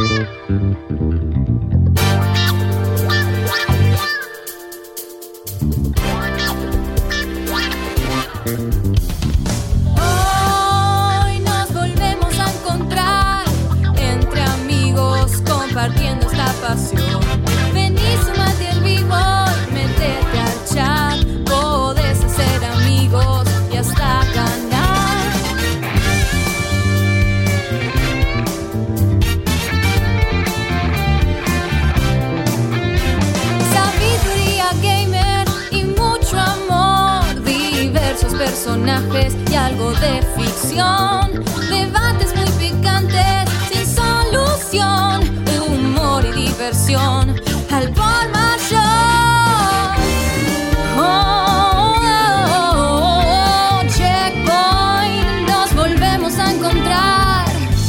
Hoy nos volvemos a encontrar entre amigos compartiendo esta pasión. Vení, sumate al vivo y metete al chat. Podés hacer amigos y hasta ganar. Sabiduría gamer y mucho amor, diversos personajes y algo de ficción, debates muy picantes sin solución, humor y diversión al por mayor. Checkpoint, nos volvemos a encontrar.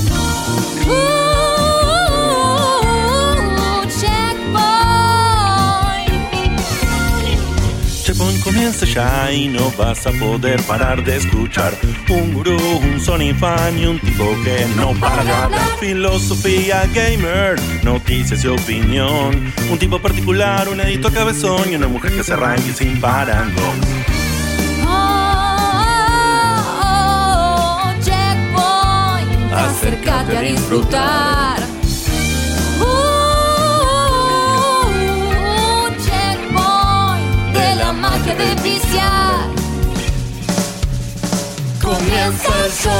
Checkpoint comienza ya y no vas a poder parar de escuchar un gurú, un Sony fan y un tipo que no para de hablar. Filosofía gamer, noticias y opinión, un tipo particular, un editor cabezón y una mujer que se arranque sin parangón. Checkpoint, acércate a disfrutar. Checkpoint, de la magia de viciar. Comienza el show.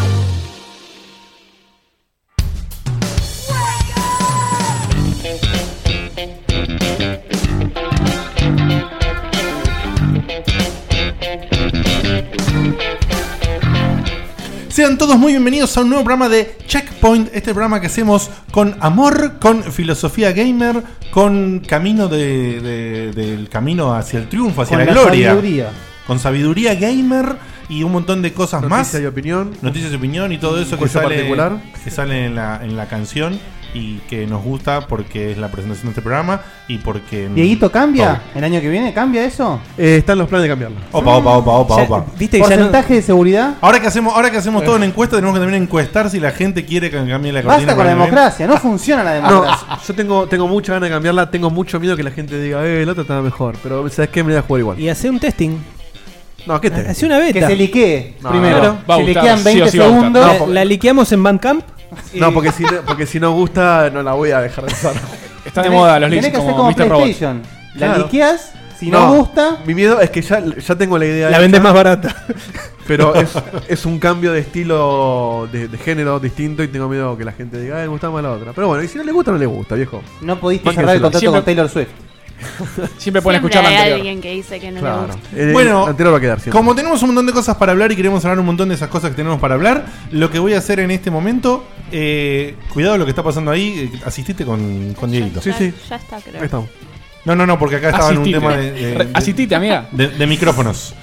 Sean todos muy bienvenidos a un nuevo programa de Checkpoint, este programa que hacemos con amor, con filosofía gamer, con camino del camino hacia el triunfo, hacia la gloria. Sabiduría. Con sabiduría gamer y un montón de cosas más. Noticias y opinión. Noticias y opinión y todo eso que sale en la canción y que nos gusta porque es la presentación de este programa y porque... ¿Dieguito cambia? ¿El año que viene cambia eso? Están los planes de cambiarlo. Opa. ¿Viste ¿porcentaje de seguridad? Ahora que hacemos toda una encuesta, tenemos que también encuestar si la gente quiere que cambie la cortina. Basta con la democracia, no funciona la democracia. Yo tengo mucha ganas de cambiarla, tengo mucho miedo que la gente diga, el otro está mejor, pero ¿sabes qué? Me voy a jugar igual. Y hace un testing. No, ¿qué te? Hace una beta. Que se liquee No, primero. no, Se liquean 20 segundos. La liqueamos en Bandcamp. No, porque si no gusta, no la voy a dejar de usar. Está de moda los leaks Tenés que hacer como como Mr. Robot. PlayStation. La Claro. liqueas, si no gusta... Mi miedo es que ya tengo la idea. La hecha, vendes más barata. Pero es un cambio de estilo, de género distinto y tengo miedo que la gente diga, me gusta más la otra. Pero bueno, y si no le gusta, no le gusta, viejo. No pudiste Bánquenselo. cerrar el contrato Siempre- con Taylor Swift. Siempre pueden Siempre escuchar la hay anterior. alguien que dice que no le Claro. gusta. Bueno, el anterior va a quedar siempre. Como tenemos un montón de cosas para hablar y queremos hablar un montón de esas cosas que tenemos para hablar, lo que voy a hacer en este momento, cuidado lo que está pasando ahí, asistite con Dieguito. Sí, sí. Ya está, creo. Ahí estamos. No, porque acá estaba en un Asistite. tema de Asistite, amiga. de micrófonos.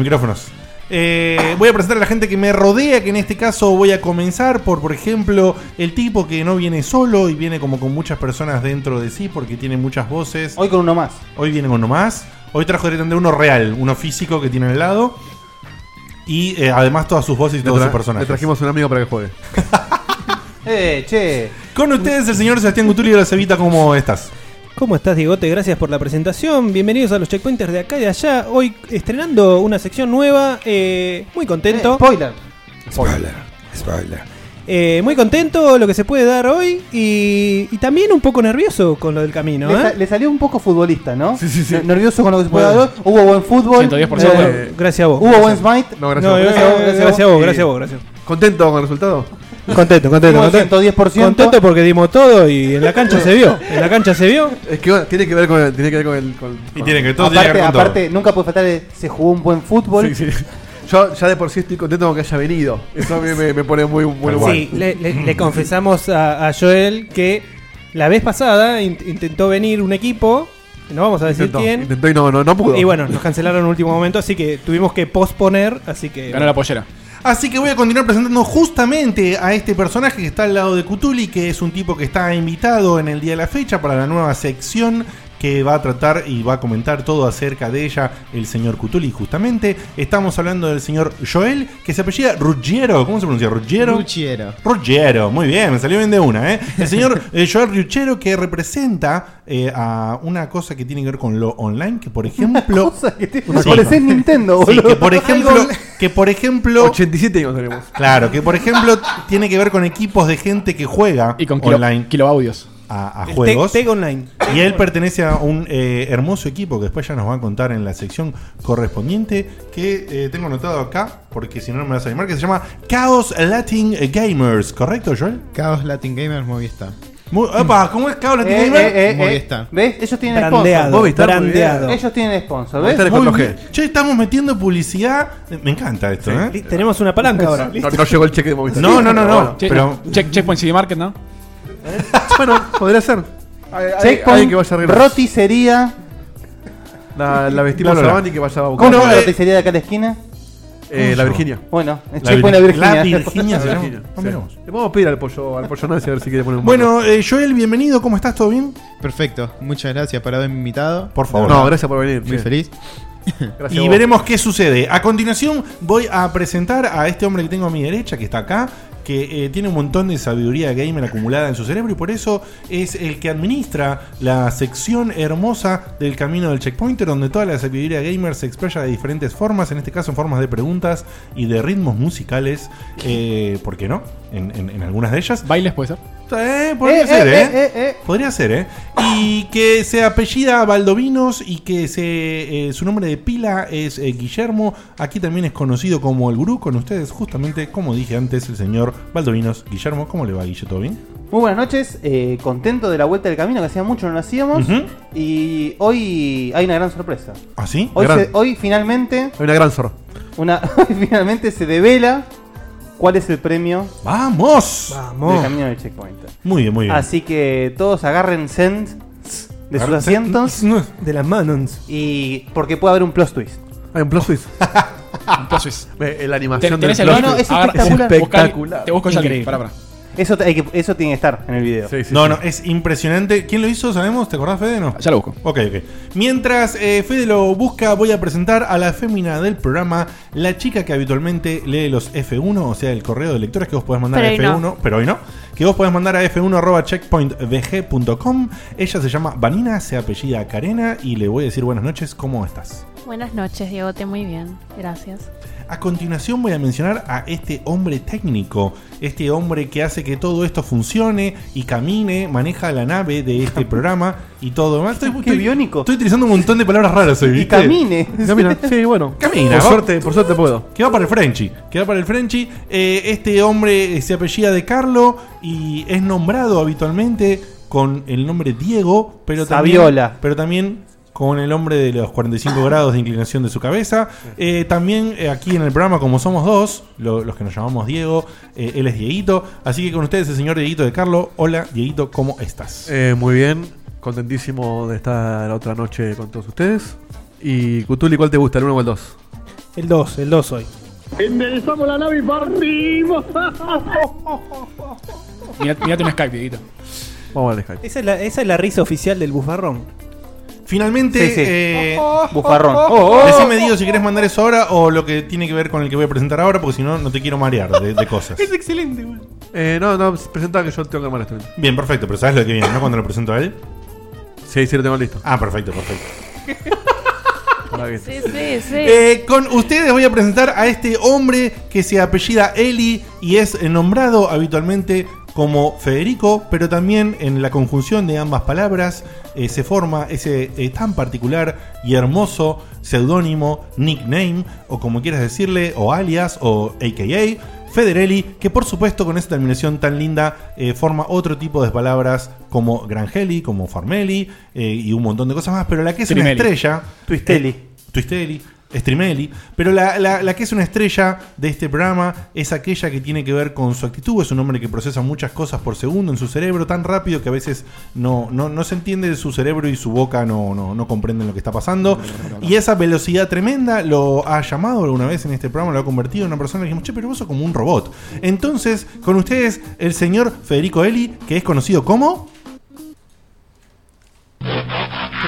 Voy a presentar a la gente que me rodea, que en este caso voy a comenzar por ejemplo, el tipo que no viene solo y viene como con muchas personas dentro de sí porque tiene muchas voces. Hoy con uno más. Hoy viene con uno más. Hoy trajo directamente uno real, uno físico que tiene al lado. Y además todas sus voces y todos sus personajes. Le trajimos un amigo para que juegue. Che. Con ustedes el señor Sebastián Gutuli de la Cevita, ¿cómo estás? ¿Cómo estás, Diegote? Gracias por la presentación. Bienvenidos a los Checkpointers de acá y de allá. Hoy estrenando una sección nueva. Muy contento. Spoiler. Muy contento lo que se puede dar hoy. Y también un poco nervioso con lo del camino. Le salió un poco futbolista, ¿no? Sí. Nervioso con lo que se puede dar hoy. Hubo buen fútbol. 110%. Gracias a vos. Hubo buen smite. No, gracias. No, gracias a vos. ¿Contento con el resultado? Contento. Hubo 110%. Contento porque dimos todo y en la cancha se vio. Es que bueno, tiene que ver con el... Y tiene que todo tiene que ver con Aparte, nunca puede faltar se jugó un buen fútbol. Sí. Yo ya de por sí estoy contento con que haya venido. Eso a mí me pone muy bueno. Sí, le confesamos a Joel que la vez pasada intentó venir un equipo, no vamos a decir quién. Intentó y no pudo. Y bueno, nos cancelaron en el último momento, así que tuvimos que posponer, así que... Ganó la pollera. Así que voy a continuar presentando justamente a este personaje que está al lado de Cthulhu, que es un tipo que está invitado en el día de la fecha para la nueva sección que va a tratar y va a comentar todo acerca de ella el señor Cutuli. Justamente estamos hablando del señor Joel, que se apellida Ruggiero. ¿Cómo se pronuncia? Ruggiero. Ruggiero, muy bien, me salió bien de una, ¿eh? El señor Joel Ruggiero, que representa a una cosa que tiene que ver con lo online, que por ejemplo... Cosa que te parece Nintendo, Sí, boludo. que por ejemplo 87 años tenemos. claro, que por ejemplo tiene que ver con equipos de gente que juega Y con online kiloaudios. a El juegos. Teg Online. Y él pertenece a un hermoso equipo que después ya nos va a contar en la sección correspondiente, que tengo anotado acá, porque si no, no me vas a llamar, que se llama Chaos Latin Gamers. ¿Correcto, Joel? Chaos Latin Gamers Movistar. Opa, ¿cómo es Chaos Latin Gamers? Movistar. ¿Ves? Ellos tienen Brandeado. sponsor. Movistar, muy bien. Brandeado. Ellos tienen sponsor, ¿ves? Movistar es Muy 4G. bien. Che, estamos metiendo publicidad. Me encanta esto, ¿eh? Tenemos una palanca ahora. No llegó el cheque de Movistar. No. Bueno, Pero Checkpoint City Market, ¿no? bueno, podría ser. Alguien Checkpoint, que vaya a arreglar. roticería. La vestimos No. a Bani que vaya a ¿Cómo buscar. se llama la eh, roticería de acá a la esquina? La Virginia. Bueno, La Checkpoint la Virginia. La Virginia se La llama. Virginia. Ah, Sí. mirá vos. Le podemos pedir al pollo nazi a ver si quiere poner un Bueno, Joel, bienvenido. ¿Cómo estás? ¿Todo bien? Perfecto. Muchas gracias por haberme invitado. Por favor. No, gracias por venir. Muy sí. feliz. Gracias a Y vos. veremos qué sucede. A continuación voy a presentar a este hombre que tengo a mi derecha, que está acá, que tiene un montón de sabiduría gamer acumulada en su cerebro y por eso es el que administra la sección hermosa del Camino del Checkpointer, donde toda la sabiduría gamer se expresa de diferentes formas, en este caso en formas de preguntas y de ritmos musicales, ¿por qué no? En algunas de ellas. Bailes puede ser. Podría ser, ¿eh? Podría ser, ¿eh? Y que se apellida Valdovinos y que su nombre de pila es Guillermo. Aquí también es conocido como el gurú. Con ustedes, justamente, como dije antes, el señor Valdovinos. Guillermo, ¿cómo le va, Guille? ¿Todo bien? Muy buenas noches, contento de la vuelta del camino, que hacía mucho no lo hacíamos. Ujú. Y hoy hay una gran sorpresa. ¿Ah, sí? Hoy finalmente Hay una gran zorra. finalmente se devela cuál es el premio ¡Vamos! del camino del checkpoint. Muy bien, muy bien. Así que todos agarren send de sus asientos De las manos. y porque puede haber un plot twist. Hay un plot twist. Entonces, La animación ¿tenés del el plot no, twist. es espectacular. Espectacular. Te busco ya el link. Increíble. Pará. Eso tiene que estar en el video. Sí, sí, No, sí. no, es impresionante. ¿Quién lo hizo? ¿Sabemos? ¿Te acordás, Fede? No. Ya lo busco. Ok. Mientras Fede lo busca, voy a presentar a la fémina del programa, la chica que habitualmente lee los F1, o sea, el correo de lectores que vos podés mandar Pero a hoy F1, pero hoy no, que vos podés mandar a f1@checkpointvg.com. Ella se llama Vanina, se apellida Carena y le voy a decir buenas noches, ¿cómo estás? Buenas noches, Diegote, muy bien, gracias. A continuación voy a mencionar a este hombre técnico, este hombre que hace que todo esto funcione y camine, maneja la nave de este programa y todo más. Qué biónico. Estoy utilizando un montón de palabras raras hoy, Y ¿viste? camine. Camina. Sí, bueno. Camina, Por ¿va? suerte puedo. Que va para el Frenchy. Este hombre se apellida de Carlo y es nombrado habitualmente con el nombre Diego, pero Saviola. también con el nombre de los 45 grados de inclinación de su cabeza. También aquí en el programa, como somos dos, los que nos llamamos Diego, él es Dieguito. Así que con ustedes el señor Dieguito de Carlo. Hola, Dieguito, ¿cómo estás? Muy bien. Contentísimo de estar otra noche con todos ustedes. Y Cutuli, ¿cuál te gusta? ¿El 1 o el 2? El 2 hoy. Enderezamos la nave y partimos. Mirate un Skype, Dieguito. Vamos al Skype. Esa es la risa oficial del bufarrón. Finalmente, Sí, sí. Bufarrón. decime, Diego, si querés mandar eso ahora o lo que tiene que ver con el que voy a presentar ahora, porque si no, no te quiero marear de cosas. Es excelente, güey. No, presenta que yo tengo que armar esto. Bien, perfecto, pero ¿sabes lo que viene, no? Cuando lo presento a él. Sí, lo tengo listo. Ah, perfecto. Sí, sí, sí. Con ustedes voy a presentar a este hombre que se apellida Eli y es nombrado habitualmente como Federico, pero también en la conjunción de ambas palabras se forma ese tan particular y hermoso seudónimo, nickname, o como quieras decirle, o alias, o AKA, Federelli, que por supuesto con esa terminación tan linda forma otro tipo de palabras como Grangeli, como Farmeli y un montón de cosas más, pero la que es una Trimelli. estrella... Twisteli. Streamelli, pero la que es una estrella de este programa es aquella que tiene que ver con su actitud. Es un hombre que procesa muchas cosas por segundo en su cerebro, tan rápido que a veces no se entiende de su cerebro y su boca no comprenden lo que está pasando. Y esa velocidad tremenda lo ha llamado alguna vez en este programa, lo ha convertido en una persona que dijimos, che, pero vos sos como un robot. Entonces, con ustedes, el señor Federico Eli, que es conocido como...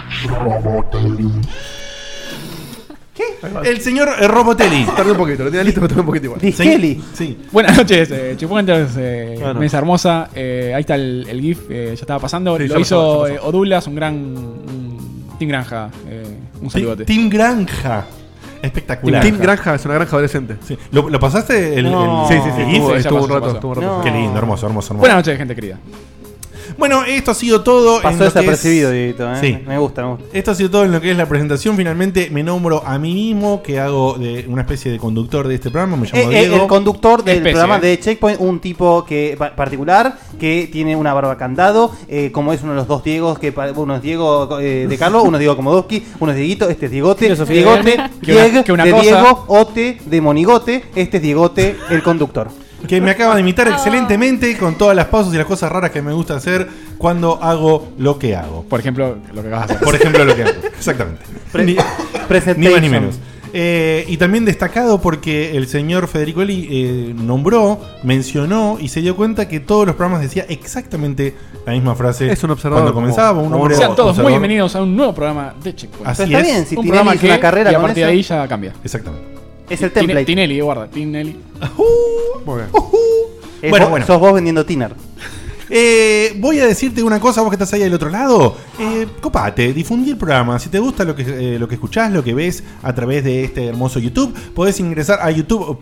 El señor Robotelli. Tardé un poquito, lo tenía listo, pero tardé un poquito igual. Diskelly. Sí. Buenas noches, Checkpointers, Bueno. mesa hermosa. Ahí está el GIF, ya estaba pasando. Sí, lo ya hizo pasó. Odulas, un gran Team Granja. Un saludote. Team Granja. Espectacular. Team Granja es una granja adolescente. Sí. ¿Lo pasaste? No. Sí, el GIF? estuvo, ya estuvo un pasó, rato, pasó. estuvo un rato. No. Qué lindo, hermoso, hermoso, hermoso. Buenas noches, gente querida. Bueno, esto ha sido todo. en Pasó lo que desapercibido, es- Dieguito, ¿eh? Sí. Me gusta. Esto ha sido todo en lo que es la presentación. Finalmente me nombro a mí mismo, que hago de una especie de conductor de este programa. Me llamo Diego. El conductor del Especie, programa de Checkpoint, un tipo que particular, que tiene una barba candado, como es uno de los dos Diegos, uno es Diego de Carlos, uno es Diego Komodowski, uno es Dieguito, este es Diegote, Filosofía Diegote, de que una de cosa- Diego, Ote, de Monigote, este es Diegote, el conductor. Que me acaba de imitar excelentemente con todas las pausas y las cosas raras que me gusta hacer cuando hago lo que hago. Por ejemplo, lo que acabas de hacer. Por ejemplo, lo que hago. Exactamente. Ni Presentation. más ni menos. Y también destacado porque el señor Federico Eli mencionó y se dio cuenta que todos los programas decía exactamente la misma frase. Es un observador cuando como- comenzaba. Un como hombre Sean todos muy observador. bienvenidos a un nuevo programa de Checkpoint. Así Pero está es. bien, si un Tinelli programa hizo que una carrera y a con partir eso, de ahí ya cambia. Exactamente. es el template. Tinelli, guarda, Tinelli. Muy bien. Bueno, bueno. Sos vos vendiendo Tiner. Voy a decirte una cosa, vos que estás ahí al otro lado. Copate, difundí el programa. Si te gusta lo que escuchás, lo que ves a través de este hermoso YouTube, podés ingresar a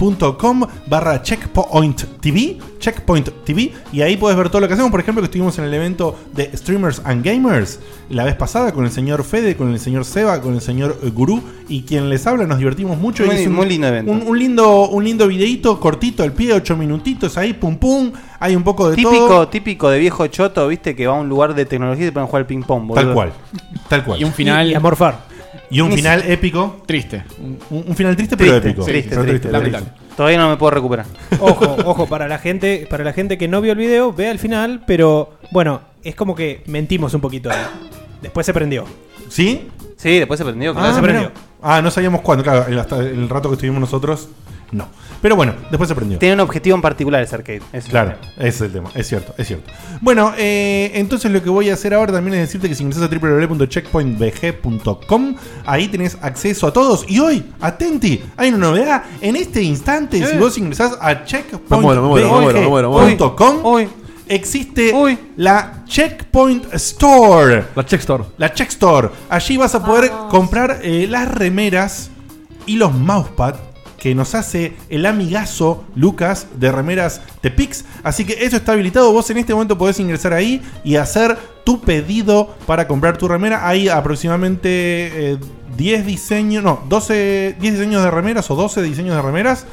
youtube.com/checkpoint TV, y ahí podés ver todo lo que hacemos. Por ejemplo, que estuvimos en el evento de Streamers and Gamers la vez pasada con el señor Fede, con el señor Seba, con el señor Gurú y quien les habla. Nos divertimos mucho. Muy- y es muy lindo evento. Un lindo videíto cortito al pie, 8 minutitos ahí, pum pum. Hay un poco de todo. Típico de viejo choto, viste, que va a un lugar de tecnología y te pueden jugar al ping pong, boludo. Tal cual. Tal cual. Y un final Y a morfar. Y un final épico. triste. Un final triste, pero Triste, épico. triste, Pero triste, lamentable. Todavía no me puedo recuperar. Ojo, para la gente que no vio el video, vea el final, pero bueno, es como que mentimos un poquito ahí. Después se prendió. ¿Sí? Sí, después se prendió. se prendió. Ah, no sabíamos cuándo. Claro, hasta el rato que estuvimos nosotros, no. Pero bueno, después se prendió. Tiene un objetivo en particular ese arcade. Ese Claro, es el tema. ese es el tema, es cierto, es cierto. Bueno, entonces lo que voy a hacer ahora también es decirte que si ingresas a www.checkpointbg.com, ahí tenés acceso a todos. Y hoy, atenti, hay una novedad. En este instante, si vos ingresás a Me checkpointbg.com, Uy. existe Uy. la Checkpoint Store. La Check Store. La Check Store. Allí vas a poder comprar las remeras y los mousepad que nos hace el amigazo Lucas de Remeras Tepix. Así que eso está habilitado. Vos en este momento podés ingresar ahí y hacer tu pedido para comprar tu remera. Hay aproximadamente 10 diseños, no, 10 diseños de remeras o 12 diseños de remeras.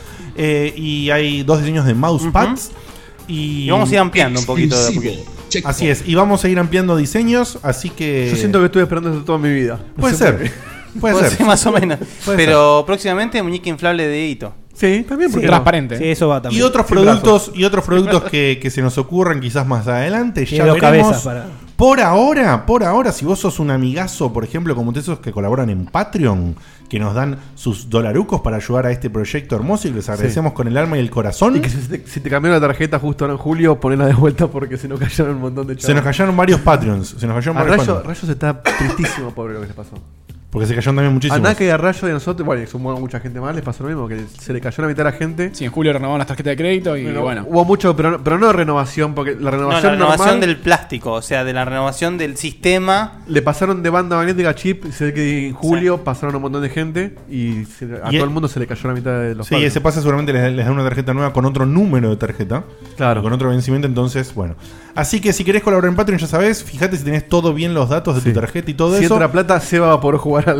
Y hay 2 diseños de mousepads. Y vamos a ir ampliando un poquito de a poquito. Así es, y vamos a ir ampliando diseños, así que... Yo siento que estuve esperando eso toda mi vida. No Puede sé por ser. qué. Puede ser. Más o menos. Puede Pero próximamente muñeca inflable de Hito. Sí, también porque Transparente. Sí, eso va también. Y otros Sin productos que se nos ocurran quizás más adelante. Tiene Ya dos veremos. cabezas para- Por ahora, si vos sos un amigazo, por ejemplo, como esos que colaboran en Patreon, que nos dan sus dolarucos para ayudar a este proyecto hermoso y les agradecemos con el alma y el corazón. Y que si te cambiaron la tarjeta justo ahora en julio, ponela de vuelta porque se nos cayeron un montón de chavos. Se nos cayeron varios Patreons. Se nos cayeron A varios Rayo, Patreons. Rayos está tristísimo, pobre, lo que les pasó. Porque se cayeron también A muchísimos. Naka y a Rayo y a nosotros, bueno, y sumó mucha gente más, les pasó lo mismo, que se le cayó la mitad de la gente. Sí, en julio renovaron las tarjetas de crédito y Pero bueno. hubo mucho, pero no renovación, porque la No, renovación, la renovación normal, del plástico, o sea, de la renovación del sistema. le pasaron de banda magnética a chip, y se ve que en julio pasaron un montón de gente y a Y todo el mundo se le cayó la mitad de los Sí, pagos. ese pasa seguramente les da una tarjeta nueva con otro número de tarjeta. Claro. Con otro vencimiento, entonces, bueno. Así que si querés colaborar en Patreon, ya sabés, fíjate si tenés todo bien los datos de Sí. tu tarjeta y todo Si eso. entra plata, Seba va a poder jugar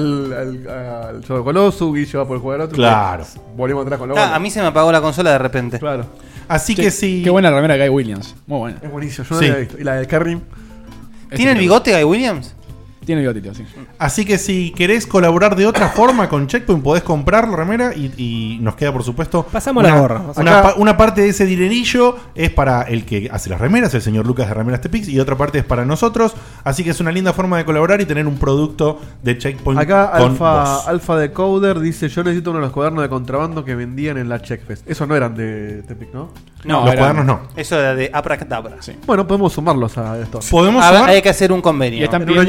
al Shadow Colossus, Guille va a poder jugar al otro. Claro. Volvimos atrás con lo Ah, a mí se me apagó la consola de repente. Claro. Así Che, que sí. Qué buena remera de Guy Williams. Muy buena. Es buenísimo, yo no Sí. la había visto. Y la del Carrim. ¿Tiene el bigote Guy Williams? Tiene bigotito, sí. Así que si querés colaborar de otra forma con Checkpoint, podés comprar la remera y nos queda, por supuesto, Pasamos la gorra. Una parte de ese dinerillo es para el que hace las remeras, el señor Lucas de Remeras Tepix, y otra parte es para nosotros. Así que es una linda forma de colaborar y tener un producto de Checkpoint Acá con vos. Alfa de Coder dice: yo necesito uno de los cuadernos de contrabando que vendían en la Checkfest. Esos no eran de Tepic, ¿no? No, Los eran- cuadernos no. Eso era de Abracadabra. Sí. Bueno, podemos sumarlos a esto. ¿Podemos A ver, sumar? hay que hacer un convenio. Y están En un año y pidiendo medio más o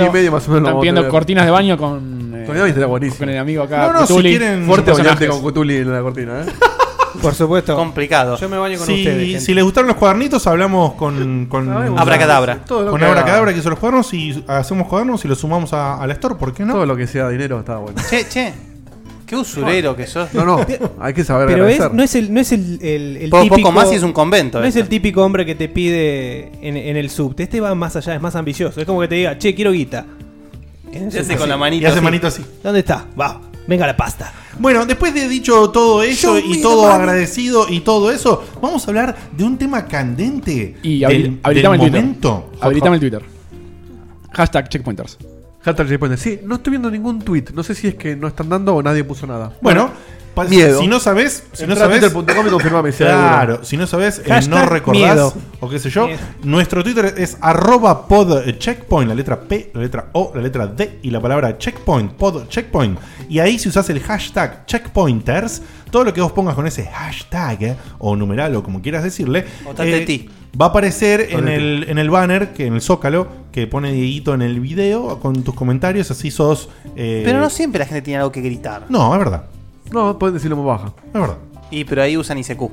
Están pidiendo cortinas de baño con con el amigo acá. No, Cthulhu. si quieren Fuerte personajes. bañante con Cthulhu en la cortina, Por supuesto. Complicado. Yo me baño con Si, ustedes. gente. si les gustaron los cuadernitos, hablamos con Abracadabra. Con Abracadabra que hizo los cuadernos y hacemos cuadernos y los sumamos a la store, ¿por qué no? Todo lo que sea dinero está bueno. Che. Qué usurero que sos. No, hay que saber Pero agradecer. no es el Poco típico. más y es un convento. No es el típico hombre que te pide en el subte. Este va más allá, es más ambicioso. Es como que te diga, che, quiero guita. Se hace con la manito. Y hace así. manito así. ¿Dónde está? Va, venga la pasta. Bueno, después de dicho todo eso y todo agradecido y todo eso, vamos a hablar de un tema candente Y del habilitame el momento. Twitter. Habilitame el Twitter. Hashtag checkpointers. Hashtag checkpointers. Sí, no estoy viendo ningún tweet. No sé si es que no están dando o nadie puso nada. Bueno, miedo. si no sabes, Entrá a twitter.com y confirmame si hay claro, alguno. si no sabes, Hashtag no recordás miedo. o qué sé yo, Miedo. nuestro Twitter es @podcheckpoint, la letra P, la letra O, la letra D y la palabra checkpoint, podcheckpoint. Y ahí si usás el hashtag checkpointers, todo lo que vos pongas con ese hashtag o numeral o como quieras decirle, O TTT. va a aparecer en el banner, que en el zócalo, que pone Dieguito en el video con tus comentarios, así sos... Pero no siempre la gente tiene algo que gritar. No, es verdad, No, pueden decirlo más baja. es verdad. Pero ahí usan ICQ.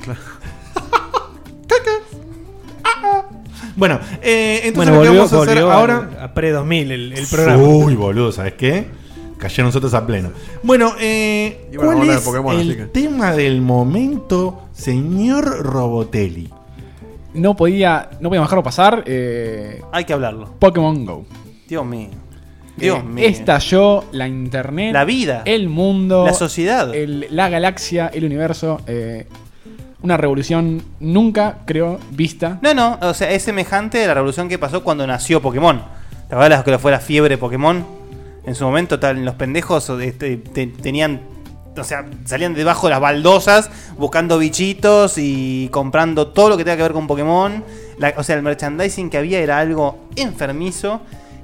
Bueno, entonces Bueno, lo que volvió, vamos a hacer volvió ahora... a pre-2000 el programa. Uy, boludo, ¿sabes qué? Cayeron nosotros a pleno. Bueno, Iban a ¿cuál hablar de es Pokémon, así el que- tema del momento, señor Robotelli? No podía dejarlo pasar. Hay que hablarlo. Pokémon Go. Dios mío. Dios mío. Estalló la internet. La vida. El mundo. La sociedad. La galaxia, el universo. Una revolución nunca, creo, vista. No, o sea, es semejante a la revolución que pasó cuando nació Pokémon. ¿Te acuerdas que fue la fiebre Pokémon? En su momento, los pendejos tenían. O sea, salían debajo de las baldosas buscando bichitos y comprando todo lo que tenga que ver con Pokémon. O sea, el merchandising que había era algo enfermizo.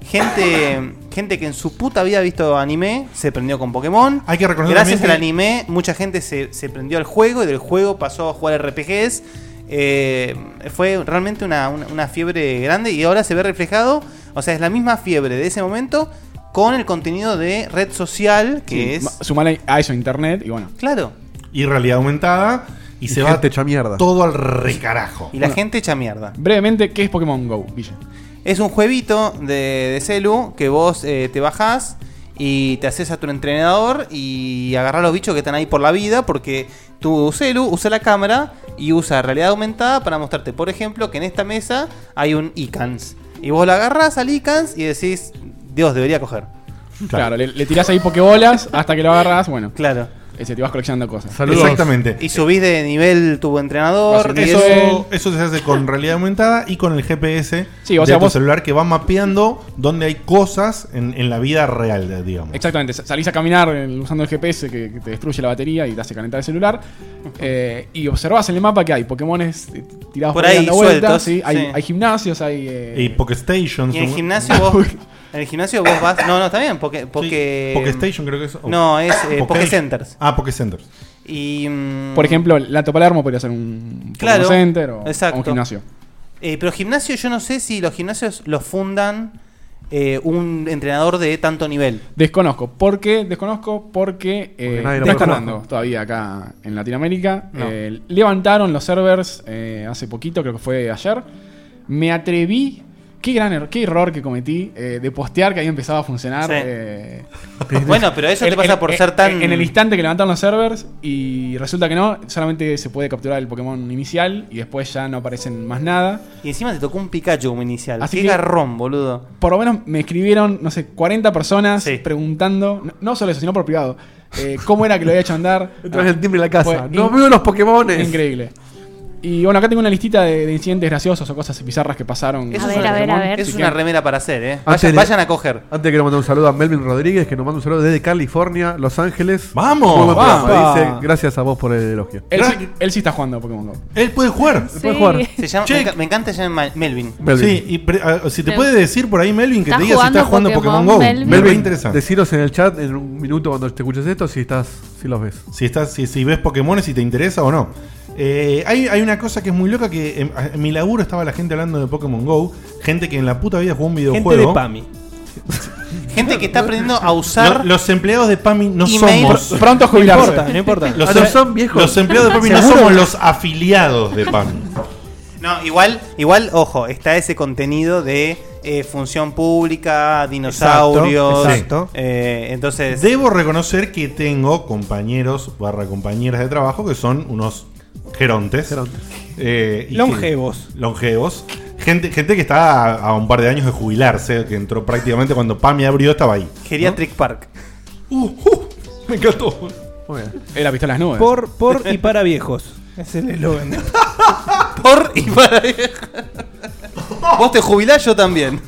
Gente que en su puta vida ha visto anime se prendió con Pokémon. Hay que reconocer Gracias al también anime, mucha gente se prendió al juego y del juego pasó a jugar RPGs. Fue realmente una fiebre grande y ahora se ve reflejado. O sea, es la misma fiebre de ese momento con el contenido de red social que es. Sumale a eso internet y bueno. Claro. Y realidad aumentada y se va gente hecha mierda. todo al recarajo. Y la gente echa mierda. Brevemente, ¿qué es Pokémon Go, Guille? Es un jueguito de celu que vos te bajás y te haces a tu entrenador y agarrás los bichos que están ahí por la vida porque tu celu usa la cámara y usa realidad aumentada para mostrarte, por ejemplo, que en esta mesa hay un Icans. Y vos la agarrás al Icans y decís, Dios, debería coger. Claro, le tirás ahí pokebolas hasta que lo agarras, bueno. Claro. Te vas coleccionando cosas. Saludos. Exactamente. Y subís de nivel tu entrenador. Vas y Eso se hace con realidad aumentada y con el GPS Sí, o de sea, tu vos- celular que va mapeando donde hay cosas en la vida real, digamos. Exactamente, salís a caminar usando el GPS que te destruye la batería y te hace calentar el celular. Y observás en el mapa que hay Pokémones tirados Por ahí dando vueltas, sueltos, ¿sí? Hay, sí. hay gimnasios, hay. Y Pokestations. Y en el gimnasio vos. En el gimnasio vos vas. No, está bien. Porque. Pokestation creo que es. No, es Pokécenters. Ah, Pokecenters. Y. Por ejemplo, el Alto Palermo podría ser un Claro, Pokémon Center o exacto. un gimnasio. Pero gimnasio, yo no sé si los gimnasios los fundan un entrenador de tanto nivel. Desconozco. ¿Por qué? Desconozco porque nadie lo no están conoce. dando todavía acá en Latinoamérica. No. Levantaron los servers hace poquito, creo que fue ayer. Me atreví. Qué error que cometí de postear que había empezado a funcionar. Sí. Bueno, pero eso te pasa por ser tan. En el instante que levantaron los servers y resulta que no, solamente se puede capturar el Pokémon inicial y después ya no aparecen más nada. Y encima te tocó un Pikachu como inicial. Así Qué que- garrón, boludo. Por lo menos me escribieron, no sé, 40 personas Sí. preguntando, no solo eso, sino por privado, cómo era que lo había hecho andar. Traes el timbre de la casa. Fue No veo los Pokémones. Increíble. Y bueno, acá tengo una listita de incidentes graciosos o cosas bizarras que pasaron. Eso A es ver, una- a ver, a Pokémon. ver. Es Así una que- remera para hacer, Antes Vayan, de- vayan a coger. Antes quiero mandar un saludo a Melvin Rodríguez, que nos manda un saludo desde California, Los Ángeles. ¡Vamos! Muy buen programa. ¡Vamos! Dice, gracias a vos por el elogio. Él sí está jugando a Pokémon Go. Él puede jugar. Sí. puede jugar. Se llama, Che. me encanta, se llama Melvin. Melvin. Sí, y si te Me- puede decir por ahí Melvin que ¿Está te diga si está jugando jugando Pokémon Pokémon, Go. Melvin? Me re Melvin, interesa. deciros en el chat en un minuto cuando te escuches esto si los ves. Si ves Pokémon, si te interesa o no. Hay una cosa que es muy loca que en mi laburo estaba la gente hablando de Pokémon Go. Gente que en la puta vida jugó un Gente de videojuego. PAMI. Gente que está aprendiendo a usar. Los empleados de PAMI no email. somos. Pronto a jubilarse. No importa. No son viejos. Los empleados de PAMI no somos los afiliados de PAMI. No, igual, ojo, está ese contenido de función pública, dinosaurios. Exacto. Entonces. Debo reconocer que tengo compañeros / compañeras de trabajo que son unos gerontes. Longevos. Longevos. Gente que está a un par de años de jubilarse, que entró prácticamente cuando PAMI abrió, estaba ahí. Geriatric Park. Me encantó. Muy bien. Era pistolas nubes. Por y para viejos. Es el eslogan. Por y para viejos. Vos te jubilás, yo también.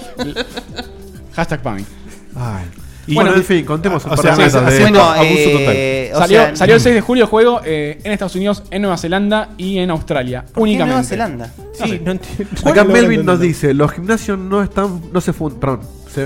Hashtag PAMI. Ay. Y bueno, en fin, contemos un o par sea, de metas de haciendo bueno, abuso total. Salió el 6 de julio el juego en Estados Unidos, en Nueva Zelanda y en Australia. ¿Por qué únicamente. Nueva Zelanda? Sí, no entiendo. Acá Melvin nos dice, los gimnasios no se fundan, perdón,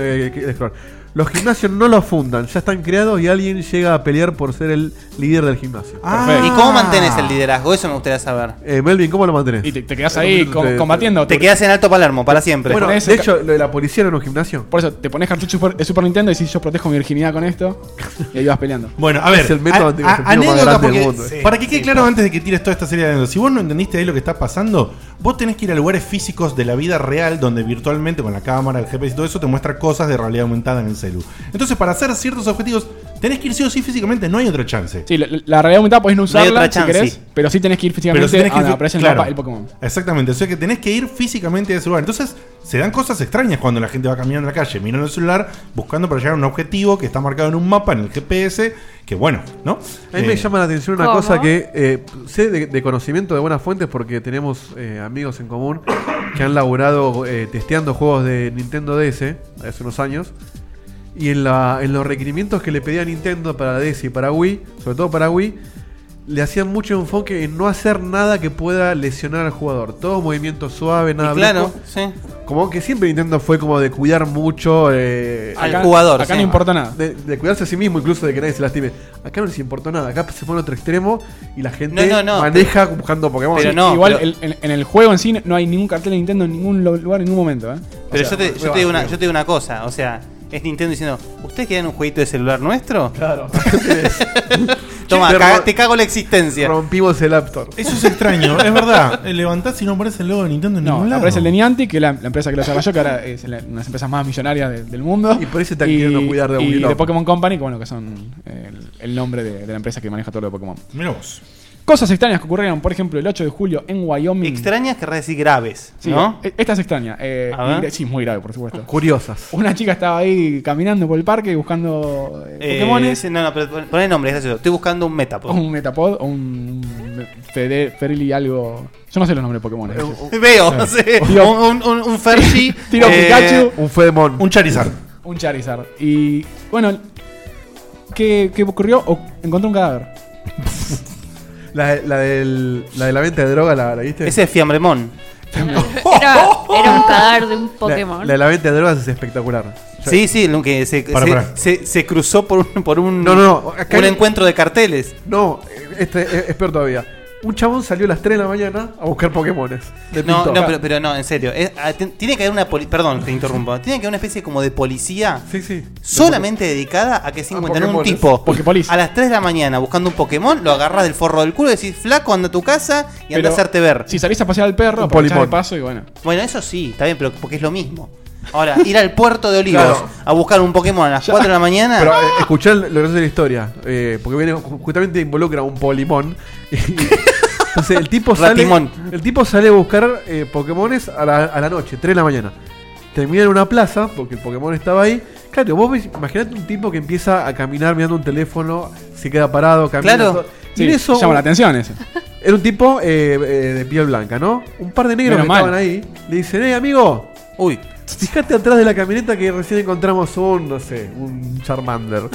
los gimnasios no los fundan, ya están creados y alguien llega a pelear por ser el líder del gimnasio. Perfecto. ¿Y cómo mantenés el liderazgo? Eso me gustaría saber. Melvin, ¿cómo lo mantenés? Y te quedás ahí combatiendo. Te quedás en Alto Palermo para siempre. Bueno, de Ponés- hecho, lo de la policía era en un gimnasio. Por eso te pones cartucho de Super Nintendo y decís yo protejo mi virginidad con esto. Y ahí vas peleando. Bueno, a ver, Es el método anticonceptivo más anécdota grande del porque, mundo. para que quede claro antes de que tires toda esta serie de anécdotas, si vos no entendiste ahí lo que está pasando, vos tenés que ir a lugares físicos de la vida real donde virtualmente con la cámara, el GPS y todo eso te muestra cosas de realidad aumentada en el celu. Entonces, para hacer ciertos objetivos tenés que ir sí o sí físicamente, no hay otra chance. Sí, la realidad aumentada podés no No hay usarla otra si chance. querés, pero sí tenés que ir físicamente sí tenés que a donde ir aparece en claro. el mapa el Pokémon. Exactamente, o sea que tenés que ir físicamente a ese lugar. Entonces, se dan cosas extrañas cuando la gente va caminando en la calle, mirando el celular, buscando para llegar a un objetivo que está marcado en un mapa, en el GPS, que bueno, ¿no? A mí me llama la atención una ¿Cómo? cosa que sé de conocimiento de buenas fuentes porque tenemos amigos en común que han laburado testeando juegos de Nintendo DS hace unos años. Y en los requerimientos que le pedía Nintendo para DS y para Wii, sobre todo para Wii, le hacían mucho enfoque en no hacer nada que pueda lesionar al jugador. Todo movimiento suave, nada Claro, brusco. sí. Como que siempre Nintendo fue como de cuidar mucho Al jugador, Acá sí. no importa nada. de cuidarse a sí mismo, incluso de que nadie se lastime. Acá no les importó nada. Acá se pone a otro extremo y la gente No, maneja buscando Pokémon. pero no. Igual pero- en el juego en sí no hay ningún cartel de Nintendo en ningún lugar, en ningún momento. Pero O sea, yo te digo una cosa, o sea, es Nintendo diciendo, ¿ustedes quieren un jueguito de celular nuestro? Claro. Toma, Te ro- te cago la existencia. Rompimos el App Store. Eso es extraño, es verdad. Levantás y no aparece el logo de Nintendo en No, ningún lado. aparece el de Niantic, que es la empresa que lo desarrolló, que ahora es una de las empresas más millonarias del mundo. Y por eso están queriendo cuidar de Y Wii de Love. Pokémon Company, que bueno, que son el nombre de la empresa que maneja todo lo de Pokémon. Mirá vos. Cosas extrañas que ocurrieron, por ejemplo, el 8 de julio en Wyoming. Extrañas querrás decir graves, Sí, ¿no? esta es extraña. A ver. Sí, muy grave, por supuesto. Curiosas. Una chica estaba ahí caminando por el parque buscando Pokémones. Sí, no, pero poné nombre, es gracioso. Estoy buscando un Metapod. O un Metapod o un Ferili algo. Yo no sé los nombres de Pokémon. Veo, Claro. sí. Tiro- un Fergie. Tiro Pikachu. Un Fedemon. Un Charizard. Un Charizard. Y bueno, ¿qué ocurrió? Encontró un cadáver. La de la venta de droga, ¿la viste? Ese es Fiambremón. Era un cadáver de un Pokémon. La venta de drogas es espectacular. Sí, lo que se cruzó por un No. Acá un hay- encuentro de carteles. No, este es peor todavía. Un chabón salió a las 3 de la mañana a buscar Pokémones. No, pero no, en serio. Tiene que haber una perdón, te interrumpo. Tiene que haber una especie como de policía Sí. solamente dedicada a que se encuentren un Pokémones. tipo Poképolis. a las 3 de la mañana buscando un Pokémon, lo agarras del forro del culo y decís, flaco, anda a tu casa y anda Pero a hacerte ver. Si salís a pasear al perro, Un aprovechás el Polimón. paso y bueno. Bueno, eso sí, está bien, pero porque es lo mismo. Ahora, ir al puerto de Olivos Claro. a buscar un Pokémon a las 4 de la mañana. Pero escuchá lo gracioso de la historia. Porque viene, justamente involucra a un Polimón. Entonces el tipo sale a buscar Pokémones a la noche, 3 de la mañana. Termina en una plaza, porque el Pokémon estaba ahí. Claro, vos imaginate un tipo que empieza a caminar mirando un teléfono, se queda parado, camina. Claro. todo. Y Sí, en eso, llama la atención ese. era un tipo de piel blanca, ¿no? Un par de negros Menos que mal. estaban ahí. Le dicen, amigo, Uy, fíjate atrás de la camioneta que recién encontramos un Charmander.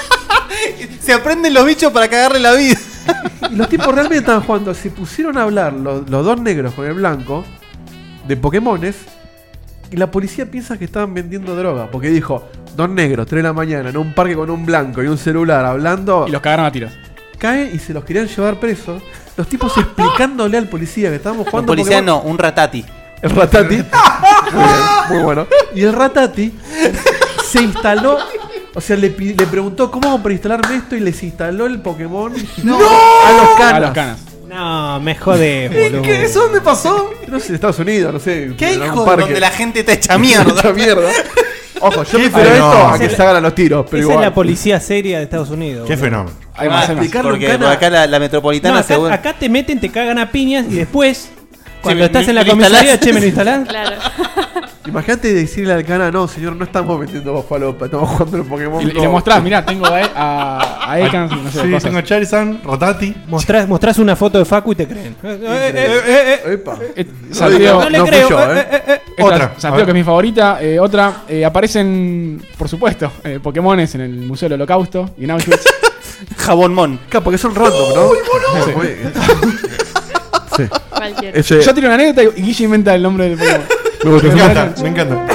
se aprenden los bichos para cagarle la vida. Y los tipos realmente estaban jugando. Se pusieron a hablar los dos negros con el blanco de Pokémones. Y la policía piensa que estaban vendiendo droga. Porque dijo, dos negros, 3 de la mañana, en un parque con un blanco y un celular hablando. Y los cagaron a tiros. Cae y se los querían llevar presos. Los tipos explicándole al policía que estábamos Un jugando policía Pokémon. no, un ratati. El Ratati. Muy bien, muy bueno. Y el Ratati se instaló. O sea, le preguntó cómo hago para instalarme esto y les instaló el Pokémon a los canas. A los canas. No, me jodés, boludo. ¿Qué? ¿Eso dónde pasó? No sé, en Estados Unidos, no sé. ¿Qué en algún hijo? parque. Donde la gente está hecha mierda. Hecha mierda. Ojo, yo Qué prefiero esto fenómeno. a que se hagan a los tiros, pero Esa igual. es la policía seria de Estados Unidos. Qué boludo. fenómeno. Hay más, hay más. explicarle Porque un cana- por acá la No, metropolitana según. acá te meten, te cagan a piñas y después, cuando me- estás en la me lo comisaría, instalás. che, ¿me lo instalás? Claro. Imagínate decirle al cana, no, señor, no estamos vendiendo falopa, estamos jugando los Pokémon. Y le mostrás, mirá, tengo a Ekans y no sé, Sí, cosas. tengo Charizard, Rotati. Mostrás una foto de Facu y te creen. Epa. Santiago, No le no fui creo. yo, esta, Otra. A Santiago, ver. que es mi favorita. Otra, aparecen, por supuesto, Pokémones en el Museo del Holocausto y en Auschwitz. Jabón Mon. Claro, porque son random, ¿no? Sí. Cualquiera. Ese, Yo tiro una anécdota y Guille inventa el nombre del Pokémon. me gusta. Me encanta, me encanta.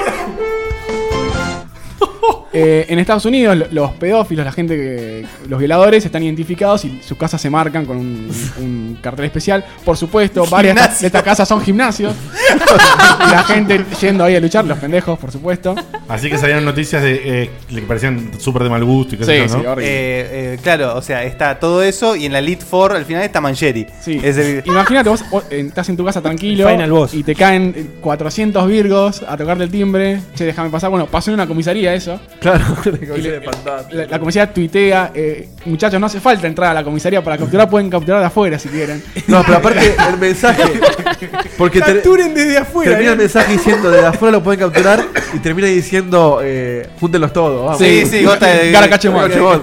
En Estados Unidos, los pedófilos, la gente los violadores están identificados y sus casas se marcan con un cartel especial. Por supuesto, varias de estas casas son gimnasios. Y la gente yendo ahí a luchar, los pendejos, por supuesto. Así que salieron noticias de que parecían súper de mal gusto y qué Sí, sé yo, sí, ¿no? horrible. Claro, o sea, está todo eso y en la Elite Four al final está Mancheri. Sí. Es el- Imagínate, vos estás en tu casa tranquilo Final boss. y te caen 400 virgos a tocarte el timbre. Che, déjame pasar. Bueno, pasó en una comisaría eso. Claro, Y la comisaría tuitea, muchachos, no hace falta entrar a la comisaría para capturar, pueden capturar de afuera si quieren. No, pero aparte el mensaje. Porque Capturen desde afuera. termina el mensaje diciendo de afuera lo pueden capturar y termina diciendo júntenlos todos. Vamos. Sí, sí, gota de. Gara cachemón. Cachemón.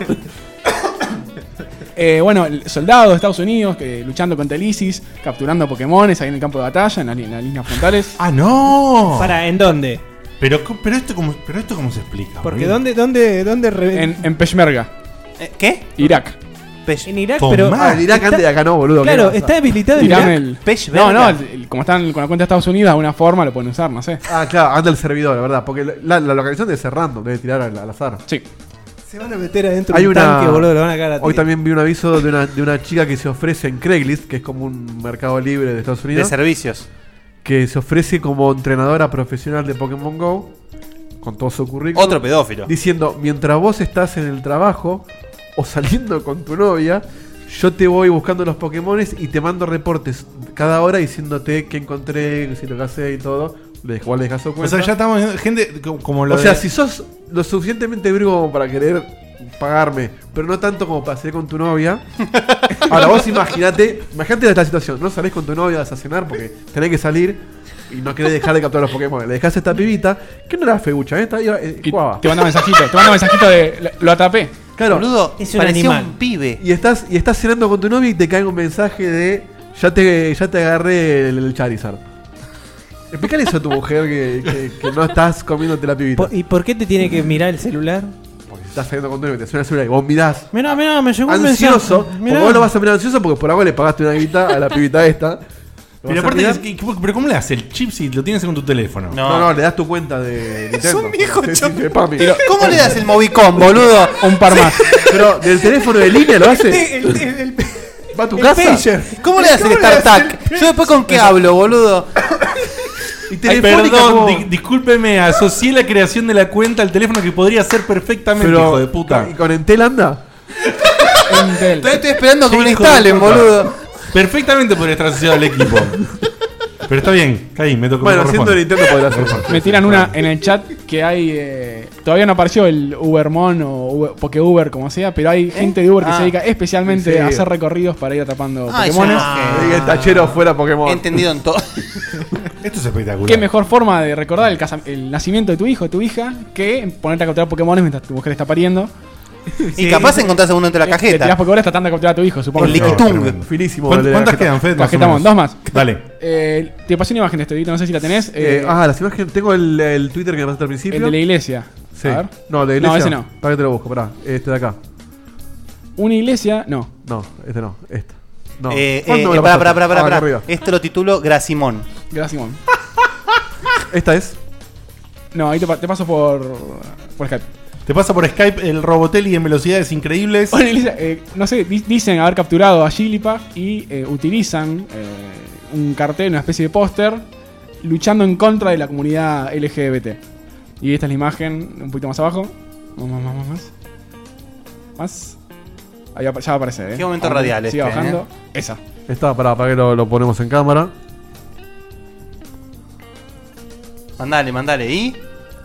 Bueno, soldados de Estados Unidos luchando contra el ISIS, capturando Pokémones ahí en el campo de batalla, en las líneas frontales. ¡Ah, no! ¿Para en dónde? Pero esto cómo se explica. Porque boludo? ¿dónde En Peshmerga, ¿Qué? Irak. en Irak, Tomá. pero Ah, el Irak antes de acá no, boludo. claro, ¿qué está pasa? habilitado en Tirame Irak. el. Peshmerga. No, como están con la cuenta de Estados Unidos, de alguna forma lo pueden usar, no sé. Ah, claro, anda el servidor, la verdad. Porque la localización debe ser random, debe tirar al azar. Sí. Se van a meter adentro Hay de un una- tanque, boludo, lo van a cagar a Hoy tiro. también vi un aviso de una chica que se ofrece en Craigslist, que es como un mercado libre de Estados De Unidos, servicios. que se ofrece como entrenadora profesional de Pokémon GO, con todo su currículum. Otro pedófilo. Diciendo, mientras vos estás en el trabajo o saliendo con tu novia, yo te voy buscando los Pokémones y te mando reportes cada hora diciéndote qué encontré, si lo que hace y todo. Igual le dejas su O cuenta. sea, ya estamos viendo gente como lo O sea, de- si sos lo suficientemente virgo como para querer pagarme, pero no tanto como para salir con tu novia. Ahora vos imaginate esta situación, no salís con tu novia a cenar porque tenés que salir y no querés dejar de capturar los Pokémon. Le dejás a esta pibita, que no era feucha, Y jugaba. te manda mensajito, de lo atrapé. Claro, Boludo, Es un parecía animal. un pibe. y estás cenando con tu novia y te cae un mensaje de ya te agarré el Charizard. Explicale eso a tu mujer que no estás comiéndote la pibita. ¿Y por qué te tiene que mirar el celular? Porque estás saliendo con tu novia, te suena el celular y vos mirás Mirá, me llegó un ansioso, mensaje. porque Mirá. vos lo vas a mirar ansioso porque por algo le pagaste una guita a la pibita esta. Lo Pero vas a aparte, mirar. pero ¿cómo le hace el chip si lo tienes con tu teléfono? No, le das tu cuenta de Nintendo. un viejo Sí, sí, choto. de Pami. ¿Cómo le das el Movicom, boludo? Un par más. Pero del teléfono de línea lo hace. Va a tu casa ¿Cómo le das el StarTac? Yo después con qué hablo, boludo. y Ay, telefónica perdón, como- discúlpeme, asocié la creación de la cuenta al teléfono que podría ser perfectamente, hijo de puta. ¿Y con Entel anda? Intel. Todavía estoy esperando que me lo Hijo de instalen, puta. boludo. Perfectamente podría estar asociado al equipo. Pero está bien, Caí, me tocó. Bueno, siendo de Nintendo podrá ser. Me tiran una en el chat que hay. Todavía no apareció el Ubermon o Pokeuber, como sea, pero hay gente de Uber que Ah. se dedica especialmente Sí. a hacer recorridos para ir atrapando Ay, Pokémones. ya Que diga el tachero fuera Pokémon. He entendido en todo. Esto es espectacular. ¿Qué mejor forma de recordar el nacimiento de tu hijo o tu hija que ponerte a capturar Pokémones mientras tu mujer está pariendo? Y capaz encontrás uno entre la Te tirás cajeta. Pokébolas tratando de capturar a tu hijo, supongo. El que- liquitud. tremendo. Finísimo. ¿Cuántas quedan, Fed? más o Cajeta menos? Mon, dos más. Dale. Te pasé una imagen de este video, no sé si la tenés. Las imágenes. Tengo el Twitter que me pasaste al principio. el de la iglesia. Sí. A ver. No, de iglesia. No, ese no. ¿Para qué te lo busco? Pará. Este de acá. Una iglesia, no. No, este no. Esta. No. ¿Cuándo me la Pará, pasaste? pará, Ah, acá pará. arriba. Esto lo titulo Gracimón. Gracias, Mon. Esta es. No, ahí te paso por Skype. Te pasa por Skype el Robotelli en velocidades increíbles. Una iglesia, no sé, dicen haber capturado a Jigglypuff y utilizan un cartel, una especie de póster, luchando en contra de la comunidad LGBT. Y esta es la imagen, un poquito más abajo. Más. Ahí ya va a aparecer, Qué momento radial sigue este, bajando. Esa. Está, para que lo ponemos en cámara. Mandale. ¿Y?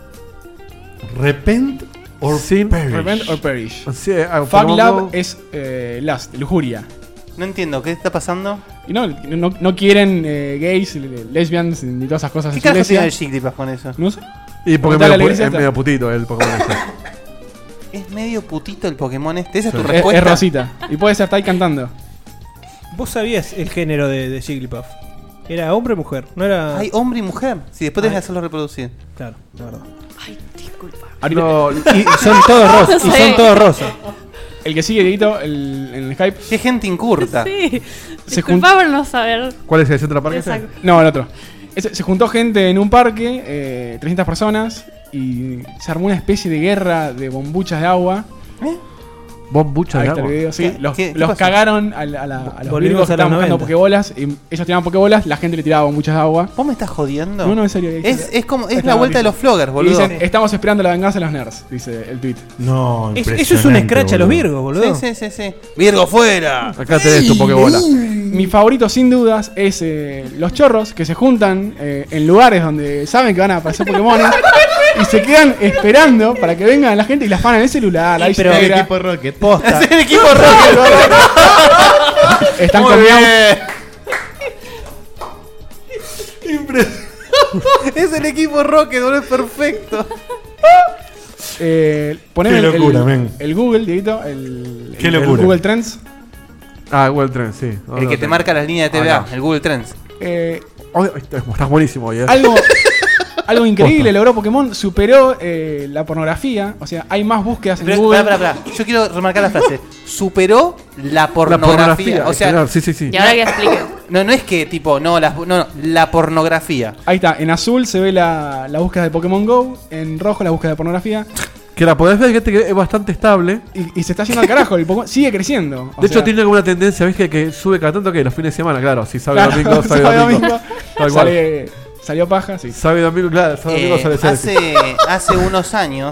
Repent or perish. Repent or perish. Sí, Fuck Pokémon Love Go. es lust, lujuria. No entiendo, ¿qué está pasando? Y no quieren gays, lesbians ni todas esas cosas ¿Qué en su carajo iglesia. tiene el Jigglypuff con eso? No sé. Y porque Preguntale a la es iglesia esta. medio putito el Pokémon ese. Es medio putito el Pokémon este. ¿Esa es tu Es respuesta? rosita. Y puede ser, está ahí cantando. ¿Vos sabías el género de Jigglypuff? ¿Era hombre o mujer? No era. Hay hombre y mujer. Si después tenés que hacerlo reproducir. Claro, la verdad. Ay, disculpa. No, Y son todos rosas. No Y sé. son todos rosas. El que sigue, Dieguito, en el Skype. Qué gente incurta. Sí. Se Disculpa por no saber. ¿Cuál es el Central Park ese? Exacto. No, el otro. Se juntó gente en un parque, 300 personas, y se armó una especie de guerra de bombuchas de agua. Bombucha Ahí de está el agua. video, sí. ¿Qué Los pasó? cagaron a los Volvimos virgos que a los estaban buscando 90. pokebolas, y ellos tiraban pokebolas, la gente le tiraba bombuchas de agua. ¿Vos me estás jodiendo? No, en serio. Es como. Es Esta la vuelta de noticia. los floggers, Y boludo. dicen, estamos esperando la venganza de los nerds, dice el tweet. No, Eso es un impresionante, scratch a los boludo. Virgos, boludo. Sí. Virgo fuera. Acá tenés tu Pokébola. Mi favorito sin dudas es los chorros que se juntan en lugares donde saben que van a aparecer Pokémon y se quedan esperando para que vengan la gente y las afanan en el celular, la pero- El billetera. equipo Rocket. Posta. Es el equipo Rocket. Están Muy con bien. Es el equipo Rocket, boludo. Es perfecto. Poneme Qué locura, men. el Google, Dieguito, el locura. Google Trends. Ah, Google Trends, sí. El que te marca las líneas de TVA, Acá. el Google Trends. Hoy estás buenísimo hoy, Algo increíble logró Pokémon, superó la pornografía. O sea, hay más búsquedas en Pero, Google. pará. Yo quiero remarcar la frase. Superó la pornografía. O sea, sí. Y ahora que explique. no es que tipo, no, la pornografía. Ahí está, en azul se ve la búsqueda de Pokémon Go, en rojo la búsqueda de pornografía. Que la podés ver, que es bastante estable. Y se está haciendo al carajo, el Pokémon sigue creciendo. O De hecho, sea, tiene como una tendencia, ¿ves? Que sube cada tanto que los fines de semana, claro. Si sabe claro, domingo, sabe sábado, domingo. Tal cual. Salió paja, sí. Sabe domingo, claro. Sabe domingo sale selfie. Hace unos años,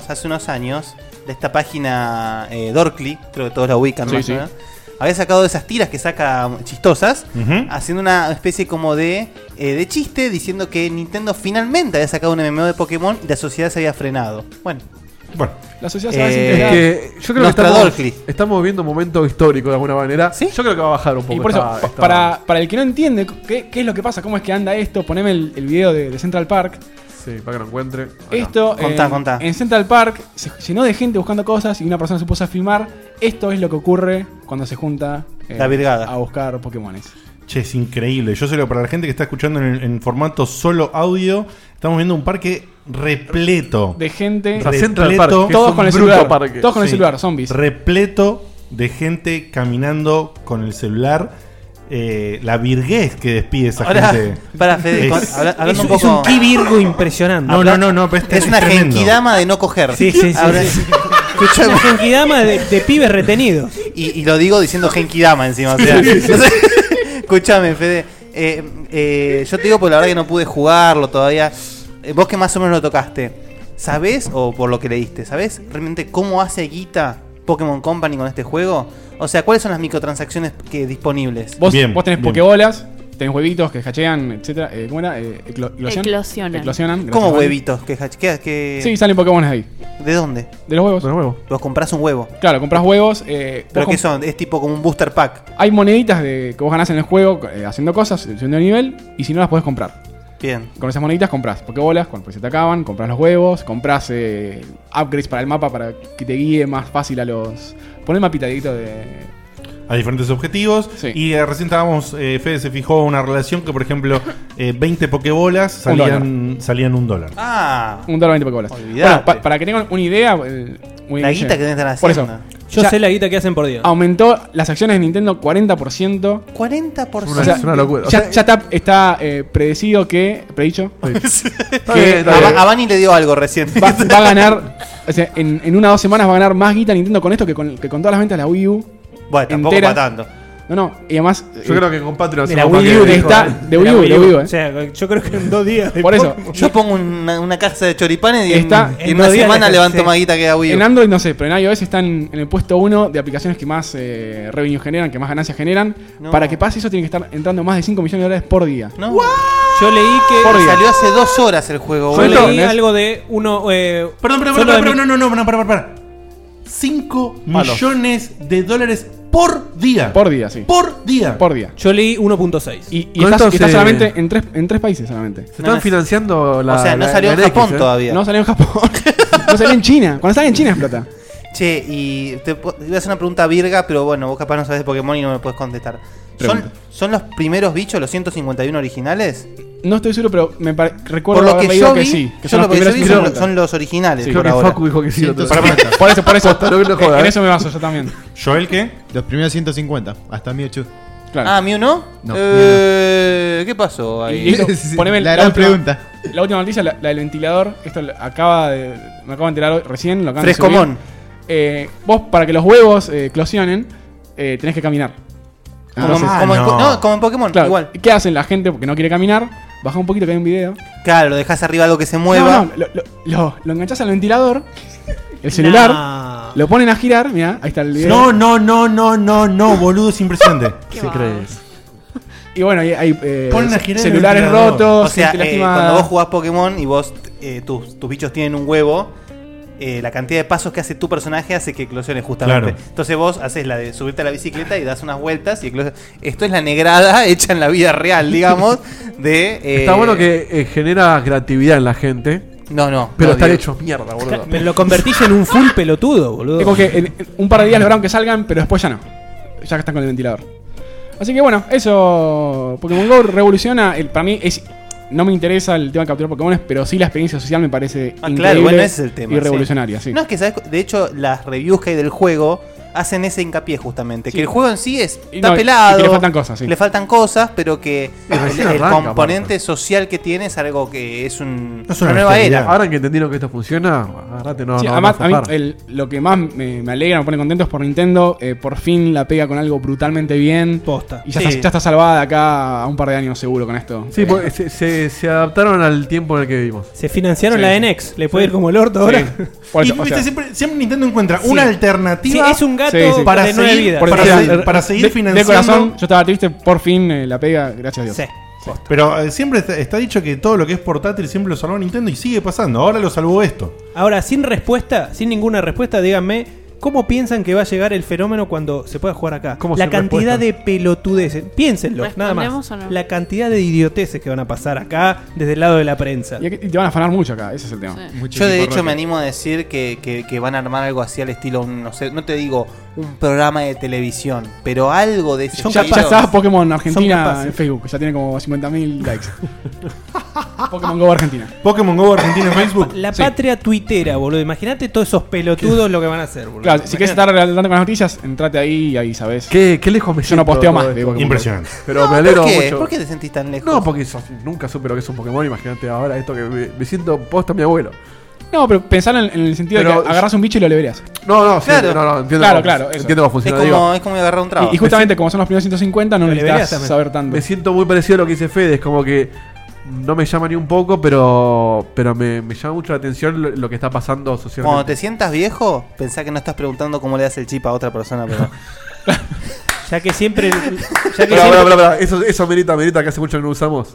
de esta página Dorkly, creo que todos la ubican, Sí, más o sí. menos, había sacado esas tiras que saca chistosas, Ujú. haciendo una especie como de chiste, diciendo que Nintendo finalmente había sacado un MMO de Pokémon y la sociedad se había frenado. Bueno, La sociedad se va a Es desintegrar. que yo creo Nuestra que Dorkly. estamos viviendo un momento histórico de alguna manera. ¿Sí? Yo creo que va a bajar un poco. Y por eso, esta- para el que no entiende qué es lo que pasa, cómo es que anda esto, poneme el video de Central Park. Sí, para que lo encuentre. Acá. Esto Contá. en Central Park se llenó de gente buscando cosas y una persona se puso a filmar. Esto es lo que ocurre cuando se junta La virgada. a buscar Pokémones. Che, es increíble. Yo sé que para la gente que está escuchando en formato solo audio, estamos viendo un parque repleto. De gente, O sea, Central repleto. Park, que es todos un con el bruto celular. parque. Todos con el Sí. celular, zombies. Repleto de gente caminando con el celular. La virguez que despide esa ahora, gente. para Fede, Es- hablando un Es poco. un ki virgo impresionante. No, pero Es una tremendo. genkidama de no coger. Sí. Ahora- Es una genkidama de pibes retenidos. Y lo digo diciendo genkidama encima. O sea, escúchame, Fede. Yo te digo por la verdad que no pude jugarlo todavía. Vos que más o menos lo tocaste, ¿sabés, o por lo que leíste, ¿sabés realmente cómo hace guita Pokémon Company con este juego? O sea, ¿cuáles son las microtransacciones disponibles? Vos Bien, tenés bien. Pokébolas, tenés huevitos que hachean, etcétera. ¿Cómo era? Eclosionan. Eclosionan. ¿Cómo gracias, Juan. huevitos? ¿Qué? Sí, salen Pokémones ahí. ¿De dónde? De los huevos. De nuevo. Vos comprás un huevo. Claro, compras huevos. ¿Pero vos qué son? Es tipo como un booster pack. Hay moneditas que vos ganás en el juego haciendo cosas, subiendo de nivel, y si no las podés comprar. Bien. Con esas moneditas compras Pokébolas, cuando se te acaban, compras los huevos, compras upgrades para el mapa para que te guíe más fácil a los... Pon el mapita, Dieguito, de... A diferentes objetivos. Sí. Y recién estábamos, Fede se fijó una relación que, por ejemplo, 20 pokebolas $1. salían $1. Ah, $1 20 Pokébolas. Olvidate. Bueno, para que tengan una idea... la guita que deben estar Por haciendo. eso, Yo Ya- sé la guita que hacen por día. aumentó las acciones de Nintendo 40%. 40%. Es una locura. O Ya, sea, ya está predicho Está bien, está que bien. A Bani le dio algo recién. va a ganar... O sea, en 1 o 2 semanas va a ganar más guita Nintendo con esto que con todas las ventas de la Wii U. Bueno, tampoco entera. para tanto. No, y además. Yo creo que con Patreon de la hacemos Wii U, paquete. está de Wii U, O sea, yo creo que en 2 días. de Por eso, Pokémon. Yo pongo una caja de choripanes y Está en en una 2 días semana le- levanto sí. más guita que a Wii U. en Android no sé, pero en iOS están en el puesto 1 de aplicaciones que más revenue generan, que más ganancias generan. No. Para que pase eso tiene que estar entrando más de 5 millones de dólares por día. ¿No? Yo leí que. Por día. Salió hace 2 horas el juego, Yo boludo. leí ¿entendés? algo de uno. Perdón, para. 5 millones de dólares por día. Por día, sí. Por día. Por día. Yo leí 1.6. Y Con está, esto está se- solamente en tres países solamente. Se están No, financiando la. O sea, no la- salió la en NX, Japón todavía. No salió en Japón. No salió en China. Cuando sale en China explota. Che, y te voy a hacer una pregunta virga, pero bueno, vos capaz no sabés de Pokémon y no me puedes contestar. Pregunta. ¿Son los primeros bichos, los 151 originales? No estoy seguro, pero recuerdo Por lo haber que leído yo vi, que sí. Que yo son lo los que yo primeros vi 150. son los originales Sí, Creo por que ahora. Facu dijo que sí. lo otro. 150. Por eso. No me jodas, En ¿eh? eso me baso yo también. ¿Joel qué? Los primeros 150, hasta Mewtwo. Claro. Ah, ¿Mew no? No, ¿Qué pasó ahí? Y esto, Sí, poneme la gran última- pregunta. La última noticia, la del ventilador. Esto me acabo de enterar hoy, recién. Lo acaban de Frescomón. subir. Vos, para que los huevos eclosionen, tenés que caminar. Como, Entonces, como en, no. no, como en Pokémon, claro, igual. ¿qué hacen la gente porque no quiere caminar? Baja un poquito que hay un video. Claro, lo dejás arriba algo que se mueva. No, lo enganchás al ventilador, el celular, Nah. lo ponen a girar, mirá, ahí está el video. No, boludo, es impresionante. ¿Qué crees? Y bueno, hay Ponen a girar el celulares ventilador. rotos, O sea, gente lastimada. cuando vos jugás Pokémon y vos tus bichos tienen un huevo, la cantidad de pasos que hace tu personaje hace que eclosione justamente. Claro. Entonces vos haces la de subirte a la bicicleta y das unas vueltas y eclosiona. Esto es la negrada hecha en la vida real, digamos, de... Está bueno que genera creatividad en la gente, No, pero no, están digo- hechos mierda, boludo. Pero lo convertís en un full pelotudo, boludo. Es como que en un par de días lograron que salgan, pero después ya no. Ya que están con el ventilador. Así que bueno, eso. Pokémon GO revoluciona. Para mí no me interesa el tema de capturar Pokémon, pero sí la experiencia social me parece increíble claro, bueno, ese es el tema. y sí. revolucionaria. Sí. No, es que, ¿sabes? De hecho, las reviews que hay del juego hacen ese hincapié justamente. Sí. Que el juego en sí está Y no, pelado. y que le faltan cosas, sí. Le faltan cosas, pero que Y recién el arranca, componente aparte. social que tiene es algo que es, Es una una nueva bestialidad. era. Ahora que entendieron que esto funciona, agarrate, no. Sí, no además, vamos a a mí zafar. lo que más me alegra, me pone contento es por Nintendo. Por fin la pega con algo brutalmente bien. Posta. Y ya, Sí. ya está salvada de acá a un par de años seguro con esto. Sí, porque se adaptaron al tiempo en el que vivimos. Se financiaron Sí, la sí. NX. Le puede ir como el orto ahora. Sí. Por Y eso, o viste, sea, siempre Nintendo encuentra Sí. una Sí, alternativa es un gato Sí, sí. para de 9 seguir- vidas. por para eso, seguir- para seguir de financiando. corazón, yo estaba triste, por fin la pega, gracias a Dios. Sí. Pero siempre está dicho que todo lo que es portátil siempre lo salvó Nintendo y sigue pasando. Ahora lo salvó esto. Ahora, sin respuesta, sin ninguna respuesta, díganme, ¿cómo piensan que va a llegar el fenómeno cuando se pueda jugar acá? ¿Cómo La sin cantidad respuesta? de pelotudeces. Piénsenlo, nada ¿Respondemos más. o no? La cantidad de idioteces que van a pasar acá desde el lado de la prensa. Y te van a afanar mucho acá, ese es el tema. Sí. Mucho Yo de equipo hecho me roto. animo a decir que van a armar algo así al estilo, no sé, no te digo un programa de televisión, pero algo de ese Son Ya, estilo. ya está Pokémon Son Argentina capaces. en Facebook, ya tiene como 50.000 likes. Pokémon Go Argentina. Pokémon Go Argentina en Facebook. La Sí. patria tuitera, boludo. Imagínate todos esos pelotudos lo que van a hacer, boludo. Claro, si quieres Imagínate. estar adelante con las noticias, entrate ahí y ahí sabes. ¿Qué lejos me Yo no siento posteo todo más esto? de Pokémon. Impresionante. Pero me alegro ¿Por qué? mucho. ¿Por qué te sentís tan lejos? No, porque nunca supe lo que es un Pokémon. Imagínate ahora esto que me siento posta mi abuelo. No, pero pensar en el sentido Pero de que agarras un bicho y lo leverías. No, sí, Claro. no, entiendo. Claro, cómo- claro, eso. Entiendo cómo es, funciona. Digo, como agarrar un trabajo. Y justamente como son los primeros 150, no Lo necesitas deberías también. saber tanto. me siento muy parecido a lo que dice Fede. Es como que no me llama ni un poco, pero me llama mucho la atención lo que está pasando Cuando socialmente. te sientas viejo, pensá que no estás preguntando cómo le das el chip a otra persona, pero Ya que siempre. Ya que Pará, siempre pará. Eso amerita que hace mucho que no usamos.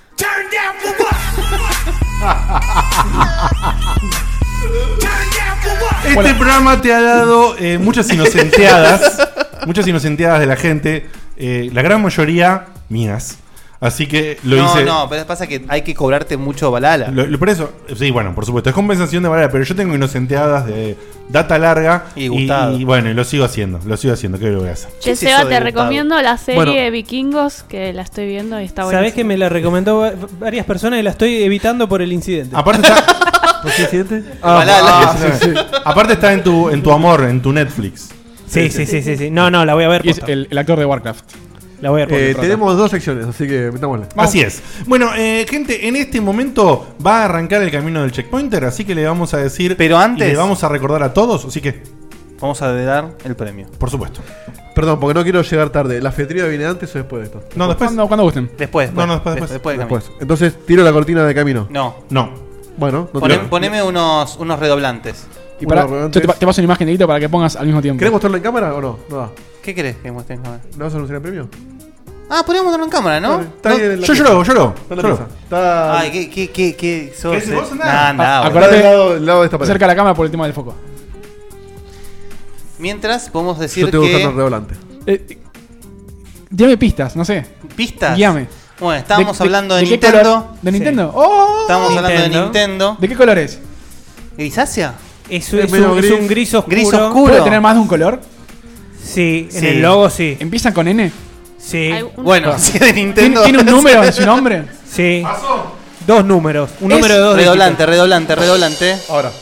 Este programa te ha dado muchas inocenteadas. Muchas inocenteadas de la gente. La gran mayoría mías. Así que lo hice. no, pero pasa que hay que cobrarte mucho balala. Por eso, sí, bueno, por supuesto, es compensación de valera, pero yo tengo inocenteadas de data larga Y Gustavo. y bueno, y lo sigo haciendo, ¿qué lo voy a hacer? Che, es Seba, eso de te Gustavo? recomiendo la serie Bueno. de Vikingos, que la estoy viendo y está buena. sabés que me la recomendó varias personas y la estoy evitando por el incidente. Aparte está, ¿Por qué siente? Balala. aparte está en tu amor, en tu Netflix. Sí. No, la voy a ver. Y es posta. el actor de Warcraft. La voy a ver. posta. Tenemos 2 secciones, así que metámosle. Así es. Bueno, gente, en este momento va a arrancar el camino del checkpointer, así que le vamos a decir. Pero antes- y le vamos a recordar a todos, así que. Vamos a dar el premio. Por supuesto. Perdón, porque no quiero llegar tarde. ¿La anfitriona viene antes o después de esto? No, después. Cuando gusten. Después. No, después. Después de camino. Después. Entonces, tiro la cortina de camino. No. Bueno, no Poneme unos redoblantes. Y para, yo te paso una imagen de Guito para que pongas al mismo tiempo. ¿Querés mostrarlo en cámara o no? No da. ¿Qué querés que muestre en cámara? ¿No vas a anunciar el premio? Ah, podemos mostrarlo en cámara, ¿no? Está ahí en la Yo lo hago. Está en la mesa. Está. Ay, ¿qué sos? ¿Qué vos andás? Nah, Acordate, del lado de esta pared. cerca de la cámara por el tema del foco. Mientras, podemos decir Yo estoy buscando el que... redoblante. Dame pistas, no sé. ¿Pistas? Guíame. Bueno, estábamos hablando de qué Nintendo. color? ¿De Nintendo? ¡Oh! Estábamos hablando de Nintendo. ¿De qué color es? ¿Grisácea? Es un gris oscuro. Gris oscuro. ¿Puede tener más de un color? Sí, en Sí. el logo sí. ¿Empiezan con N? Sí. Bueno, si es de Nintendo. ¿Tiene un número en su nombre? Sí. 2 números. Un número de 2 Redoblante. Ahora.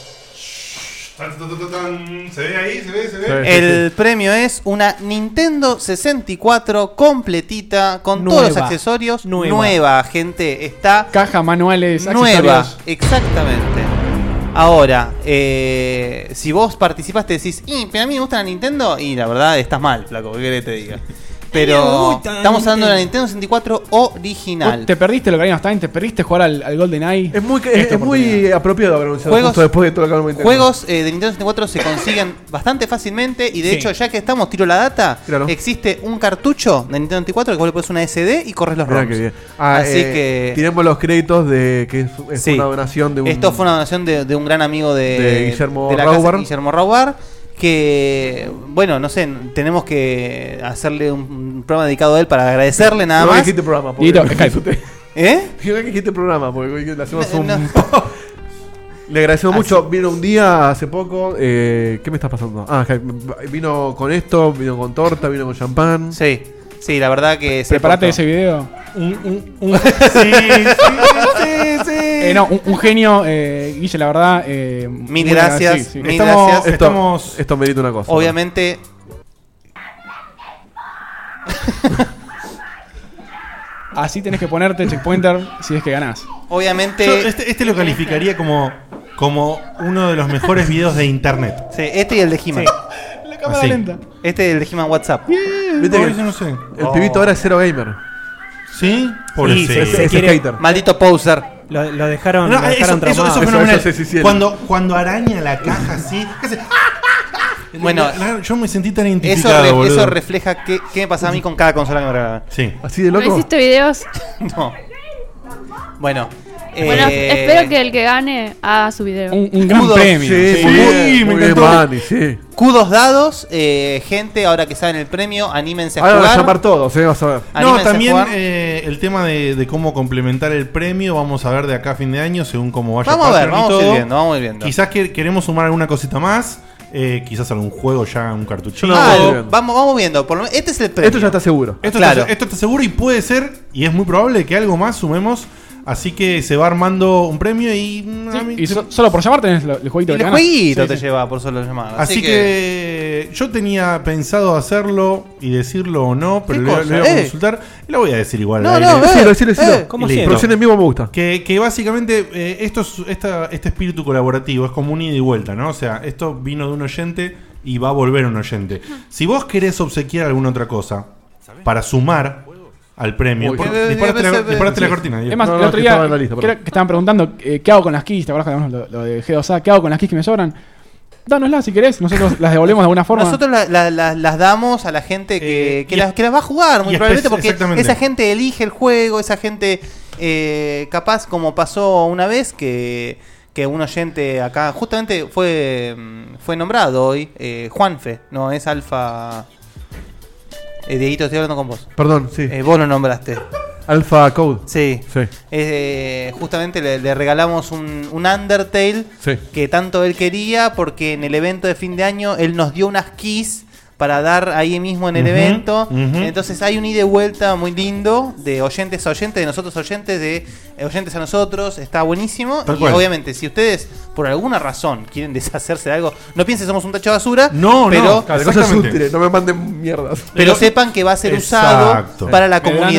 ¿Se ve ahí? ¿Se ve? El premio es una Nintendo 64 completita con todos los accesorios. Nueva, gente. Está caja, manuales, nueva. accesorios. Exactamente. Ahora, si vos participaste y decís, pero a mí me gusta la Nintendo, y la verdad estás mal, flaco, ¿qué querés que te diga? Pero estamos hablando de la Nintendo 64 original. Te perdiste lo que habíamos también, te perdiste jugar al GoldenEye. Es muy apropiado haber anunciado justo después de todo lo que hablamos. Juegos de Nintendo 64 se consiguen bastante fácilmente y de hecho, ya que estamos, tiro la data, existe un cartucho de Nintendo 64 que vos le pones una SD y corres los Mirá ROMs. qué bien. Así que... Tiremos los créditos de que es una donación de un... Esto fue una donación de un gran amigo de Guillermo la Raubar. casa, Guillermo Raubar. Que, bueno, no sé, tenemos que hacerle un programa dedicado a él para agradecerle nada más. No dijiste programa, porque no dijiste programa, porque le hacemos un... Le agradecemos mucho. Vino un día hace poco. ¿Qué me está pasando? Vino con esto, vino con torta, vino con champán. Sí, la verdad que... Preparate ese video. Un genio, Guille, la verdad. Mil gracias. Mil gracias. Esto merita una cosa. Obviamente. Así tenés que ponerte checkpointer si es que ganás. Obviamente. Yo este lo calificaría como uno de los mejores videos de internet. Sí, este y el de He-Man. La cámara lenta. Este y el de He-Man WhatsApp. ¿Viste que no sé. El pibito ahora es cero gamer. ¿Sí? Es skater. Maldito poser. Lo dejaron, eso es fenomenal. Cuando araña la caja así. Bueno, yo me sentí tan identificado. Eso refleja qué me pasa a mí con cada consola que me regalan. Sí. ¿Así de loco? ¿No hiciste videos? No. Bueno. Bueno, espero que el que gane haga su video. Un gran premio. Sí, me encantó. Kudos dados, gente, ahora que saben el premio, anímense a jugar. Ahora van a llamar todos, vas a ver. No, también el tema de cómo complementar el premio, vamos a ver de acá a fin de año, según cómo vaya vamos a ver, vamos a ir viendo. Quizás queremos sumar alguna cosita más. Quizás algún juego ya, un cartuchito. Vamos viendo. Este es el premio. Esto ya está seguro. Esto está seguro y puede ser, y es muy probable que algo más sumemos. Así que se va armando un premio y... solo por llamar tenés el jueguito. Y el jueguito te lleva por solo llamar. Así que yo tenía pensado hacerlo y decirlo o no, pero lo voy a consultar y lo voy a decir igual. Decilo. ¿Cómo producción en vivo me gusta. Que básicamente este espíritu colaborativo es como un ida y vuelta, ¿no? O sea, esto vino de un oyente y va a volver un oyente. Si vos querés obsequiar alguna otra cosa para sumar al premio, disparate la cortina. Es más, el otro día que estaban preguntando qué hago con las keys, ¿te acuerdas que hablamos lo de G2A? ¿Qué hago con las keys que me sobran? Dánoslas si querés, nosotros las devolvemos de alguna forma. Nosotros las damos a la gente que las va a jugar, muy probablemente, porque esa gente elige el juego, esa gente capaz, como pasó una vez que un oyente acá, justamente fue nombrado hoy, Juanfe, no es Alfa... Dieguito, estoy hablando con vos. Perdón, sí. Vos lo nombraste. Alpha Code. Sí. Justamente le regalamos un Undertale que tanto él quería, porque en el evento de fin de año él nos dio unas keys para dar ahí mismo en el evento. Entonces hay un ida y vuelta muy lindo de oyentes a oyentes, de nosotros a oyentes, de oyentes a nosotros. Está buenísimo. Y obviamente, si ustedes por alguna razón quieren deshacerse de algo, no piensen que somos un tacho de basura. No me manden mierdas. Pero sepan que va a ser usado para la comunidad.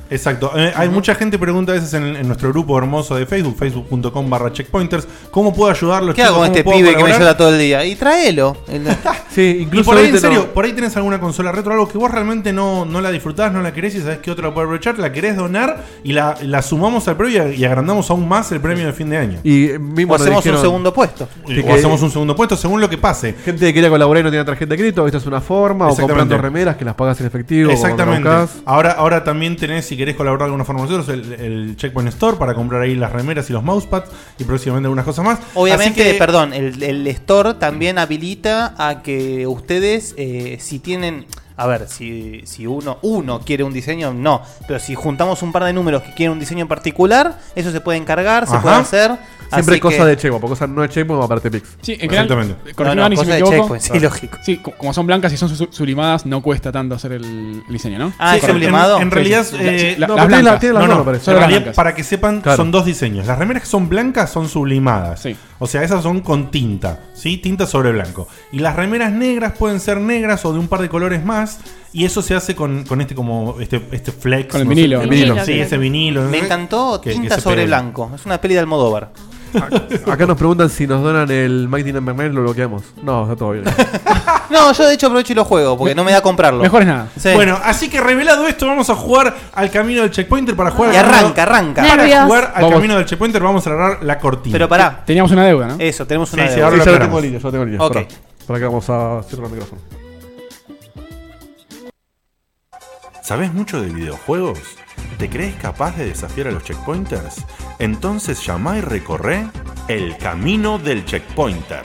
Exacto. Hay mucha gente que pregunta a veces en nuestro grupo hermoso de Facebook, facebook.com/checkpointers, ¿cómo puedo ayudarlos? ¿Qué hago con este pibe que me llora todo el día? Y tráelo. Sí, incluso y por ahí, en serio, por ahí tenés alguna consola retro, algo que vos realmente no la disfrutás, no la querés y sabés que otro la puede aprovechar, la querés donar y la sumamos al premio y agrandamos aún más el premio de fin de año. Y mismo o hacemos un segundo puesto. O hacemos un segundo puesto según lo que pase. Gente que quería colaborar y no tiene tarjeta de crédito, esta es una forma, o comprando remeras que las pagas en efectivo. Exactamente. Ahora también tenés, si querés colaborar de alguna forma con nosotros, el Checkpoint Store para comprar ahí las remeras y los mousepads y próximamente algunas cosas más. Obviamente, perdón, el store también habilita a que ustedes, si tienen... A ver, si uno quiere un diseño, no. Pero si juntamos un par de números que quieren un diseño en particular, eso se puede encargar, se puede hacer. Siempre cosa de Checkpoint, porque cosas no de Checkpoint va para Pix. Sí, en general, corregime si me equivoco. Sí, lógico. Sí, como son blancas y son sublimadas, no cuesta tanto hacer el diseño, ¿no? Ah, sí, sublimado. En realidad, las blancas. En realidad, para que sepan, son dos diseños. Las remeras que son blancas son sublimadas. Sí. O sea, esas son con tinta, ¿sí? Tinta sobre blanco. Y las remeras negras pueden ser negras o de un par de colores más. Y eso se hace con este flex. Con el vinilo. Sí, ese vinilo. Me encantó Tinta sobre blanco. Es una peli de Almodóvar. Acá nos preguntan si nos donan el Mighty Number 9, lo bloqueamos. No, está todo bien. No, yo de hecho aprovecho y lo juego porque no me da comprarlo. Mejor es nada. Sí. Bueno, así que revelado esto, vamos a jugar al camino del checkpointer para jugar. Y arranca. Para jugar al camino del checkpointer vamos a agarrar la cortina. Pero pará. Teníamos una deuda, ¿no? Eso, tenemos una Sí, deuda. ahora Sí, lo yo tengo aclaramos. línea. Ok. Para que vamos a cerrar el micrófono. ¿Sabés mucho de videojuegos? ¿Te crees capaz de desafiar a los checkpointers? Entonces llama y recorre el camino del checkpointer.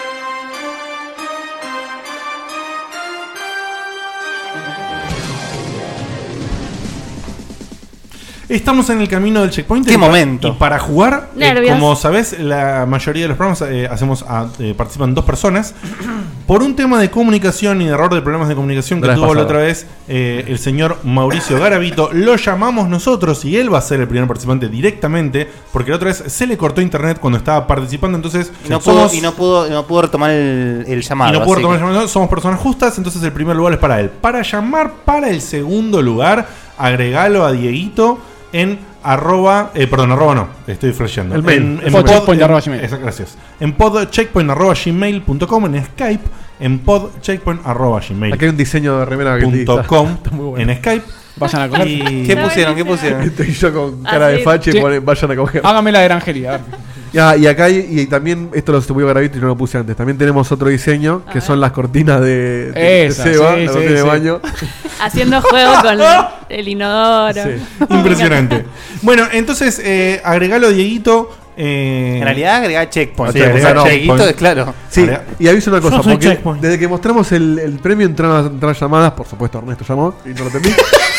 Estamos en el camino del checkpointer. ¿Qué momento? Y para jugar, Nervios. como sabés, la mayoría de los programas participan dos personas. Por un tema de comunicación y de error de problemas de comunicación que tuvo la otra vez el señor Mauricio Garavito, lo llamamos nosotros y él va a ser el primer participante directamente, porque la otra vez se le cortó internet cuando estaba participando, entonces no pudo retomar el llamado. Y no pudo retomar el llamado. Somos personas justas, entonces el primer lugar es para él. Para llamar para el segundo lugar, agregalo a Dieguito en arroba no, estoy flasheando. El mail. En podcheckpoint@gmail. Gracias. En podcheckpoint@gmail.com, en Skype, en podcheckpoint@gmail.com. Aquí hay un diseño de remera que está muy bueno. En Skype. Vayan a coger. ¿Qué pusieron? Estoy yo con cara de fache y ponen vayan a coger. Hágame la de Erangelia, a ver. Y acá y también, esto lo subió Garavito y no lo puse antes. También tenemos otro diseño que son las cortinas de Seba, la cortina de baño. Haciendo juego con el inodoro. Sí. Impresionante. Bueno, entonces agregalo, Dieguito. En realidad agregar checkpoint. Sí, agregar Checkpoint, claro. Sí, y aviso una cosa, Yo soy porque Checkpoint. desde que mostramos el premio entraron llamadas, por supuesto Ernesto llamó y no lo entendí.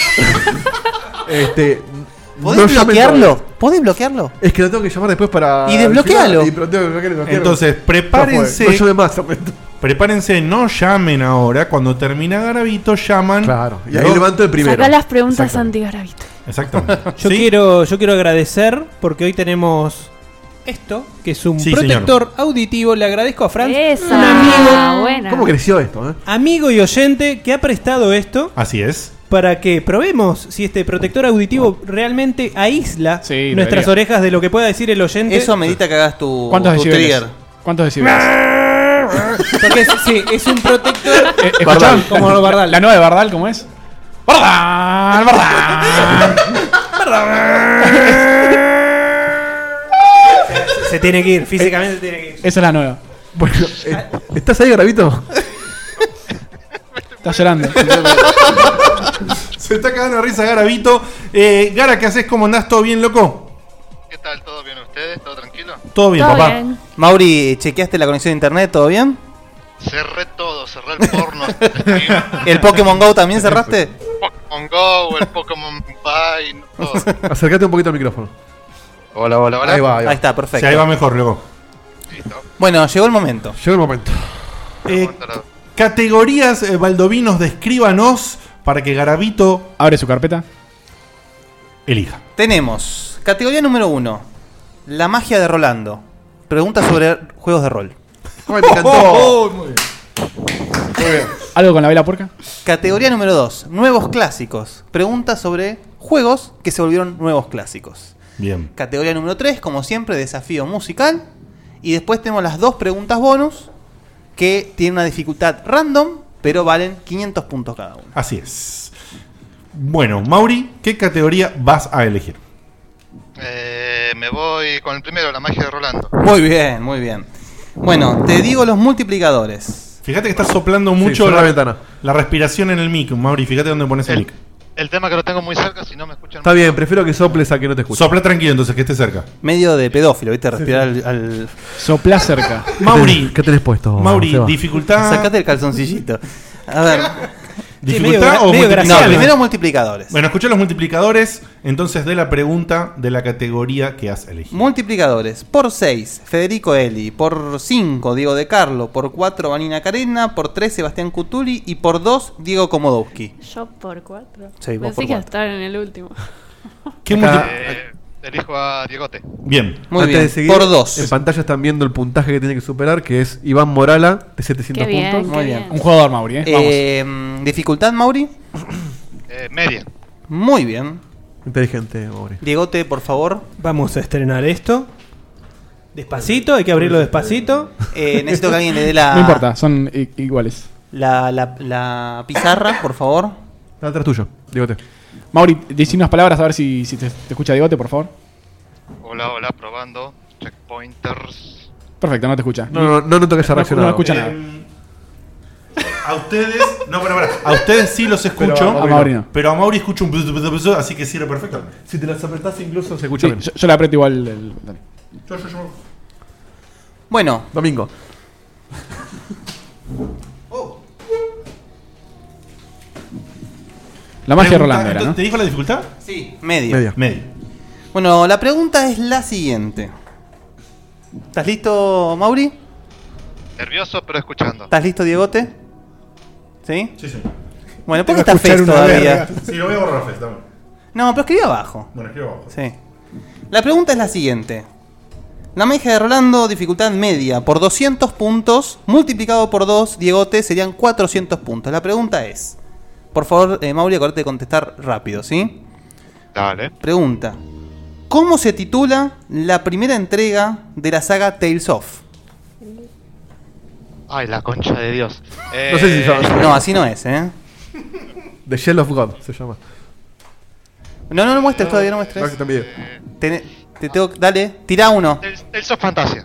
¿Podés bloquearlo? ¿Podés bloquearlo? Es que lo tengo que llamar después para... Y desbloquealo. Entonces, prepárense. No llame más, Ernesto. Prepárense, no llamen ahora. Cuando termina Garavito, llaman. Claro. Y ahí levanto el primero. Saca las preguntas anti-Garavito. Exactamente. Yo quiero agradecer porque hoy tenemos esto, que es un protector auditivo. Le agradezco a Franz, Esa, un amigo, buena. ¿Cómo creció esto? Amigo y oyente que ha prestado esto. Así es. Para que probemos si este protector auditivo realmente aísla nuestras debería. orejas de lo que pueda decir el oyente. Eso medita que hagas tu decibeles? trigger. ¿Cuántos decibeles? Porque es un protector. ¿Escuchaban? Como lo Bardal. ¿La nueva de Bardal cómo es? ¡Bardal! Se tiene que ir, físicamente tiene que ir. Esa es la nueva. Bueno, ¿estás ahí, Garavito? Estás llorando. Se está cagando de risa Garavito. Gara, ¿qué haces? ¿Cómo andás? ¿Todo bien, loco? ¿Qué tal? ¿Todo bien ustedes? ¿Todo tranquilo? Todo bien, Todo papá. bien. Mauri, ¿chequeaste la conexión de internet? ¿Todo bien? Cerré todo, cerré el porno. ¿El Pokémon GO también cerraste? Pokémon GO, el Pokémon Pie, todo. Acércate un poquito al micrófono. Hola, hola, hola. Ahí va. Ahí está, perfecto. Sí, ahí va mejor, loco. Listo. Bueno, llegó el momento. Llegó el momento. Categorías, Baldovinos, descríbanos para que Garavito Abre su carpeta. elija. Tenemos categoría número 1. La magia de Rolando. Preguntas sobre juegos de rol. Ay, me encantó. Muy bien. Muy bien. ¿Algo con la vela puerca? Categoría número 2, nuevos clásicos. Preguntas sobre juegos que se volvieron nuevos clásicos. Bien. Categoría número 3, como siempre, desafío musical. Y después tenemos las 2 preguntas bonus que tienen una dificultad random, pero valen 500 puntos cada uno. Así es. Bueno, Mauri, ¿qué categoría vas a elegir? Me voy con el primero, la magia de Rolando. Muy bien, muy bien. Bueno, te digo los multiplicadores. Fíjate que estás soplando mucho cerrá la ventana. la respiración en el mic, Mauri. Fíjate dónde pones el mic. El tema que lo tengo muy cerca, si no me escuchan. Está bien, prefiero que soples a que no te escuches. Sopla tranquilo, entonces, que esté cerca. Medio de pedófilo, ¿viste? Respirar al... Soplá cerca. Mauri, ¿Qué tenés puesto? Mauri, Seba? dificultad. Sacate el calzoncillito. A ver. ¿Dificultad o No, multiplicadores? primero multiplicadores. Bueno, escucha los multiplicadores, entonces de la pregunta de la categoría que has elegido. Multiplicadores. Por 6, Federico Eli. Por 5, Diego De Carlo. Por 4, Vanina Carena. Por 3, Sebastián Cutuli. Y por 2, Diego Komodowski. Yo por 4. Sí, vos Pensé por que iba a 4. estar en el último. ¿Qué Elijo a Diegote. Bien. Muy Antes bien. de seguir, Por 2. en pantalla están viendo el puntaje que tiene que superar, que es Iván Morala, de 700 Qué bien, puntos. Muy bien. Un jugador, Mauri, Vamos. Dificultad, Mauri. Media. Muy bien. Inteligente, Mauri. Diegote, por favor. Vamos a estrenar esto. Despacito, hay que abrirlo despacito. Necesito que alguien le dé la... No importa, son iguales. La pizarra, por favor. Atrás tuyo, Diegote. Mauri, decí unas palabras a ver si te escucha Diegote, por favor. Hola, hola, probando. Checkpointers. Perfecto, no te escucha. No noto que haya reaccionado. No escucha nada. A ustedes, no, para. A ustedes sí los escucho, Pero a Mauri no. pero a Mauri escucho un bzz, así que sirve perfecto. Si te las apretás incluso se escucha Sí, bien. yo le aprieto igual. Dale. Bueno. Domingo. La magia de Pregunta, Rolando era, ¿no? ¿Te dijo la dificultad? Sí, media. Media. Bueno, la pregunta es la siguiente. ¿Estás listo, Mauri? Nervioso, pero escuchando. ¿Estás listo, Diegote? ¿Sí? Sí, sí. Bueno, ¿por qué Tengo está que escuchar Fez una todavía? verga. Sí, lo voy a borrar, Fez, dame. No, pero escribí abajo. Bueno, escribo abajo. Sí. La pregunta es la siguiente. La magia de Rolando, dificultad media, por 200 puntos, multiplicado por 2, Diegote, serían 400 puntos. La pregunta es, por favor, Mauri, acordate de contestar rápido, ¿sí? Dale. Pregunta. ¿Cómo se titula la primera entrega de la saga Tales of? Ay, la concha de Dios. No sé si sabes. No, así no es, ¿eh? The Shell of God se llama. No muestres todavía, no muestres. No, que también. Te tengo, dale, tira uno. Tales of Fantasia.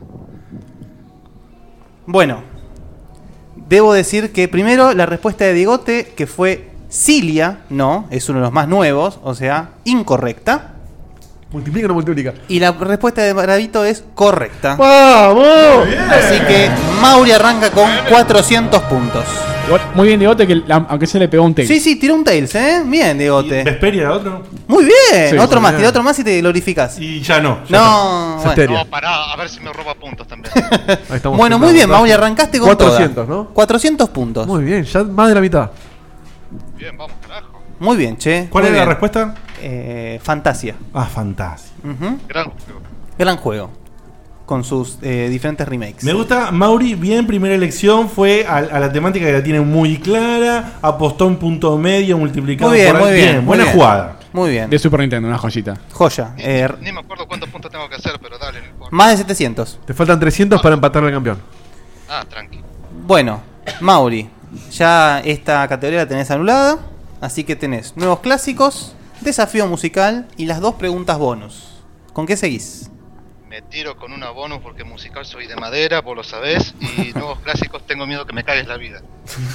Bueno, debo decir que primero la respuesta de Diegote, que fue Cilia, no, es uno de los más nuevos, o sea, incorrecta. ¿Multiplica o no multiplica? Y la respuesta de Bravito es correcta. ¡Vamos! Así que Mauri arranca con 400 puntos. Muy bien, Diegote, que aunque se le pegó un tail. Sí, tiró un Tails, ¿eh? Bien, Diegote. ¿Vesperia otro? Muy bien. Sí, otro sí, más, bien. tira otro más y te glorificas. Y ya no. No, bueno. No, pará, a ver si me roba puntos también. Ahí estamos. Bueno, muy bien, Mauri, arrancaste con 400, toda. ¿no? 400 puntos. Muy bien, ya más de la mitad. Bien, vamos, carajo. Muy bien, che. ¿Cuál Muy era la bien. respuesta? Fantasia. Ah, fantasía. Ujú. Gran juego. Gran juego. Con sus diferentes remakes. Me gusta, Mauri, bien, primera elección, fue a la temática que la tiene muy clara, apostó un punto medio, multiplicado Muy bien, por muy ahí. bien. Buena muy bien. jugada. Muy bien. De Super Nintendo, una joyita. Joya. Ni me acuerdo cuántos puntos tengo que hacer, pero dale, no importa. Más de 700. Te faltan 300 para empatar al campeón. Ah, tranqui. Bueno, Mauri, ya esta categoría la tenés anulada. Así que tenés nuevos clásicos, desafío musical y las 2 preguntas bonus. ¿Con qué seguís? Me tiro con una bonus porque musical soy de madera, vos lo sabés. Y nuevos clásicos tengo miedo que me cagues la vida.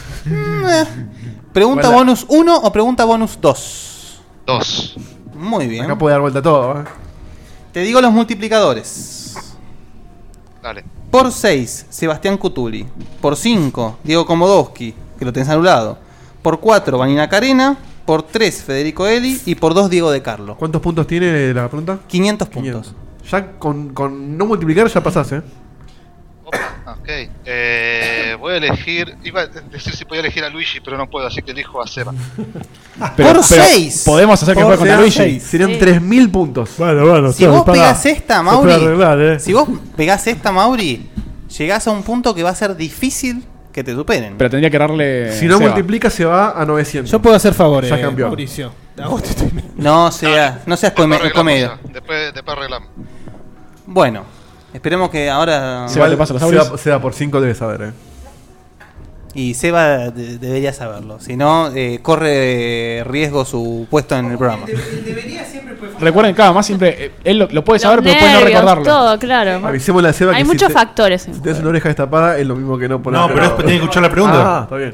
¿Pregunta Bueno. bonus 1 o pregunta bonus 2? 2. Muy bien. Acá puede dar vuelta todo, ¿eh? Te digo los multiplicadores. Dale. Por 6, Sebastián Cutuli. Por 5, Diego Komodowski, que lo tenés anulado. Por 4, Vanina Carena. Por 3, Federico Eli. Y por 2, Diego De Carlo. ¿Cuántos puntos tiene la pregunta? 500 puntos. Ya con no multiplicar ya pasás, ¿eh? Opa, ok. Voy a elegir. Iba a decir si podía elegir a Luigi, pero no puedo, así que elijo a Seba. Por 6. Podemos hacer que juegue contra Luigi. Serían Sí. 3000 puntos. Bueno, Si vos pegás esta, Mauri. arreglar, Si vos pegás esta, Mauri, llegás a un punto que va a ser difícil que te superen. Pero tendría que errarle. Si no Seba. multiplica, se va a 900. Yo puedo hacer favores, Ya cambió. Mauricio. No seas comedio. Después arreglamos. Bueno, esperemos que ahora. Seba, te paso los audios. Seba por 5 debe saber, Y Seba debería saberlo. Si no, corre riesgo su puesto en el programa. Recuerden, cada más siempre. Él lo puede saber, Los pero puede no nervios, recordarlo. todo, claro. Avisémosle a Seba Hay que muchos si factores. Si te das una oreja destapada, es lo mismo que no poner. No, pero después tiene que escuchar la pregunta. Ah, está bien.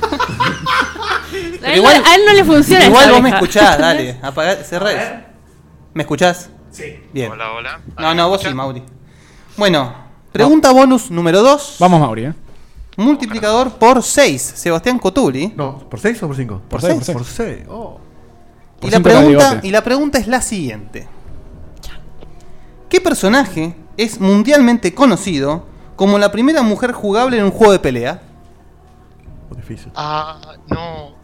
A él no le funciona. Igual esa vos me oreja. escuchás, dale. Apagá, cerré. ¿Me escuchás? Sí. Bien. Hola. No, vos sí, Mauri. Bueno, pregunta bonus número 2. Vamos, Mauri, Multiplicador por 6. Sebastián Cotuli. No, ¿por 6 o por 5? Por 6. Por 6. Oh. Y la pregunta es la siguiente. ¿Qué personaje es mundialmente conocido como la primera mujer jugable en un juego de pelea? Difícil. No.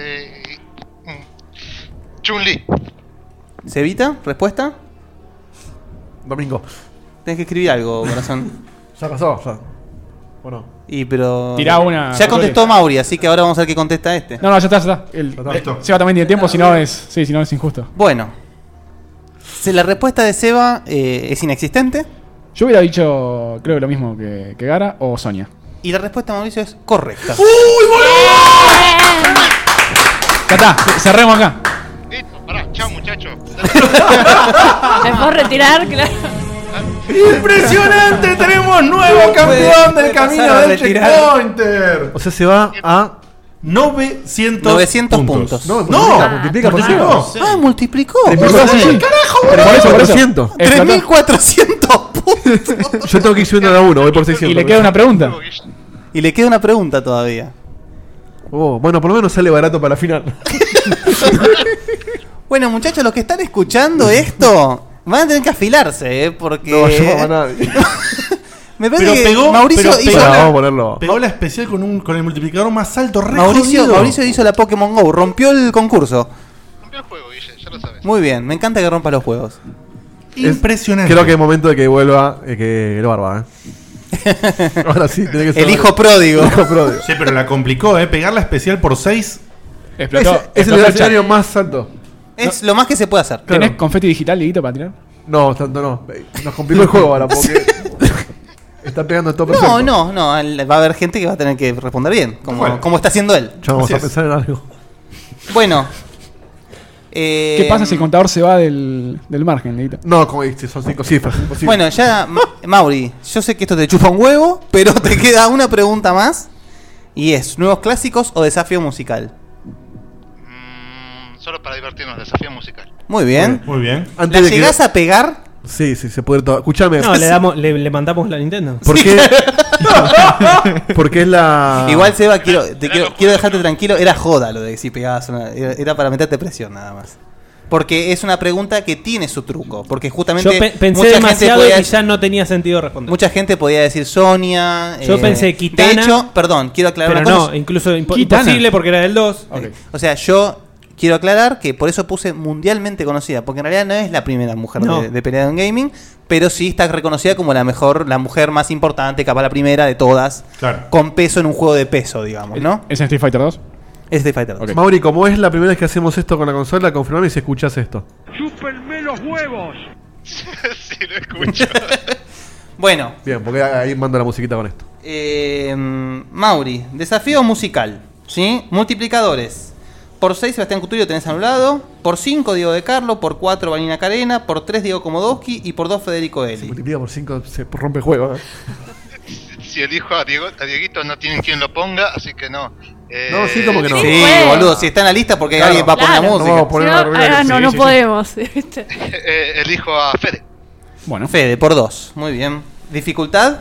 Chun-Li. ¿Sebita? ¿Respuesta? Domingo. Tenés que escribir algo, corazón. Ya pasó, ya. Bueno. Pero. Tirá una. Ya contestó Mauri, así que ahora vamos a ver qué contesta este. No, ya está. Seba también tiene tiempo, si no es injusto. Bueno. La respuesta de Seba es inexistente. Yo hubiera dicho, creo que lo mismo que Gara o Sonia. Y la respuesta de Mauricio es correcta. Ya está, cerremos acá. Listo, pará, chao muchachos. ¿Me puedo retirar? Claro. ¡Impresionante! Tenemos nuevo campeón del camino del Checkpointer. O sea, se va a 900 puntos. No, multiplica por 5. Ah, multiplicó. ¡Carajo! Por 400. 3400 puntos. Yo tengo que ir subiendo de a uno, voy por 600. Y le queda una pregunta. Y le queda una pregunta todavía. Bueno, por lo menos sale barato para la final. Bueno, muchachos, los que están escuchando esto van a tener que afilarse, porque. No llevaba a nadie. Me parece Pero que pegó, Mauricio pero hizo pegó, vamos a ponerlo. Pegó la especial con el multiplicador más alto. Re Mauricio jodido. hizo la Pokémon Go, rompió el concurso. Rompió el juego, Guille, ya lo sabes. Muy bien, me encanta que rompa los juegos. Impresionante. Creo que es momento de que vuelva que el barba, Ahora sí, tiene que ser El hijo pródigo. El hijo pródigo. Sí, pero la complicó, Pegar la especial por 6. Explotó. Es el escenario más alto. Es lo más que se puede hacer. ¿Tenés confeti digital, Dieguito, para tirar? No, tanto no. Nos complicó el juego ahora porque está pegando todo perfecto. No, va a haber gente que va a tener que responder bien, como está haciendo él. Ya vamos Así a es. pensar en algo. Bueno. ¿Qué pasa si el contador se va del margen, Dieguito? No, como dices, son 5 cifras, imposible. Bueno, ya, Mauri, yo sé que esto te chupa un huevo, pero te queda una pregunta más. Y es, ¿nuevos clásicos o desafío musical? Solo para divertirnos, desafío musical. Muy bien. Muy bien. ¿La llegás a pegar? Sí, se puede todo. Escuchame. No, le mandamos la Nintendo. ¿Por qué? Porque es la. Igual, Seba, quiero dejarte tranquilo. Era joda lo de si pegabas era para meterte presión nada más. Porque es una pregunta que tiene su truco. Porque justamente Yo pensé mucha demasiado gente y ya no tenía sentido responder. Mucha gente podía decir Sonia. Yo pensé Kitana. De hecho, perdón, quiero aclarar pero una no, cosa. incluso Kitana. imposible porque era del 2. Okay. O sea, yo quiero aclarar que por eso puse mundialmente conocida. Porque en realidad no es la primera mujer No. de pelea en gaming. Pero sí está reconocida como la mujer más importante, capaz la primera de todas. Claro. Con peso en un juego de peso, digamos, ¿no? ¿Es en Street Fighter 2? Es Street Fighter 2. Ok. Mauri, como es la primera vez que hacemos esto con la consola, confirmame si escuchás esto. ¡Chúpenme los huevos! Sí, lo escucho. Bueno, Bien, porque ahí mando la musiquita con esto. Mauri, desafío musical, ¿sí? Multiplicadores. Por 6 Sebastián Cutulio tenés anulado. Por 5 Diego de Carlo. Por 4 Vanina Carena. Por 3 Diego Komodowski. Y por 2 Federico Se Eli. multiplica por 5, se rompe el juego. Si elijo a Dieguito, no tienen quien lo ponga, así que no. No, sí, como que no. Sí, Bueno. boludo, si está en la lista porque Claro. alguien va a poner la Claro. música. No, poner Si una no, regla. no sí. podemos. Elijo a Fede. Bueno. Fede, por 2. Muy bien. ¿Dificultad?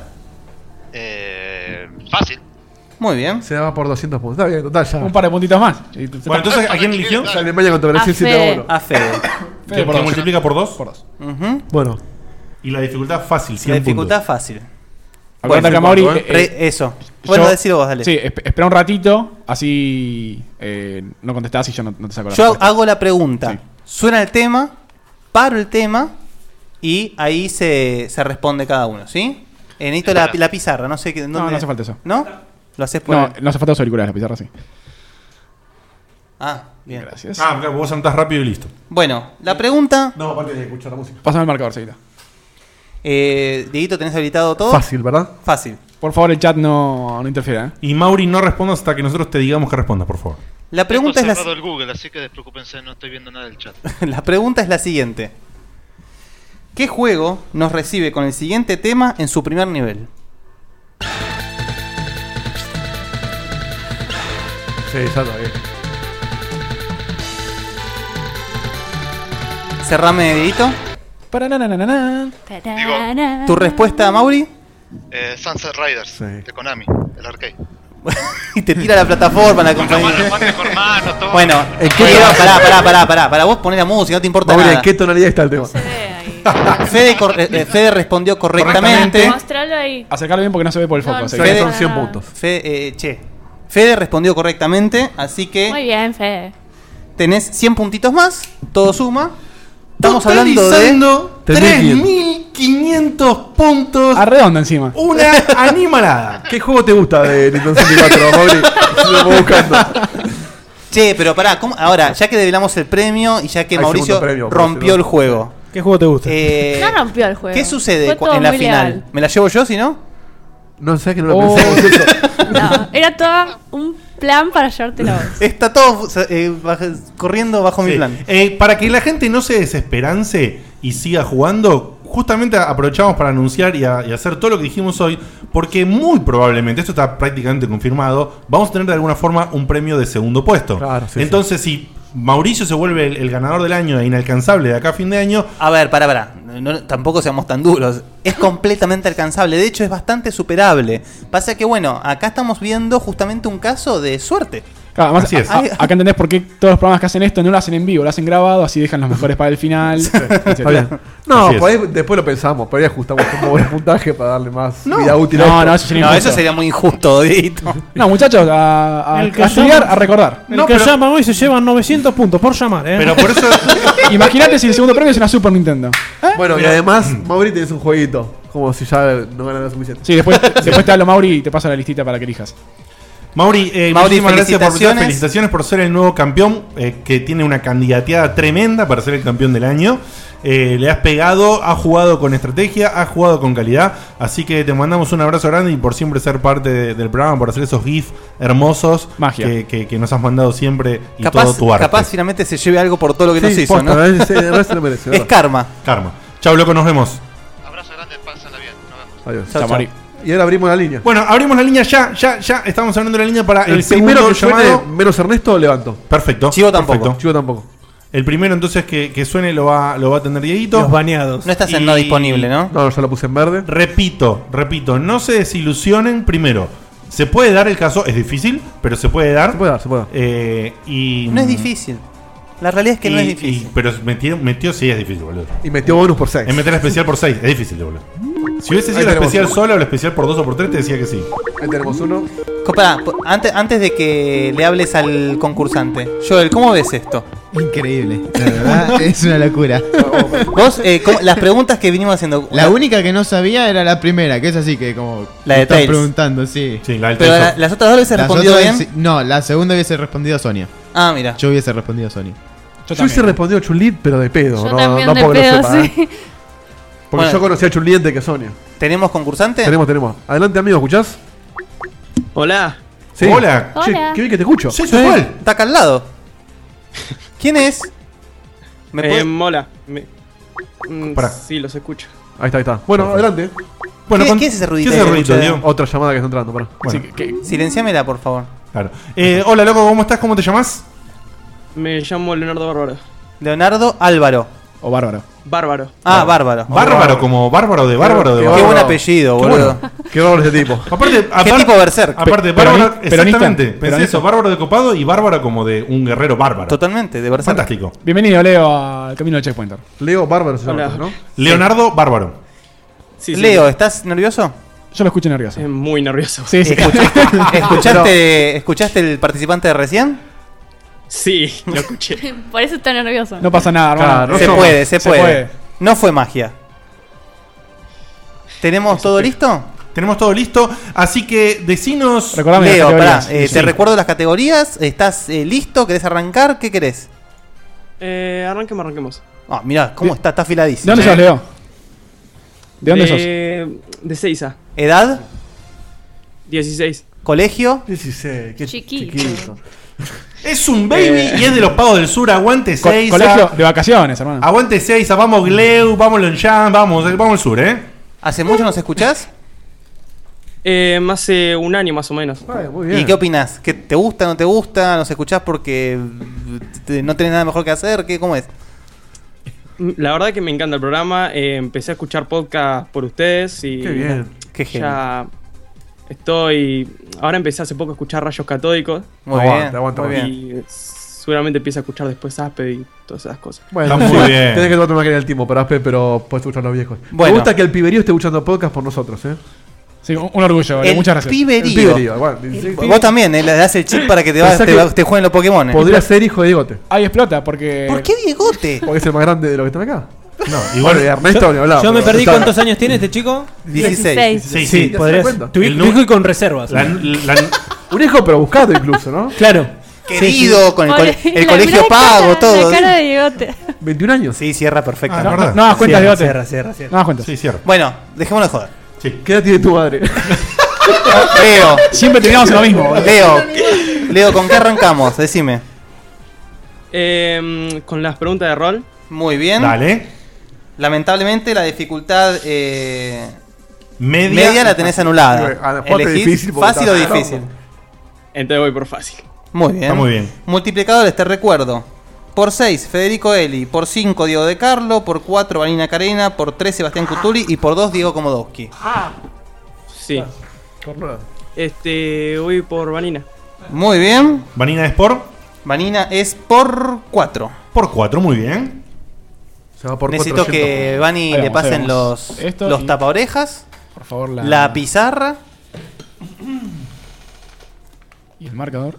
Fácil. Muy bien. Se daba por 200 puntos. Está bien, total, ya. Un par de puntitos más. Bueno, entonces, ¿a quién eligió? Ya Alemania contra Brasil A Fede. 7-1. A Fede. Que multiplica por 2. Ujú. Bueno, Y la dificultad fácil, 100 La dificultad fácil. Acuérdate Bueno, que Mauri. ¿cuánto, Eso. Bueno, decilo vos, dale. Sí, espera un ratito, así no contestás y yo no te saco la Yo respuesta. hago la pregunta. Sí. Suena el tema, paro el tema y ahí se responde cada uno, ¿sí? Necesito la pizarra, no sé qué. No, no hace falta eso. ¿No? Lo haces por No, no hace falta los auriculares, la pizarra sí. Ah, No hace falta los auriculares, la pizarra sí. Ah, bien. Gracias. Ah, claro, vos sentás rápido y listo. Bueno, la pregunta. No, aparte de escuchar la música. Pásame el marcador, seguida. Dieguito, ¿tenés habilitado todo? Fácil, ¿verdad? Fácil. Por favor, el chat no interfiera, ¿eh? Y Mauri, no respondas hasta que nosotros te digamos que respondas, por favor. La pregunta es Tengo la cerrado el Google, así que despreocúpense, no estoy viendo nada del chat. La pregunta es la siguiente. ¿Qué juego nos recibe con el siguiente tema en su primer nivel? Sí, ya está bien. Cerrame, Dieguito. ¿Tu respuesta, Mauri? Sunset Riders, de Konami, el arcade. Y te tira la plataforma, la compañía. Todo. Bueno, pará, vos ponés la música, no te importa Mauri, nada. ¿en qué tonalidad está el tema? Fede respondió correctamente. Mostralo ahí. Acercarlo bien porque no se ve por el foco. No, así no que- se ve Son 100 nada. puntos. Fede respondió correctamente, así que Muy bien, Fede. tenés 100 puntitos más, todo suma. Estamos hablando de Totalizando 3.500. 3.500 puntos. Arredondo encima. Una animalada. ¿Qué juego te gusta de Nintendo 64, Mauri? Lo vamos buscando. Che, pero pará, ¿cómo? Ahora, ya que develamos el premio y ya que Hay Mauricio segundo premio, rompió el juego. ¿Qué juego te gusta? No rompió el juego. ¿Qué sucede Fue todo en la muy final? legal. ¿Me la llevo yo si no? No sé que no lo Oh. pensamos eso. No, era todo un plan para llevarte la voz. Está todo corriendo bajo mi Sí. plan. Para que la gente no se desesperance y siga jugando, justamente aprovechamos para anunciar y hacer todo lo que dijimos hoy, porque muy probablemente, esto está prácticamente confirmado, vamos a tener de alguna forma un premio de segundo puesto. Claro, sí, Entonces, si Mauricio se vuelve el ganador del año e inalcanzable de acá a fin de año, A ver, pará. No, tampoco seamos tan duros. Es completamente alcanzable. De hecho, es bastante superable. Pasa que, bueno, acá estamos viendo justamente un caso de suerte. Claro, además, Así es. acá entendés por qué todos los programas que hacen esto no lo hacen en vivo, lo hacen grabado, así dejan los mejores para el final. Está bien. No, Así es. por ahí después lo pensamos, por ahí ajustamos un poco el puntaje para darle más vida útil a No, esto. no, eso sería No, injusto. eso sería muy injusto, Dieguito. No, muchachos, a El que estudiar, llama- a recordar. El No, que pero- llama hoy se lleva 900 puntos por llamar, ¿eh? pero por eso Imagínate si el segundo premio es una Super Nintendo. Bueno, y además, Mauri tenés un jueguito. Como si ya no ganan lo suficiente. Sí, después te hablo, Mauri, y te paso la listita para que elijas. Mauri, Mauri, muchísimas gracias por felicitaciones. felicitaciones por ser el nuevo campeón, que tiene una candidateada tremenda para ser el campeón del año. Le has pegado, has jugado con estrategia, has jugado con calidad, así que te mandamos un abrazo grande y por siempre ser parte del programa, por hacer esos GIFs hermosos Magia. que nos has mandado siempre y todo tu arte. Capaz finalmente se lleve algo por todo lo que nos hizo, posta, ¿no? se lo merece. Es ¿verdad? karma. Karma. Chau, loco, nos vemos. Abrazo grande, pásenla bien, nos vemos. Adiós. Chau, Chao, Mauri. Y ahora abrimos la línea. Bueno, abrimos la línea ya, estamos abriendo la línea para el primero segundo que suene, llamado. menos Ernesto, levanto. Perfecto. Chivo tampoco. perfecto. Chivo tampoco. El primero entonces que suene lo va a tener Dieguito. Los baneados. No estás en Y- no disponible, ¿no? No, ya lo puse en verde. Repito, no se desilusionen. Primero, se puede dar el caso, es difícil, pero se puede dar. Se puede dar, se puede dar. Y No es difícil. La realidad es que no es difícil. pero metió sí es difícil, boludo. Y metió bonus por 6. Es meter la especial por 6, es difícil de boludo. Si hubiese Ahí sido la tenemos especial uno. sola o la especial por 2 o por 3, te decía que sí. Ahí tenemos uno. Pará, antes de que le hables al concursante, Joel, ¿cómo ves esto? Increíble, la verdad, es una locura. Vos, las preguntas que vinimos haciendo. La única que no sabía era la primera, que es así que como... La de estás Tails. preguntando, sí. Sí, la del Pero Tails. las otras dos hubiese Las respondido otras, bien. sí, no, la segunda hubiese respondido Sonia. Ah, mira. Yo hubiese respondido Sonia. Yo Yo hubiese respondido Chun-Li, pero de pedo. Yo no, también no de porque lo pedo, sepa, sí. Porque Bueno. yo conocía a Chun-Li antes que Sonia. ¿Tenemos concursante? Tenemos. Adelante, amigo, ¿escuchás? Hola. Sí. Hola. Che, Hola. qué bien que te escucho. Sí, tal cual. Está acá al lado. ¿Quién es? ¿Me puede- Mola. Pará. Sí, los escucho. Ahí está. Bueno, adelante. Bueno, ¿Qué es ese ruidito ¿Qué es ese que ruidito, escucha? Diego? Otra llamada que está entrando, pará. Bueno, Silenciámela, por favor. claro. Hola, loco, ¿cómo estás? ¿Cómo te llamas? Me llamo Leonardo Bárbaro. Leonardo Álvaro. O Bárbaro. Bárbaro. Ah, Bárbaro. Bárbaro, como bárbaro de bárbaro de Qué Qué bárbaro. buen apellido, Qué boludo. bueno. Qué bárbaro ese tipo. Aparte, tipo berserk? Aparte, Pe- bárbaro, peronista, exactamente. Pensé peronista. eso, bárbaro de copado y bárbaro como de un guerrero bárbaro. Totalmente, de berserk. Fantástico. Bienvenido, Leo, al camino del checkpointer. Leo Bárbaro se llama, Hola. ¿no? Leonardo Bárbaro. Sí, Leo, ¿estás nervioso? Yo lo escucho nervioso. Muy nervioso. Sí, sí. ¿Escuchaste el participante de recién? Sí, lo escuché. Por eso está nervioso. No pasa nada, hermano. Claro, Se somos- puede, se puede. No fue magia. ¿Tenemos todo listo? Tenemos todo listo, así que decinos. Recordame Leo, las pará, categorías. te recuerdo las categorías. ¿Estás listo? ¿Querés arrancar? ¿Qué querés? Arranquemos. Ah, mirá, cómo está ¿De afiladísimo. dónde sos, Leo? ¿De dónde sos? De Seiza. ¿Edad? 16. ¿Colegio? 16, qué Chiquito. Es un baby y es de los Pagos del Sur. Aguante 6. Colegio de vacaciones, hermano. Aguante 6. Vamos Gleu, vamos Lonjan, vamos al sur, ¿Hace mucho nos escuchás? Hace un año más o menos. Muy bien. ¿Y qué opinás? ¿Que te gusta, no te gusta? ¿Nos escuchás porque no tenés nada mejor que hacer? ¿Cómo es? La verdad que me encanta el programa. Empecé a escuchar podcast por ustedes y Qué bien. Qué genio. ya ahora empecé hace poco a escuchar Rayos Catódicos Muy Aguanta, bien, aguanta, muy aguanta. bien. y seguramente empiezo a escuchar después Asped y todas esas cosas. Bueno, Está muy bien. Tenés que tomar una querida del tiempo para Aspe, pero puedes escuchar los viejos. Bueno. Me gusta que el piberío esté escuchando podcast por nosotros, Sí, un orgullo, El muchas gracias. El piberío. piberío, bueno, Vos también, le das el chip para que Pensá que te jueguen los Pokémon. podría ser hijo de Diegote. Ahí explota porque. ¿Por qué Diegote? Porque es el más grande de los que están acá. No, Igual de Ernesto ni hablaba. Yo me pero perdí. está- ¿Cuántos años tiene este chico? 16. Sí, Sí, sí. ya se podrías. da cuenta. Tu El hijo y con reservas. Un hijo, pero buscado incluso, ¿no? Claro. Querido, con el, Ole, el la colegio mirá pago, cara, todo. La cara de Diegote. 21 años. Sí, cierra perfecto. Ah, No, verdad. no das cuenta, Cierra, Diegote. cierra. No das cuenta. Sí, cierto. Bueno, dejémonos de joder. Sí. ¿Qué edad tiene tu madre? Leo, Siempre terminamos en lo mismo. Leo, ¿con qué arrancamos? Decime. Con las preguntas de rol. Muy bien. Dale. Lamentablemente la dificultad Media. media la tenés anulada. Ponte Elegís difícil porque fácil o está- difícil. Entonces voy por fácil. Muy bien. Está muy bien. Multiplicadores, te recuerdo. Por 6, Federico Eli. Por 5, Diego De Carlo. Por 4, Vanina Carena. Por 3, Sebastián Cutuli. Y por 2, Diego Komodowski. Sí. Voy por Vanina. Muy bien. Vanina es por Vanina es por 4. Por 4, muy bien. Se va por Necesito 400. que Vani Ahí le vamos, ahí pasen vamos. Esto los y- tapaorejas, Por favor, la pizarra. Y el marcador.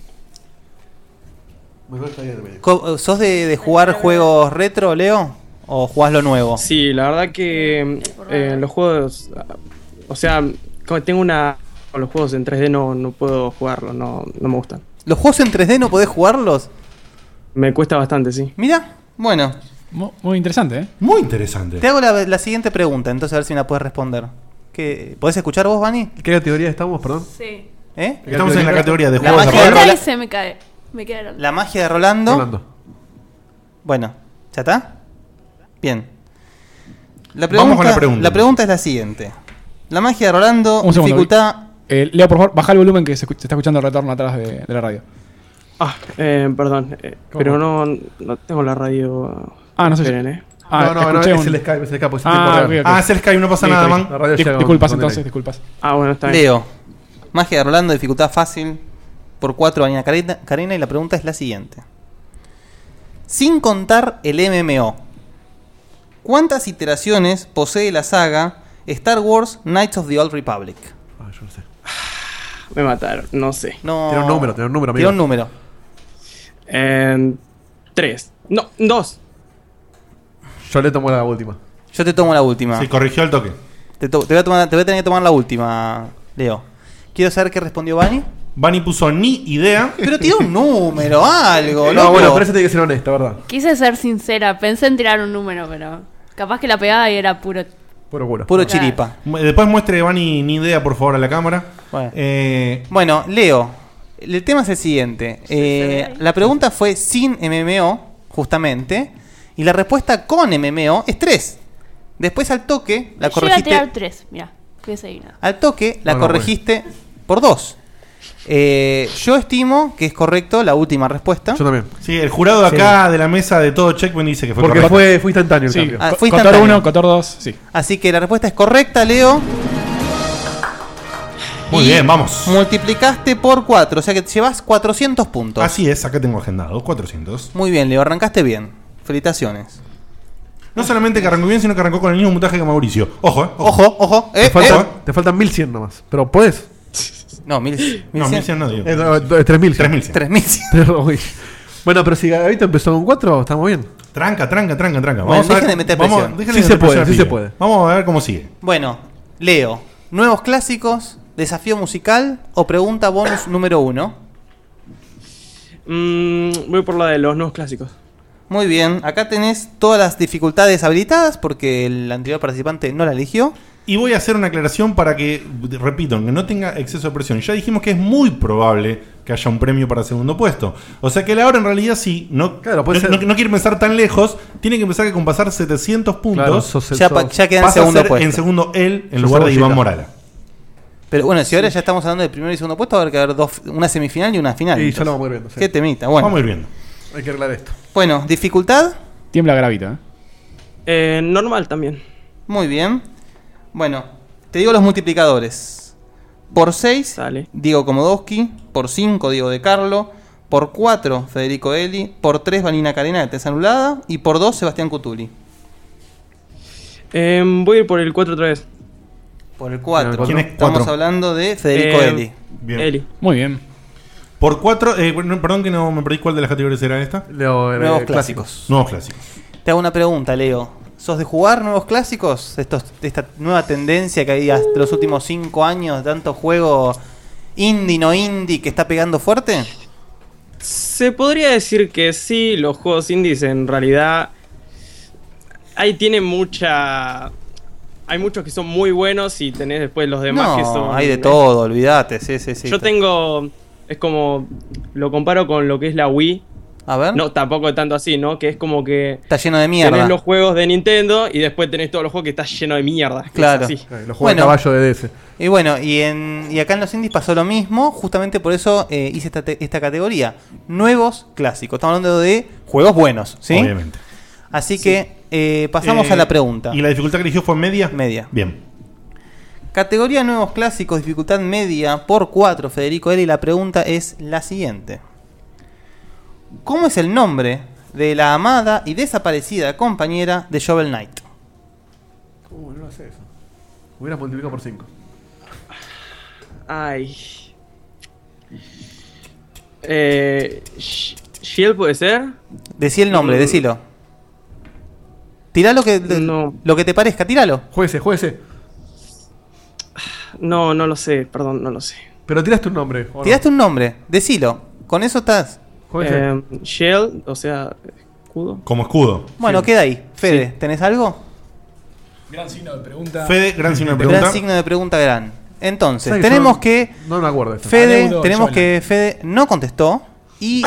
¿Sos de jugar juegos retro, Leo? ¿O jugás lo nuevo? Sí, la verdad que los juegos. O sea, como tengo una. Con los juegos en 3D no puedo jugarlos, no me gustan. ¿Los juegos en 3D no podés jugarlos? Me cuesta bastante, sí. Mira, bueno. Muy interesante, ¿eh? Muy interesante. Te hago la siguiente pregunta, entonces a ver si me la puedes responder. ¿Podés escuchar vos, Vani? ¿Qué categoría estamos, perdón? Sí. ¿Eh? Estamos en la categoría de La juegos de magia de rol. Rola- Ahí se me cae. Me quedaron. La magia de Rolando. Rolando. Bueno, ¿ya está? Bien. Vamos con la pregunta. La pregunta es la siguiente. La magia de Rolando, Un segundo. dificultad. Leo, por favor, baja el volumen que se está escuchando el retorno atrás de la radio. Perdón. Pero no tengo la radio. Ah, no sé. Esperen, no, escuché es un- el Skype, es el Skype. Ah, ok, ok. Ah, es el Skype, no pasa Listo, nada, listo. man. La radio llega Disculpas con entonces, delay. disculpas. Bueno, está bien. Leo. Magia de Rolando, dificultad fácil. Por 4, Vanina Carena. Y la pregunta es la siguiente. Sin contar el MMO, ¿cuántas iteraciones posee la saga Star Wars Knights of the Old Republic? Ah, yo no sé. Me mataron, no sé. No. Tiene un número, amigo. Tiene un número. 3. No, 2. Yo le tomo la última. Yo te tomo la última. Sí, corrigió el toque. Te voy a tener que tomar la última, Leo. Quiero saber qué respondió Vani. Vani puso ni idea. Pero tira un número, algo. No, loco. bueno, pero eso tiene que ser honesta, ¿verdad? Quise ser sincera. Pensé en tirar un número, pero capaz que la pegada y era puro. Puro culo. Puro Claro. chiripa. Después muestre Vani ni idea, por favor, a la cámara. Bueno. Bueno, Leo, el tema es el siguiente. La pregunta fue sin MMO, justamente. Y la respuesta con MMO es 3. Después al toque la Yo iba a corregiste. tirar 3. Mirá, voy a seguir nada. Al toque la No, corregiste por 2. Yo estimo que es correcto la última respuesta. Yo también. sí, el jurado de acá de la mesa de todo Checkpoint dice que fue Porque correcto. fue instantáneo el Sí, cambio. Ah, fue Cotor instantáneo. 1, Cotor 2, sí. Así que la respuesta es correcta, Leo. Muy Y bien, vamos. Multiplicaste por 4, o sea que te llevas 400 puntos. Así es, acá tengo agendado, 400. Muy bien, Leo, arrancaste bien. Felicitaciones. No solamente que arrancó bien, sino que arrancó con el mismo puntaje que Mauricio. Ojo, Ojo. Te faltan 1100 nomás. Pero puedes. No, 1100. No, 1100 no digo. 3100. 3100. 3100. Pero, uy. Bueno, pero si Gavito empezó con 4, estamos bien. Tranca. Bueno, Vamos a dejen ver- de meter vamos- presión. dejen Sí de se meter puede, presión al sí se pibe. puede. Vamos a ver cómo sigue. Bueno, Leo, ¿Nuevos clásicos, desafío musical o pregunta bonus número 1? Voy por la de los nuevos clásicos. Muy bien, acá tenés todas las dificultades habilitadas porque el anterior participante no la eligió. Y voy a hacer una aclaración para que, repito, que no tenga exceso de presión. Ya dijimos que es muy probable que haya un premio para segundo puesto. O sea que la hora en realidad sí, no quiere pensar tan lejos, tiene que pensar que con pasar 700 puntos, ya queda en pasa segundo a ser puesto. en segundo él en lugar de Iván Morala. Pero bueno, si ahora ya estamos hablando de primero y segundo puesto, va a haber que haber una semifinal y una final. Y ya lo vamos a ir viendo. Sí. Qué temita, bueno. Vamos a ir viendo. Hay que arreglar esto. Bueno, dificultad. Tiembla gravito, Normal también. Muy bien. Bueno, te digo los multiplicadores. Por 6, Diego Komodowski. Por 5, Diego De Carlo. Por 4, Federico Eli. Por 3, Vanina Carena de Tesa Anulada. Y por 2, Sebastián Cutuli. Voy a ir por el 4 otra vez. Por el 4. ¿Quién es Estamos 4? hablando de Federico Eli. Bien. Eli. Muy bien. Por 4, perdón que no me perdí cuál de las categorías era esta. Nuevos clásicos. Nuevos clásicos. Te hago una pregunta, Leo. ¿Sos de jugar nuevos clásicos? De esta nueva tendencia que hay hasta los últimos 5 años, tanto juego indie, no indie, que está pegando fuerte. Se podría decir que sí, los juegos indies en realidad ahí tienen mucha... Hay muchos que son muy buenos y tenés después los demás que son... hay de todo, olvídate, sí. Yo tengo... Es como... Lo comparo con lo que es la Wii. A ver. No, tampoco tanto así, ¿no? Que es como que... Está lleno de mierda. Tenés los juegos de Nintendo y después tenés todos los juegos que está lleno de mierda. Claro. Así. Los juegos de caballo de DS. Y bueno, y acá en los indies pasó lo mismo. Justamente por eso hice esta categoría. Nuevos clásicos. Estamos hablando de juegos buenos, ¿sí? Obviamente. Así que pasamos a la pregunta. ¿Y la dificultad que eligió fue media? Media. Bien. Categoría nuevos clásicos, dificultad media por 4, Federico Eli. La pregunta es la siguiente. ¿Cómo es el nombre de la amada y desaparecida compañera de Shovel Knight? No sé eso. Hubieras multiplicado por 5. Ay. ¿Shield puede ser? Decí el nombre, decilo. Tirá lo que te parezca, tíralo. Jueguese. No lo sé, perdón, no lo sé. Pero tiraste un nombre. ¿o no? Tiraste un nombre, decilo. Con eso estás. Shield, o sea, escudo. Como escudo. Bueno, queda ahí. Fede, ¿tenés algo? Gran signo de pregunta. Fede, gran signo de pregunta. Gran signo de pregunta, gran. Entonces, ¿Sabes? tenemos que... No me acuerdo de esto. Fede no contestó y...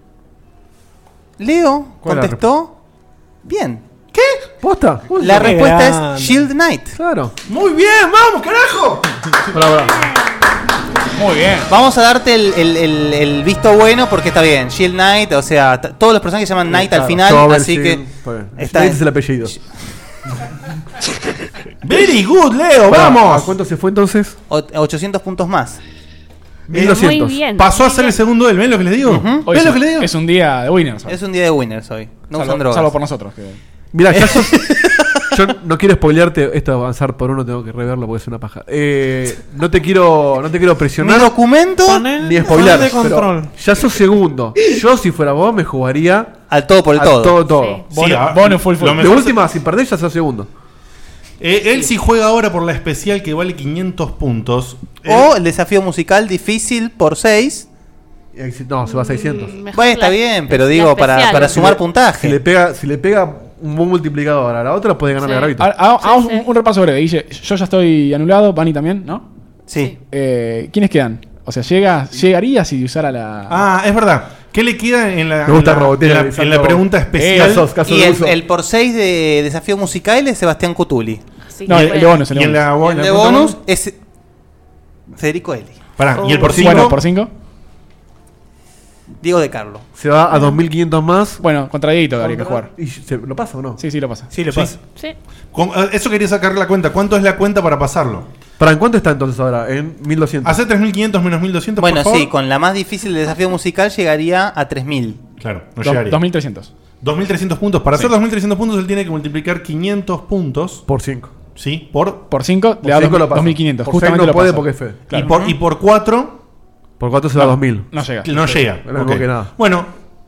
Leo ¿Cuál contestó bien. ¿Qué? ¿Posta? La respuesta es Shield Knight. Claro. Muy bien, vamos, carajo. Bravo. Muy bien. Vamos a darte el visto bueno porque está bien. Shield Knight, o sea, todos los personajes se llaman Knight al final, así que está ese es el apellido. Very good, Leo, vamos. ¿A cuánto se fue entonces? 800 puntos más. 1200. Muy bien. Pasó a ser el segundo del. ¿Ven lo que les digo? Hoy ¿Ven lo que les digo? es un día de winners. Es un día de winners hoy. No usan drogas. Salvo por nosotros. Mira, yo no quiero spoilearte. Esto de avanzar por uno tengo que reverlo porque es una paja. No te quiero presionar. Mi documento ni spoiler. Pero ya sos segundo. Yo, si fuera vos, me jugaría al todo por el todo. Todo. Sí, Bono full. De última, sin perder, ya sos segundo. Él sí juega ahora por la especial que vale 500 puntos. O el desafío musical difícil por 6. No, se va a 600. Bueno, está bien, pero digo, para sumar puntaje. Si le pega un buen multiplicador a la otra, puede ganar la gravita. Hagamos un repaso breve. Guille, yo ya estoy anulado, Vani también, ¿no? Sí. ¿Quiénes quedan? O sea, llegaría si usara la... Ah, es verdad. ¿Qué le queda en la, Me gusta en la pregunta especial? Y el por 6 de desafío musical es Sebastián Cutuli. Sí, No, el de bonus. Y en la el de bonus es Federico Eli. Pará, ¿y el por 5? Bueno, por 5. Diego De Carlo. Se va a 2500 más. Bueno, contra Dieguito habría que jugar. ¿Y lo pasa o no? Sí, lo pasa. Sí, le pasa. Sí. Eso quería sacar la cuenta. ¿Cuánto es la cuenta para pasarlo? ¿Para en cuánto está entonces ahora? En 1200. Hace 3500 menos 1200. Bueno, por favor. sí, con la más difícil del desafío musical llegaría a 3000. Claro, no llegaría. 2300. 2300 puntos. Para hacer 2300 puntos, él tiene que multiplicar 500 puntos. Por 5. Sí, por 5 le da 2500. Por Justamente 6 no lo puede pasa. porque es fe. Claro. y por 4 Por 4 se va a 2000. No llega. no llega. No Ok. que nada. Bueno,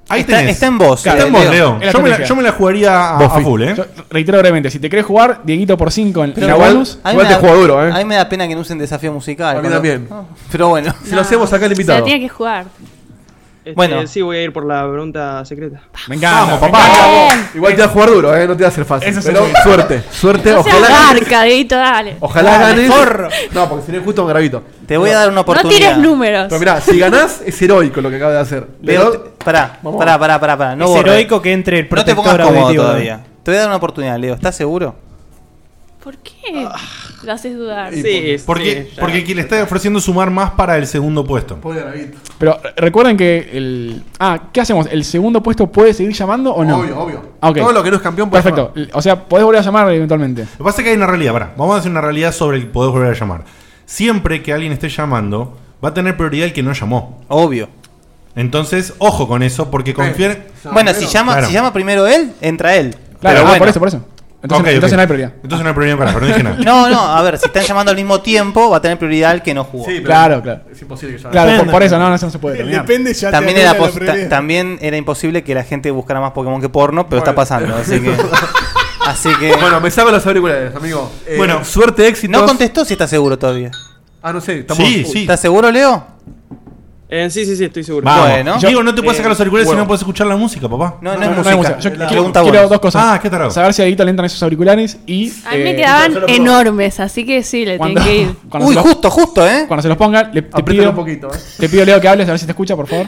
Ahí Está- tenés. está en vos, Está en vos, Leo. Es la Yo me la- estrategia. yo me la jugaría a Buffy. full, ¿eh? Yo reitero brevemente, si te querés jugar, Dieguito por 5 en Pero la igual- bonus. a mí Igual me te da- juego duro, A mí me da pena que no usen desafío musical. A mí también. Pero bueno. Si lo hacemos acá el Se la invitado. tiene que jugar. Bueno. Sí, voy a ir por la pregunta secreta. Me encanta. Vamos, papá. Igual te va a jugar duro, no te va a hacer fácil. Eso es Pero el- suerte, suerte. No seas Ojalá garca, Dieguito, dale. Ojalá Dale, ganes. zorro. No, porque sería justo un gravito. Te voy a dar una No oportunidad. tires números. Pero mirá, si ganás, es heroico lo que acabas de hacer. Leo, Pero- pará. Vamos. No Es borres. heroico que entre el No te protector pongas cómodo auditivo. todavía. Te voy a dar una oportunidad, Leo. ¿Estás seguro? ¿Por qué lo haces dudar? Sí, Porque, sí, ya. porque quien le está ofreciendo sumar más para el segundo puesto. Pero recuerden que el. ¿Qué hacemos? ¿El segundo puesto puede seguir llamando o no? Obvio, obvio. Ah, ok. Todo lo que no es campeón puede Perfecto. O sea, podés volver a llamar eventualmente. Lo que pasa es que hay una realidad, pará. Vamos a decir una realidad sobre el que podés volver a llamar. Siempre que alguien esté llamando, va a tener prioridad el que no llamó. Obvio. Entonces, ojo con eso, porque confiar. Bueno, si llama, Claro. si llama primero él, entra él. Claro, Pero bueno. por eso. Entonces, Ok, entonces ok. no hay prioridad. Entonces no hay prioridad, carajo, no dije nada. No, a ver, si están llamando al mismo tiempo, va a tener prioridad el que no jugó. Sí, pero Claro, claro. Es imposible que llame. Claro, por eso no se puede terminar. Depende ya. También te era, anula la pos- prioridad. también era imposible que la gente buscara más Pokémon que porno, pero está pasando, así que. Así que. Bueno, me saco los auriculares, amigo. Bueno, suerte, éxito. No contestó si está seguro todavía. Ah, no sé. Estamos... Sí, sí. ¿Estás seguro, Leo? Sí, estoy seguro. Vamos. Bueno. Digo, no te puedes sacar los auriculares si bueno. no puedes escuchar la música, papá. No, no, No, es no música. hay música. Yo La quiero pregunta quiero bonus. dos cosas. Ah, qué tarado. Saber si a Dieguito le entran esos auriculares y. A mí me quedaban enormes, así que sí, le tienen que ir. cuando Uy, se los- justo, ¿eh? Cuando se los pongan, te Apriétalo pido, un poquito, te pido, Leo, que hables, a ver si te escucha, por favor.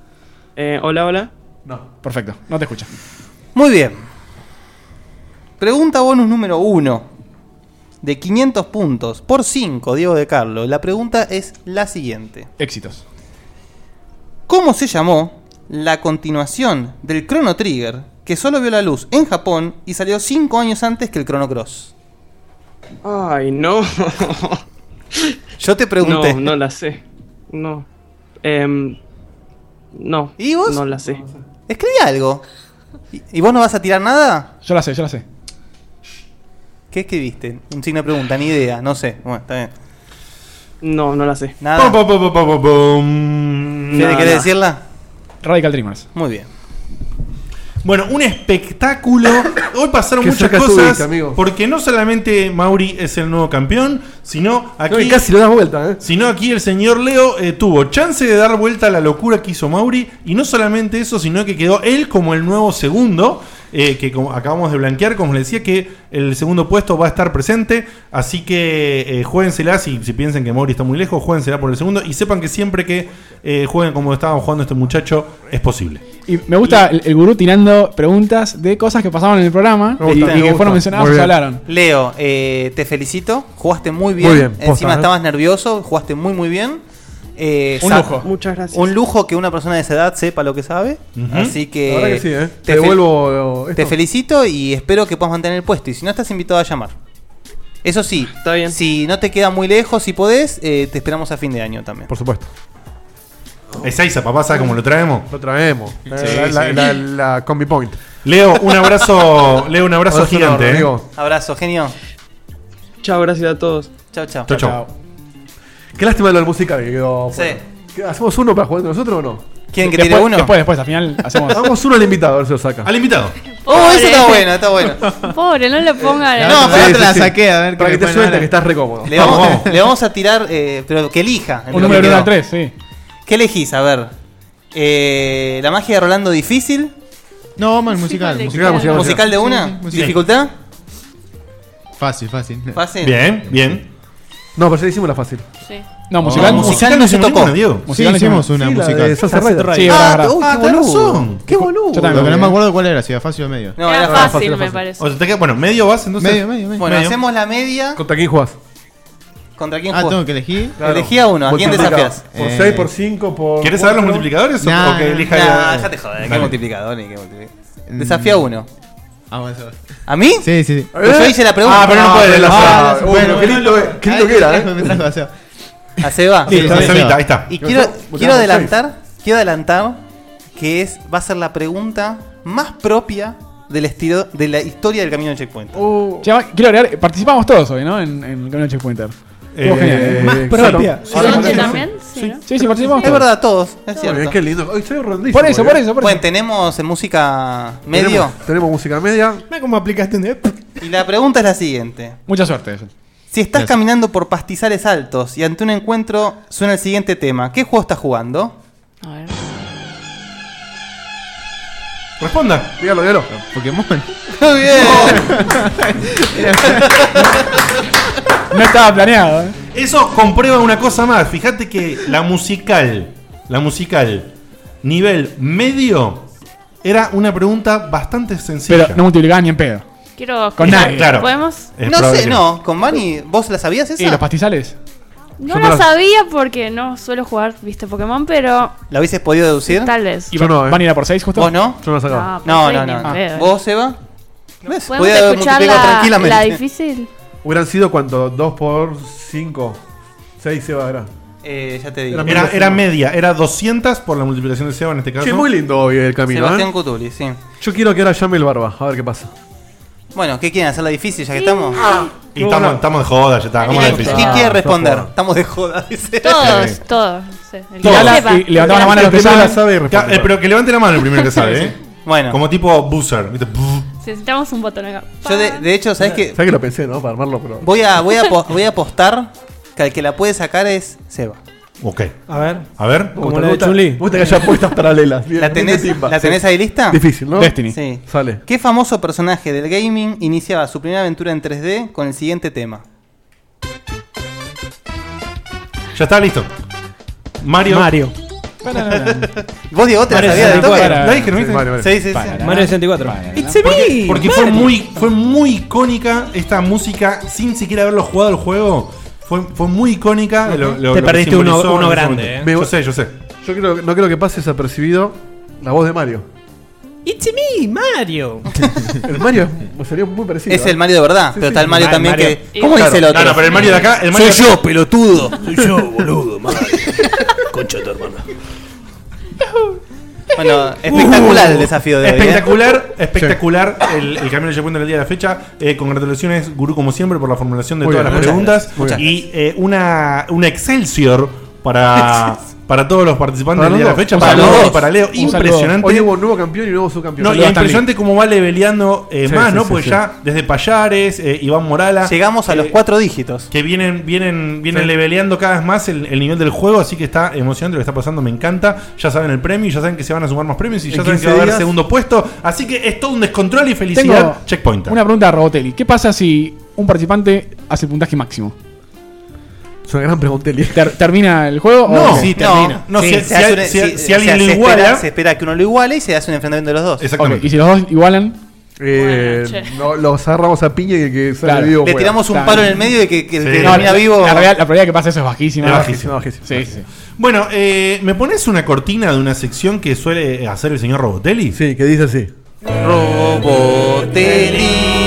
Hola. No. Perfecto, no te escucha. Muy bien. Pregunta bonus número 1. De 500 puntos por 5, Diego de Carlo. La pregunta es la siguiente. Éxitos. ¿Cómo se llamó la continuación del Chrono Trigger que solo vio la luz en Japón y salió 5 años antes que el Chrono Cross? Ay, no. Yo te pregunté. No la sé. No. No. ¿Y vos? No la sé. Escribí algo. ¿Y vos no vas a tirar nada? Yo la sé. ¿Qué escribiste? Un signo de pregunta, ni idea, no sé. Bueno, está bien. No la sé. Nada. Pum, pum, pum, pum, pum, pum. ¿Fede, querés decirla? Radical Dreamers. Muy bien. Bueno, un espectáculo. Hoy pasaron ¿Qué muchas sacas tú, cosas. viste, amigo? Porque no solamente Mauri es el nuevo campeón, sino aquí. No, y casi lo das vuelta, Sino aquí el señor Leo tuvo chance de dar vuelta a la locura que hizo Mauri. Y no solamente eso, sino que quedó él como el nuevo segundo. Que como acabamos de blanquear, como les decía, que el segundo puesto va a estar presente. Así que juéguensela, si piensan que Mauri está muy lejos, juéguensela por el segundo. Y sepan que siempre que jueguen como estaban jugando este muchacho, es posible. Y me gusta el gurú tirando preguntas de cosas que pasaban en el programa y que fueron mencionadas o se hablaron. Leo, te felicito. Jugaste muy bien. Muy bien, posta, Encima estabas nervioso. Jugaste muy bien. Un lujo. Muchas gracias. Un lujo que una persona de esa edad sepa lo que sabe. Así que. La verdad que sí, te Te devuelvo esto. Te felicito y espero que puedas mantener el puesto. Y si no, estás invitado a llamar. Eso sí, Está bien. si no te queda muy lejos, si podés, te esperamos a fin de año también. Por supuesto. Es Aiza, papá, ¿sabes cómo lo traemos? Lo traemos. Sí, La combi point. Leo, un abrazo, Abrazo gigante. enorme, amigo. Abrazo, genio. Chao, gracias a todos. Chao, chao. Chau. Qué lástima lo del musical que quedó. Sí. fuera. ¿Hacemos uno para jugar entre nosotros o no? ¿Quieren que tire uno? Después, al final hacemos. Hagamos uno al invitado, a ver si lo saca. Al invitado. Oh, eso está bueno, está bueno. Pobre, no le pongan. No, pero pero te la saqué, a ver Para que te suelte que estás re cómodo. le vamos a tirar, pero que elija. Un número de 1 al 3, sí. ¿Qué elegís? A ver. ¿La magia de Rolando difícil? No, vamos al musical. ¿Musical de una? Sí, sí, musical. ¿Dificultad? Fácil. Fácil. Bien. No, pero ya hicimos la fácil. Sí. No, musical. musical no se tocó. Diego. Sí, hicimos una musical. Salsa Rider. Sí, verdad. qué tenés boludo. razón. Qué boludo. Yo también. Lo que no me acuerdo cuál era, si era fácil o medio. No, Era era fácil, fácil, me fácil. parece. O sea, te queda, bueno, medio vas entonces. Medio. Bueno, medio. hacemos la media. ¿Contra quién jugás? ¿Contra quién Ah, jugás? tengo que elegir. Elegí a uno. ¿A quién Multiplicado. desafías? Por 6, Eh, por 5, por. ¿Quieres saber los 4? multiplicadores Nah, o que elija Nah, déjate joder. ¿Qué Dale. multiplicador ni qué multiplicador? Desafía a uno. Ah, bueno, eso. ¿A mí? Sí. Pues yo hice la pregunta. Ah, pero no puede. Bueno, qué lindo que era, Me trajo a Seba. A Seba. Listo, Sí, Sebita, sí. ahí está. Y Yo quiero votamos adelantar que va a ser la pregunta más propia del estilo de la historia del camino del checkpoint. Che, quiero agregar, participamos todos hoy, ¿no? En el camino de Checkpointer. Estuvo genial. Más Claro. propia. ¿Soche también? Sí, ¿no? Sí, participamos Es todos. verdad, todos. Es Muy cierto. bien, qué lindo. Hoy estoy rondísimo. Por eso. Bueno, tenemos música medio. Tenemos música media. Mira cómo aplicaste un de... Y la pregunta es la siguiente. Mucha suerte. Si estás Gracias. caminando por pastizales altos y ante un encuentro suena el siguiente tema, ¿qué juego estás jugando? A ver. Responda. Dígalo. Pokémon. Muy bien. No estaba planeado. Eso comprueba una cosa más. Fíjate que la musical, nivel medio, era una pregunta bastante sencilla. Pero no multiplicabas ni en pedo. Quiero. Con nadie. Claro. ¿Podemos? Es No probable sé, que no. Con Vani, ¿vos la sabías esa? ¿Y los pastizales? No Yo la no la- sabía porque no suelo jugar, viste, Pokémon, pero ¿La hubieses podido deducir? tal vez. ¿Y Yo no, van a ir a por 6 justo? ¿Vos no? Yo no la sacaba. No, por no, seis ni en no. pedo. ¿Vos, Eva? ¿Ves? ¿Podemos Podía haber escuchar multiplicado la tranquilamente. difícil? Hubieran sido cuánto? 2 por 5. 6 se va a dar. Ya te digo. Era media, era 200 por la multiplicación de Seba en este caso. Che, muy lindo hoy el camino. Sebastián Cutuli, sí. Yo quiero que ahora llame el barba, a ver qué pasa. Bueno, ¿qué quieren? ¿Hacerla difícil ya que estamos? Y estamos de joda, ya está. Hagamos la difícil. ¿Quién quiere responder? Estamos de joda, dice. Todos, todos. Sí, el que Tirala sepa. y levantamos la mano a los que saben. Pero que levante la mano el primero que sabe, ¿eh? Bueno. Como tipo buzzer. ¿viste? Necesitamos un botón acá. Yo de hecho, ¿sabes qué? ¿Sabes que lo pensé, no? Para armarlo, pero. Voy a apostar que el que la puede sacar es Seba. Ok. A ver. A ver. Como la de Chun-Li. Me gusta que haya apuestas paralelas. Bien, ¿La tenés, bien timba. ¿La tenés ahí lista? Difícil, ¿no? Destiny. Sí. Sale. ¿Qué famoso personaje del gaming iniciaba su primera aventura en 3D con el siguiente tema? Ya está listo. Mario. ¿Vos, Diego, te la Mario sabías de toque? 64. ¿La dije, no viste? Mario. Sí, sí, sí. Mario 64. Porque fue muy icónica esta música sin siquiera haberlo jugado el juego. Fue muy icónica. Lo Te que perdiste simbolizó uno en ese grande, momento. ¿eh? Yo sé, yo sé. Yo no creo que pase desapercibido la voz de Mario. It's me, Mario. El Mario sería muy parecido. Es el Mario de verdad, pero está el Mario también Mario. que... ¿Cómo dice el otro? No, pero el Mario de acá. El Mario Soy yo, pelotudo. Soy yo, boludo, Mario. Concha de tu hermana. Bueno, espectacular el desafío de hoy. Espectacular el camino de Checkpoint del día de la fecha. Congratulaciones, Gurú, como siempre, por la formulación de Muy todas bien, las preguntas. muchas Y una Excelsior para todos los participantes Para del día de la los fecha. dos. Para Un los saludo. dos, para Leo. Un saludo. Impresionante. Hoy hubo un nuevo campeón y un nuevo subcampeón. No, y Saludos, impresionante cómo va leveleando más, Sí, ¿no? sí, Porque sí, ya desde Payares, Iván Morala. Llegamos a los 4 dígitos. Que vienen Sí. leveleando cada vez más el nivel del juego, así que está emocionante lo que está pasando, me encanta. Ya saben el premio, ya saben que se van a sumar más premios y ya En saben que 15 va a haber días. segundo puesto. Así que es todo un descontrol y felicidad, Tengo Checkpointer. una pregunta a Robotelli. ¿Qué pasa si un participante hace el puntaje máximo? Es una gran pregunta, Eli. ¿Termina el juego? No, o sí, termina. No, Sí, si- se hace si alguien lo se iguala- espera- se espera que uno lo iguale y se hace un enfrentamiento de los dos. Exactamente. Ok, y si los dos igualan, Bueno, che. No, los agarramos a piña y el que sale Claro. vivo Le juega. tiramos un Claro. palo en el medio de que Sí. termina vivo. la probabilidad que pase eso es bajísima. Es bajísima. bajísimo. Sí, sí. Bueno, ¿me pones una cortina de una sección que suele hacer el señor Robotelli? Sí, que dice así. Robotelli.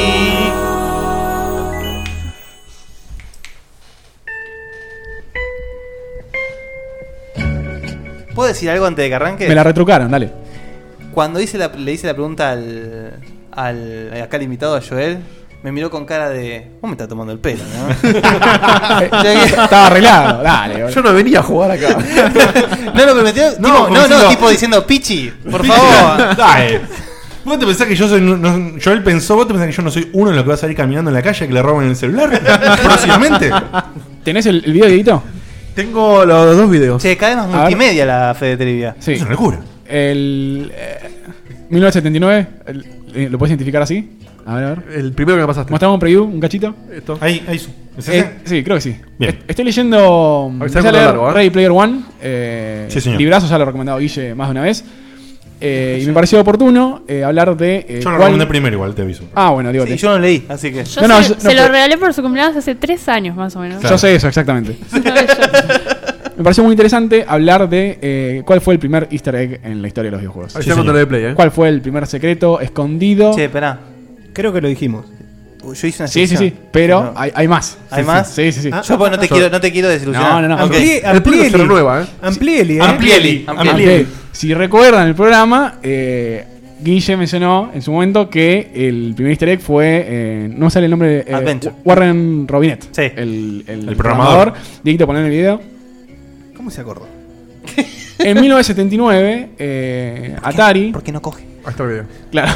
¿Puedo decir algo antes de que arranque? Me la retrucaron, dale. Cuando le hice la pregunta acá al invitado, a Joel, me miró con cara de... ¿Cómo me está tomando el pelo? ¿no? Estaba arreglado, dale. boludo. Yo no venía a jugar acá. No, lo prometió. como Tipo diciendo, Pichi, por favor. Dale. ¿Vos te pensás que yo soy. Joel pensó, ¿vos te pensás que yo no soy uno de los que va a salir caminando en la calle que le roban el celular? Próximamente. ¿Tenés el video, Dieguito? Tengo los dos videos. Che, cada vez más A ver. multimedia la Fede Trivia. Sí. Es una locura. El 1979, ¿lo puedes identificar así? A ver. El primero que me pasaste. Mostramos un preview, un cachito. Esto. Ahí. ¿Es ese? Sí, creo que sí. Bien. Estoy leyendo. Avisá Empecé a cuando leer largo, ¿eh? Ready Player One. Sí, señor. Librazo, ya lo he recomendado Guille más de una vez. Y me pareció oportuno hablar de. Yo lo recomendé primero, igual te aviso. Ah, bueno, digo. Sí, yo no leí, así que. Yo No, se, no, se lo pero- regalé por su cumpleaños hace 3 años más o menos. Claro. Yo sé eso, exactamente. Me pareció muy interesante hablar de cuál fue el primer easter egg en la historia de los videojuegos. Ahí Sí, está cuando señor. le play, ¿Cuál fue el primer secreto escondido? Che, esperá. Creo que lo dijimos. Yo hice una Sí, sí, sección. sí, pero No. hay más. ¿Hay Sí, más? Sí, sí, sí. Ah, Yo pues no te quiero desilusionar. No. Ok. El público se renueva, ¿eh? Amplieli, Amplieli. Ok. Si recuerdan el programa, Guille mencionó en su momento que el primer easter egg fue, no sale el nombre, Adventure. Warren Robinet, Sí. el programador. Dieguito, poner el video. ¿Cómo se acordó? En 1979, Atari. ¿Por qué no coge? Ahí está el video. Claro.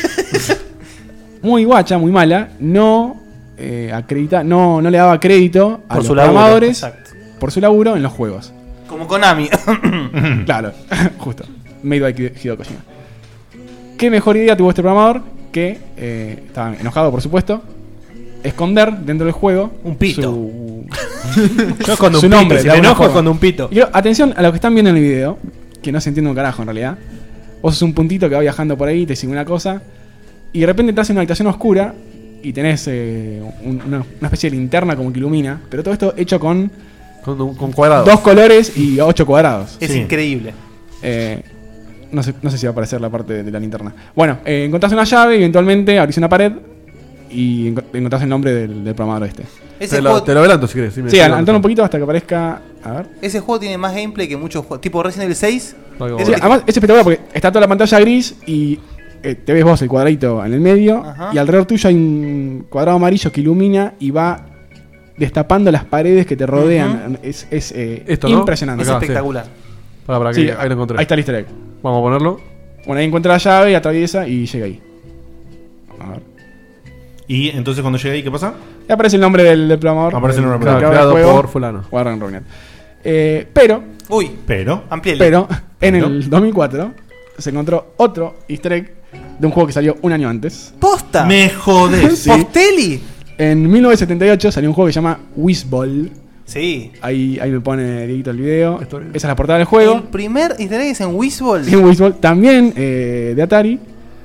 Muy guacha, muy mala. No acredita, no le daba crédito a Por los su laburo, programadores exacto. por su laburo en los juegos. Como Konami. Claro, justo. Made by Hideo Kojima. ¿Qué mejor idea tuvo este programador? Que estaba enojado, por supuesto. Esconder dentro del juego un pito. Yo con un su pito, nombre. si de me alguna enojo forma. con un pito. Y atención a lo que están viendo en el video, que no se entiende un carajo en realidad. Vos sos un puntito que va viajando por ahí, te sigue una cosa, y de repente entras en una habitación oscura y tenés una especie de linterna como que ilumina, pero todo esto hecho con cuadrados. 2 colores y 8 cuadrados. Es increíble. No sé si va a aparecer la parte de la linterna. Bueno, encontrás una llave y eventualmente abrís una pared y encontrás el nombre del programador este. Te lo adelanto si querés. Sí, adelantalo un poquito hasta que aparezca. A ver. Ese juego tiene más gameplay que muchos juegos. Tipo Resident Evil 6. Sí, además es espectacular porque está toda la pantalla gris y te ves vos el cuadradito en el medio. Ajá. Y alrededor tuyo hay un cuadrado amarillo que ilumina y va destapando las paredes que te rodean. Es Esto, ¿no? impresionante. Acá, es espectacular. Sí. Para Sí, que ahí lo encontré. Ahí está el easter egg. Vamos a ponerlo. Bueno, ahí encuentra la llave y atraviesa y llega ahí. A ver. Y entonces cuando llega ahí, ¿qué pasa? Y aparece el nombre del programador. Aparece el nombre del creado por fulano. Warren Rognett. Pero Pero en el 2004 se encontró otro easter egg de un juego que salió un año antes. ¡Posta! Me jodés. Sí. ¿Postelli? En 1978 salió un juego que se llama Whizball. Sí. Ahí me pone Dieguito el video. Esa es la portada del juego. El primer easter egg es en Whizball. En Whizball, también de Atari.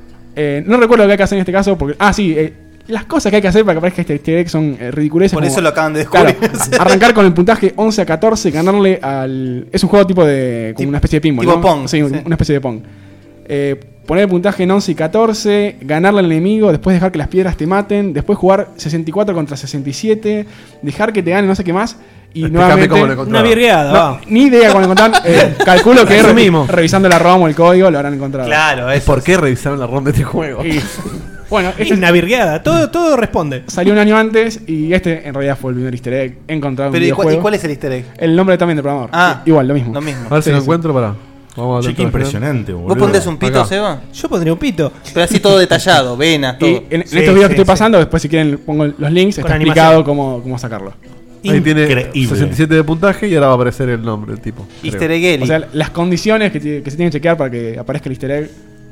No recuerdo lo que hay que hacer en este caso. Porque, las cosas que hay que hacer para que aparezca este easter egg son ridiculeces. Por eso como, lo acaban de descubrir. claro, arrancar con el puntaje 11 a 14, ganarle al... Es un juego tipo de... como una especie de pinball, tipo ¿no? Pong, Sí, sí. una especie de Pong. Poner el puntaje en 11 y 14, ganarle al enemigo, después dejar que las piedras te maten, después jugar 64 contra 67, dejar que te gane no sé qué más. Y nuevamente cómo lo encontraron. Una virgueada, ni idea cómo lo encontraron. Calculo que Eso mismo. revisando la ROM o el código lo habrán encontrado. Claro, eso. ¿Por qué revisaron la ROM de este juego? Bueno, Es una virgueada, todo responde. salió un año antes y este en realidad fue el primer easter egg encontrado en un Pero videojuego. ¿y cuál es el easter egg? El nombre también del programador. Ah, Igual, lo mismo. Lo mismo. A ver si Sí, lo sí. encuentro para. Vamos a Che, qué impresionante, ¿Vos boludo. pondés un pito, Acá. Seba? Yo pondría un pito. Pero así todo detallado, venas, todo. Y en Sí, estos videos que sí, estoy sí. pasando, después si quieren pongo los links, Con está animación. explicado cómo sacarlo. Ahí tiene Increíble. 67 de puntaje y ahora va a aparecer el nombre del tipo. Easter egg Eli. O sea, las condiciones que se tienen que chequear para que aparezca el easter egg.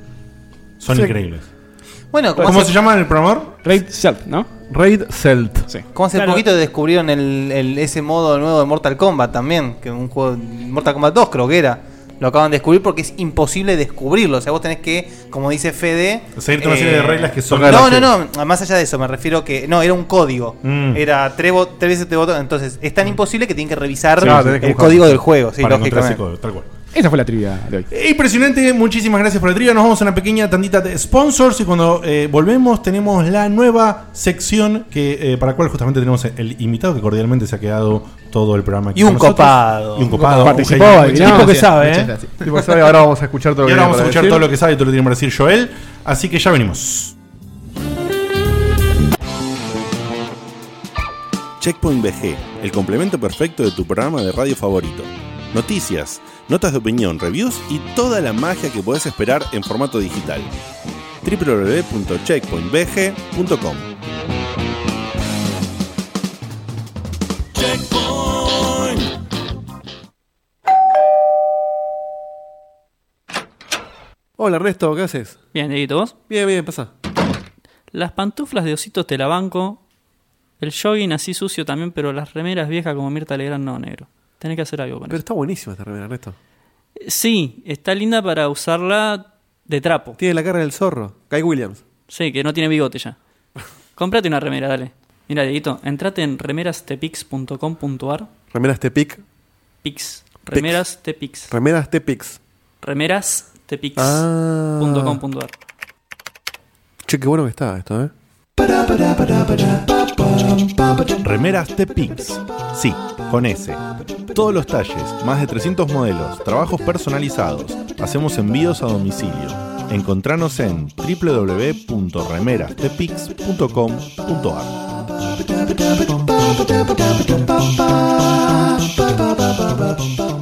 Son Sí. increíbles. Bueno, ¿Cómo se llama el programador? Raid Self, ¿no? Raid Celt. Sí. Como hace Claro. poquito descubrieron ese modo nuevo de Mortal Kombat también, que un juego Mortal Kombat 2 creo que era. Lo acaban de descubrir porque es imposible descubrirlo. O sea, vos tenés que, como dice Fede, Seguirte una serie de reglas que son. No, más allá de eso, me refiero que. No, era un código. Mm. Era tres veces este botón. Entonces, es tan imposible que tienen que revisar Sí, tenés que el buscar. código del juego, sí, Para encontrar ese lógicamente. código, tal cual. Esa fue la trivia de hoy. Impresionante, muchísimas gracias por la trivia. Nos vamos a una pequeña tandita de sponsors y cuando volvemos tenemos la nueva sección que para la cual justamente tenemos el invitado que cordialmente se ha quedado todo el programa aquí Y un con nosotros. copado. Y un copado. Participó, un adivinó. tipo que Muchas sabe, gracias. Tipo que sabe, ahora vamos a escuchar todo lo Y que ahora tiene vamos a para escuchar decir. todo lo que sabe y todo lo que tiene para decir Joel. Así que ya venimos. Checkpoint VG, el complemento perfecto de tu programa de radio favorito. Noticias, notas de opinión, reviews y toda la magia que podés esperar en formato digital. www.checkpointvg.com. Hola Ernesto, ¿qué haces? Bien, Dieguito, ¿vos? Bien, bien, pasa. Las pantuflas de ositos te la banco. El jogging así sucio también, pero las remeras viejas como Mirta Legrand no, negro. Tenés que hacer algo con Pero eso. está buenísima esta remera, Ernesto. Sí, está linda para usarla de trapo. Tiene la cara del zorro. Guy Williams. Sí, que no tiene bigote ya. Cómprate una remera, dale. Mira, Dieguito, entrate en remerastepix.com.ar. Remeras Tepic. Pix. Remeras Tepix. Remeras Tepix. Remerastepix.com.ar. Che, qué bueno que está esto, ¿eh? Remeras Tepix. Sí, con S. Todos los talles, más de 300 modelos, trabajos personalizados. Hacemos envíos a domicilio. Encontranos en www.remerastepix.com.ar.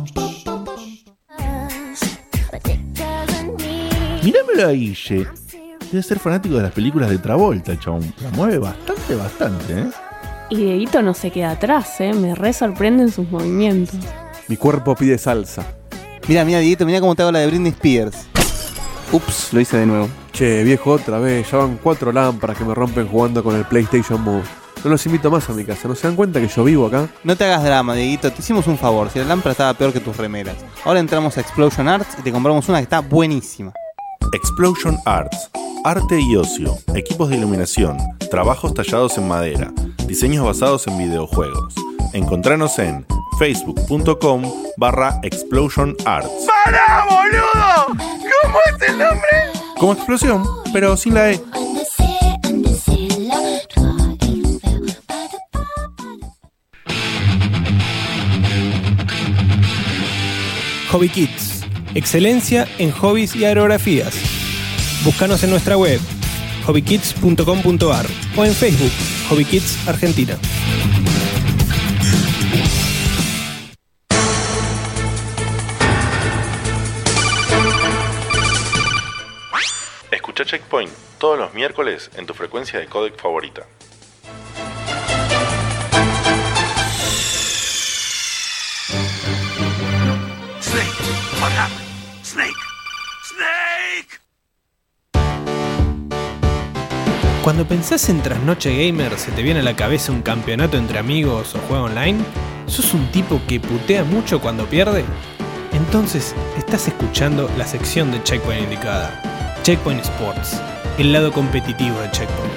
nombre a Guille, debe ser fanático de las películas de Travolta, chabón. La mueve bastante, ¿eh? Y Dieguito no se queda atrás, me re sorprenden sus movimientos. Mi cuerpo pide salsa. Mira, Dieguito, mira cómo te hago la de Britney Spears. Ups, lo hice de nuevo. Che, viejo, otra vez. Ya van 4 lámparas que me rompen jugando con el PlayStation Move. No los invito más a mi casa. ¿No se dan cuenta que yo vivo acá? No te hagas drama, Dieguito. Te hicimos un favor. Si la lámpara estaba peor que tus remeras. Ahora entramos a Explosion Arts y te compramos una que está buenísima. Explosion Arts. Arte y ocio. Equipos de iluminación. Trabajos tallados en madera. Diseños basados en videojuegos. Encontranos en facebook.com/Explosion Arts. ¡Para, boludo! ¿Cómo es el nombre? Como explosión, pero sin la E. Hobby Kids. Excelencia en hobbies y aerografías. Búscanos en nuestra web hobbykids.com.ar o en Facebook Hobby Kids Argentina. Escucha Checkpoint todos los miércoles en tu frecuencia de codec favorita. Snake, what happened? Snake, Snake. Cuando pensás en Trasnoche Gamer, ¿se te viene a la cabeza un campeonato entre amigos o juego online? ¿Sos un tipo que putea mucho cuando pierde? Entonces estás escuchando la sección de Checkpoint indicada. Checkpoint Sports, el lado competitivo de Checkpoint.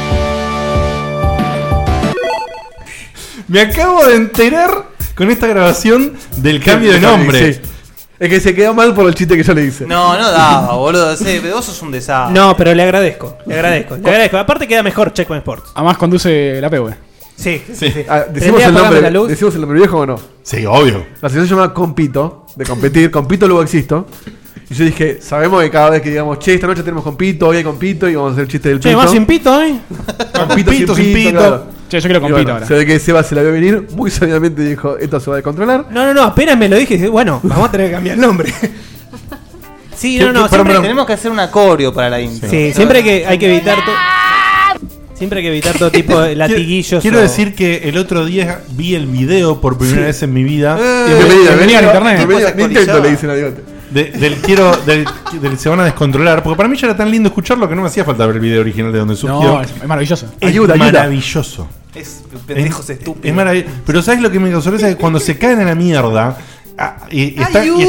Me acabo de enterar con esta grabación del cambio de nombre. Sí. Es que se quedó mal por el chiste que yo le hice. No daba, boludo. Vos sos un desastre. No, pero le agradezco. Aparte queda mejor Checkpoint Sports. Además conduce la PV. Sí. ¿Decimos el nombre viejo o no? Sí, obvio. La sección se llama Compito, de competir. Compito luego existo. Y yo dije, sabemos que cada vez que digamos, che, esta noche tenemos compito, hoy hay compito, y vamos a hacer el chiste del pito. Che, más sin pito, Compito sin pito. Claro. Che, yo quiero compito bueno, ahora. Se ve que Seba se la vio venir, muy sabiamente dijo, esto se va a descontrolar. No, apenas me lo dije, bueno, vamos a tener que cambiar el nombre. Sí, tenemos que hacer un acorio para la intro. Sí, siempre hay que evitar siempre hay que evitar todo tipo de latiguillos. Quiero decir que el otro día vi el video por primera vez en mi vida. Venía en internet. Nintendo le dicen a Diote. Del se van a descontrolar, porque para mí ya era tan lindo escuclarlo que no me hacía falta ver el video original de donde surgió. No, es maravilloso. Ayuda. Maravilloso. Es pendejos estúpidos. Es maravilloso. Pero ¿sabes lo que me causó? Es que cuando se caen a la mierda y están y hay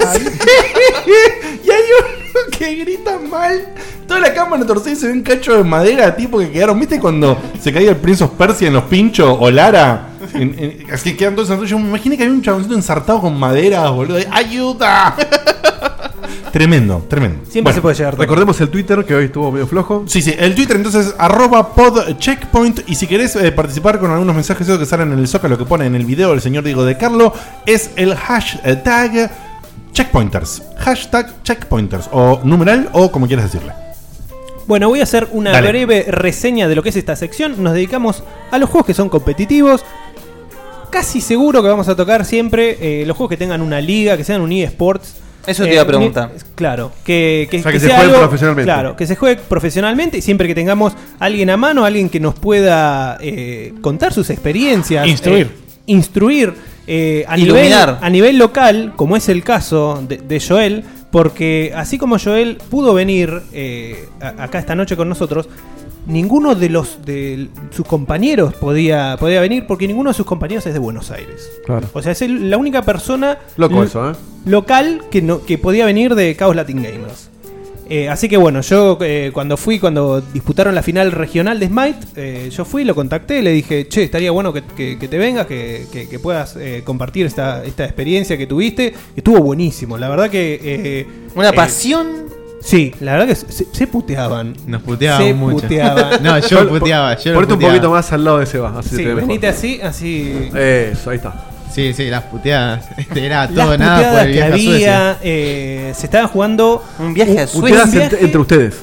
uno que grita mal. Toda la cámara torcida y se ve un cacho de madera tipo que quedaron. ¿Viste cuando se caía el Prince of Persia en los pinchos o Lara? Así que quedan todos ensartados. Yo me imaginé que había un chaboncito ensartado con madera, boludo. ¡Ayuda! Tremendo. Siempre se puede llegar. Recordemos el Twitter, que hoy estuvo medio flojo. Sí, el Twitter entonces @podcheckpoint. Y si querés participar con algunos mensajes que salen en el Zócalo que pone en el video el señor Diego de Carlo, es el hashtag checkpointers. Hashtag checkpointers. O numeral o como quieras decirle. Bueno, voy a hacer una breve reseña de lo que es esta sección. Nos dedicamos a los juegos que son competitivos. Casi seguro que vamos a tocar siempre los juegos que tengan una liga, que sean un eSports. Eso te iba a preguntar. Claro, que se juegue profesionalmente. Claro, que se juegue profesionalmente y siempre que tengamos alguien a mano, alguien que nos pueda contar sus experiencias. Instruir. A nivel local, como es el caso de Joel, porque así como Joel pudo venir acá esta noche con nosotros, ninguno de sus compañeros podía venir porque ninguno de sus compañeros es de Buenos Aires. Claro. O sea, es la única persona local que podía venir de Chaos Latin Gamers. Así que bueno, yo cuando disputaron la final regional de Smite, yo fui, lo contacté, le dije, che, estaría bueno que te vengas, que puedas compartir esta experiencia que tuviste. Estuvo buenísimo, la verdad que... una pasión. Sí, la verdad que se puteaban. Nos puteaban mucho. No, yo puteaba. Ponete un poquito más al lado de Seba. Así sí, venite así. Eso, ahí está. Sí, las puteadas. Era todo nada por el viaje a Suecia. Se estaban jugando un viaje a Suecia. Entre ustedes.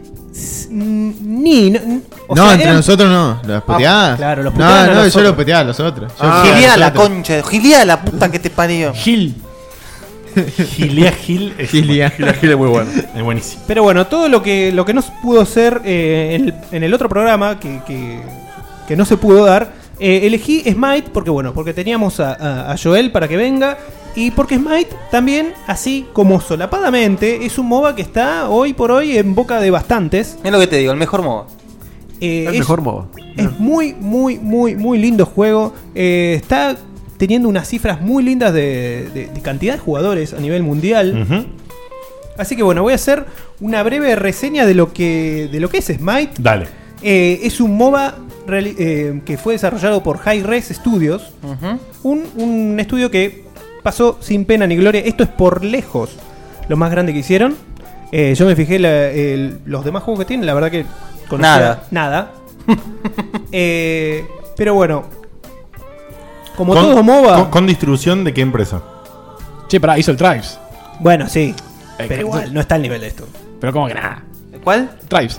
Entre nosotros no. Las puteadas. Claro, los puteadas. No, yo los puteaba a los otros. Gilía la concha. Gilía la puta que te parió. Gil. Gilia Gil es muy bueno. Es buenísimo. Pero bueno, todo lo que no se pudo hacer en el otro programa que no se pudo dar, elegí Smite porque teníamos a Joel para que venga y porque Smite también, así como solapadamente, es un MOBA que está hoy por hoy en boca de bastantes. Es lo que te digo, el mejor MOBA. El mejor MOBA. Es muy, muy, muy, muy lindo juego. Está teniendo unas cifras muy lindas de cantidad de jugadores a nivel mundial. Así que bueno, voy a hacer una breve reseña de lo que es Smite. Dale. Es un MOBA que fue desarrollado por Hi-Res Studios. Un estudio que pasó sin pena ni gloria. Esto es por lejos lo más grande que hicieron. Yo me fijé los demás juegos que tienen, la verdad que nada. Pero bueno, como todo MOBA. ¿Con distribución de qué empresa? Che, pará, hizo el Tribes. Bueno, sí. Pero igual, no está al nivel de esto. Pero como que nada. ¿Cuál? Tribes.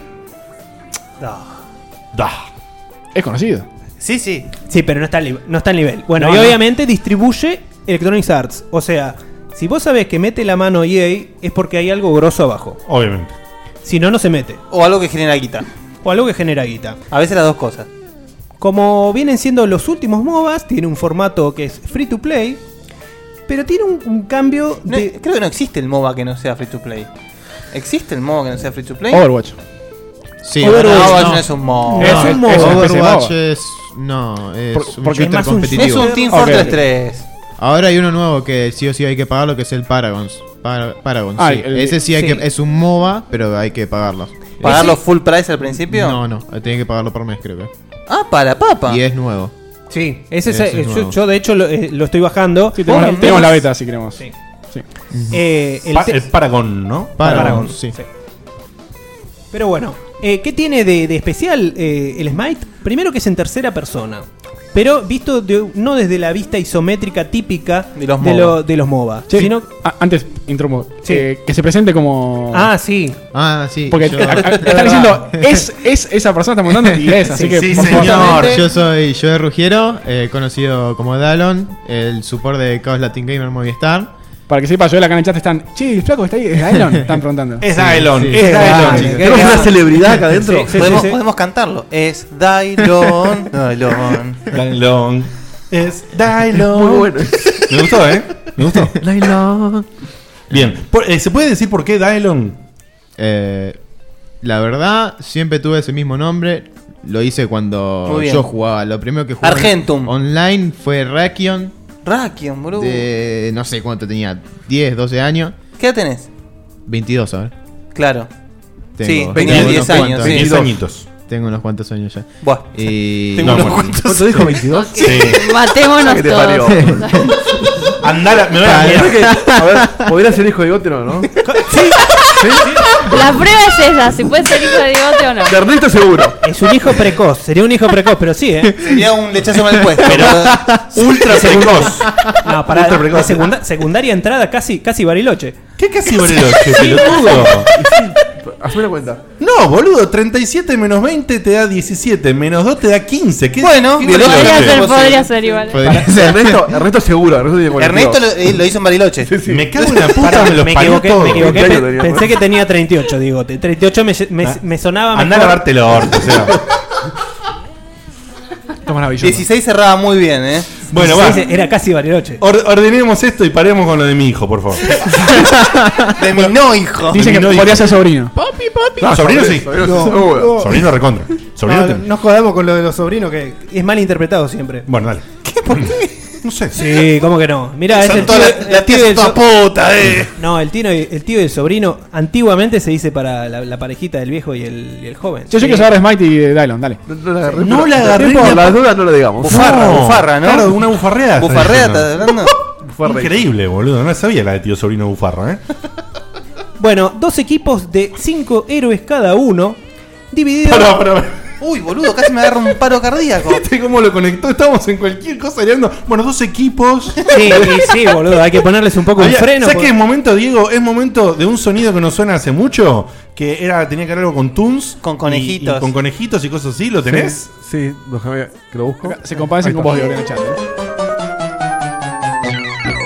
Da. Es conocido. Sí, sí. Sí, pero no está al nivel. Bueno, y obviamente distribuye Electronic Arts. O sea, si vos sabés que mete la mano EA, es porque hay algo grosso abajo. Obviamente. Si no, no se mete. O algo que genera guita. A veces las dos cosas. Como vienen siendo los últimos MOBAs, tiene un formato que es free to play, pero tiene un cambio de... Creo que no existe el MOBA que no sea free to play. ¿Existe el MOBA que no sea free to play? Overwatch. Sí, Overwatch no es un MOBA. Es un MOBA. Overwatch es un porque shooter es competitivo. Es un Team Fortress 3. Ahora hay uno nuevo que sí o sí hay que pagarlo, que es el Paragon. Paragon, sí. Ese sí hay que es un MOBA, pero hay que pagarlo. ¿Pagarlo full price al principio? No, tiene que pagarlo por mes, creo que. Ah, para papa. Y es nuevo. Sí, yo de hecho lo estoy bajando. Sí, tenemos la beta si queremos. Sí. El Paragon, ¿no? Paragon, sí. Pero bueno, ¿qué tiene de especial el Smite? Primero que es en tercera persona, pero visto no desde la vista isométrica típica de los MOBA, sí, sino... antes, intro, que se presente como... sí. Porque están diciendo, es esa persona, está montando y es, así que... Sí, señor. Yo soy Joe Ruggiero, conocido como Dalon, el support de Chaos Latin Gamer Movistar. Para que sepa, yo acá en el chat están... Che, el flaco está ahí, ¿es Dylon? Están preguntando. Es Dylon. ¿Tenemos una celebridad acá adentro? Podemos cantarlo. Es Dylon. Dylon. Es Dylon. Muy bueno. Me gustó, ¿eh? Me gustó. Dylon. Bien. ¿Se puede decir por qué Dylon? La verdad, siempre tuve ese mismo nombre. Lo hice cuando yo jugaba. Lo primero que jugué Argentum online fue Rakion, boludo. No sé cuánto tenía, 10, 12 años. ¿Qué edad tenés? 22, a ver. Claro. Tengo 10 años. 10 añitos. Tengo unos cuantos años ya. Buah. ¿Cuánto dijo? ¿22? Sí. Matémonos todos. Andala, me voy a ver, ¿podría ser hijo de Gote o no? Sí. La prueba es esa, si puede ser hijo de Digote o no. De Ernesto seguro. Es un hijo precoz, sería un hijo precoz, pero sí, Sería un lechazo mal puesto. Pero ultra precoz. No, para de secundaria entrada casi Bariloche. ¿Qué casi Bariloche, pelotudo? Hazme la cuenta. No, boludo, 37 menos 20 te da 17, menos 2 te da 15. Bueno, podría ser igual. Ernesto seguro. Ernesto lo hizo en Bariloche. Sí. Me cago en la puta, me equivoqué. Pensé que tenía 38, digo. 38 me sonaba mejor. Andá a lavarte el orto, o sea. Maravilloso. 16 cerraba muy bien, Bueno, va. Era casi Bariloche. Ordenemos esto y paremos con lo de mi hijo, por favor. De mi no hijo. Dicen que podría ser sobrino. Papi. No, sobrino sí. Sobrino recontra. No jodamos con lo de los sobrinos, que es mal interpretado siempre. Bueno, dale. ¿Qué? ¿Por qué? No sé. Sí, ¿cómo que no? Mirá, es el tío, la tía es toda puta, No, el tío y el sobrino antiguamente se dice para la parejita del viejo y el joven. Yo quiero saber de Smite y de Dylon, dale. No la agarré. Por las dudas no lo digamos. Bufarra, ¿no? Claro, una bufarreada. Bufarrea, ¿estás hablando? Increíble, boludo. No sabía la de tío sobrino bufarra, Bueno, 2 equipos de 5 héroes cada uno, divididos... Uy, boludo, casi me agarra un paro cardíaco. ¿Viste cómo lo conectó? Estamos en cualquier cosa hablando. Bueno, 2 equipos. Sí, boludo, hay que ponerles un poco de freno. ¿Sabes qué es momento, Diego? Es momento de un sonido que nos suena hace mucho. Que tenía que ver algo con tunes. Con conejitos. Y con conejitos y cosas así. ¿Lo tenés? Sí, déjame que lo busco. Se compadecen con vos, Diego, en el chat.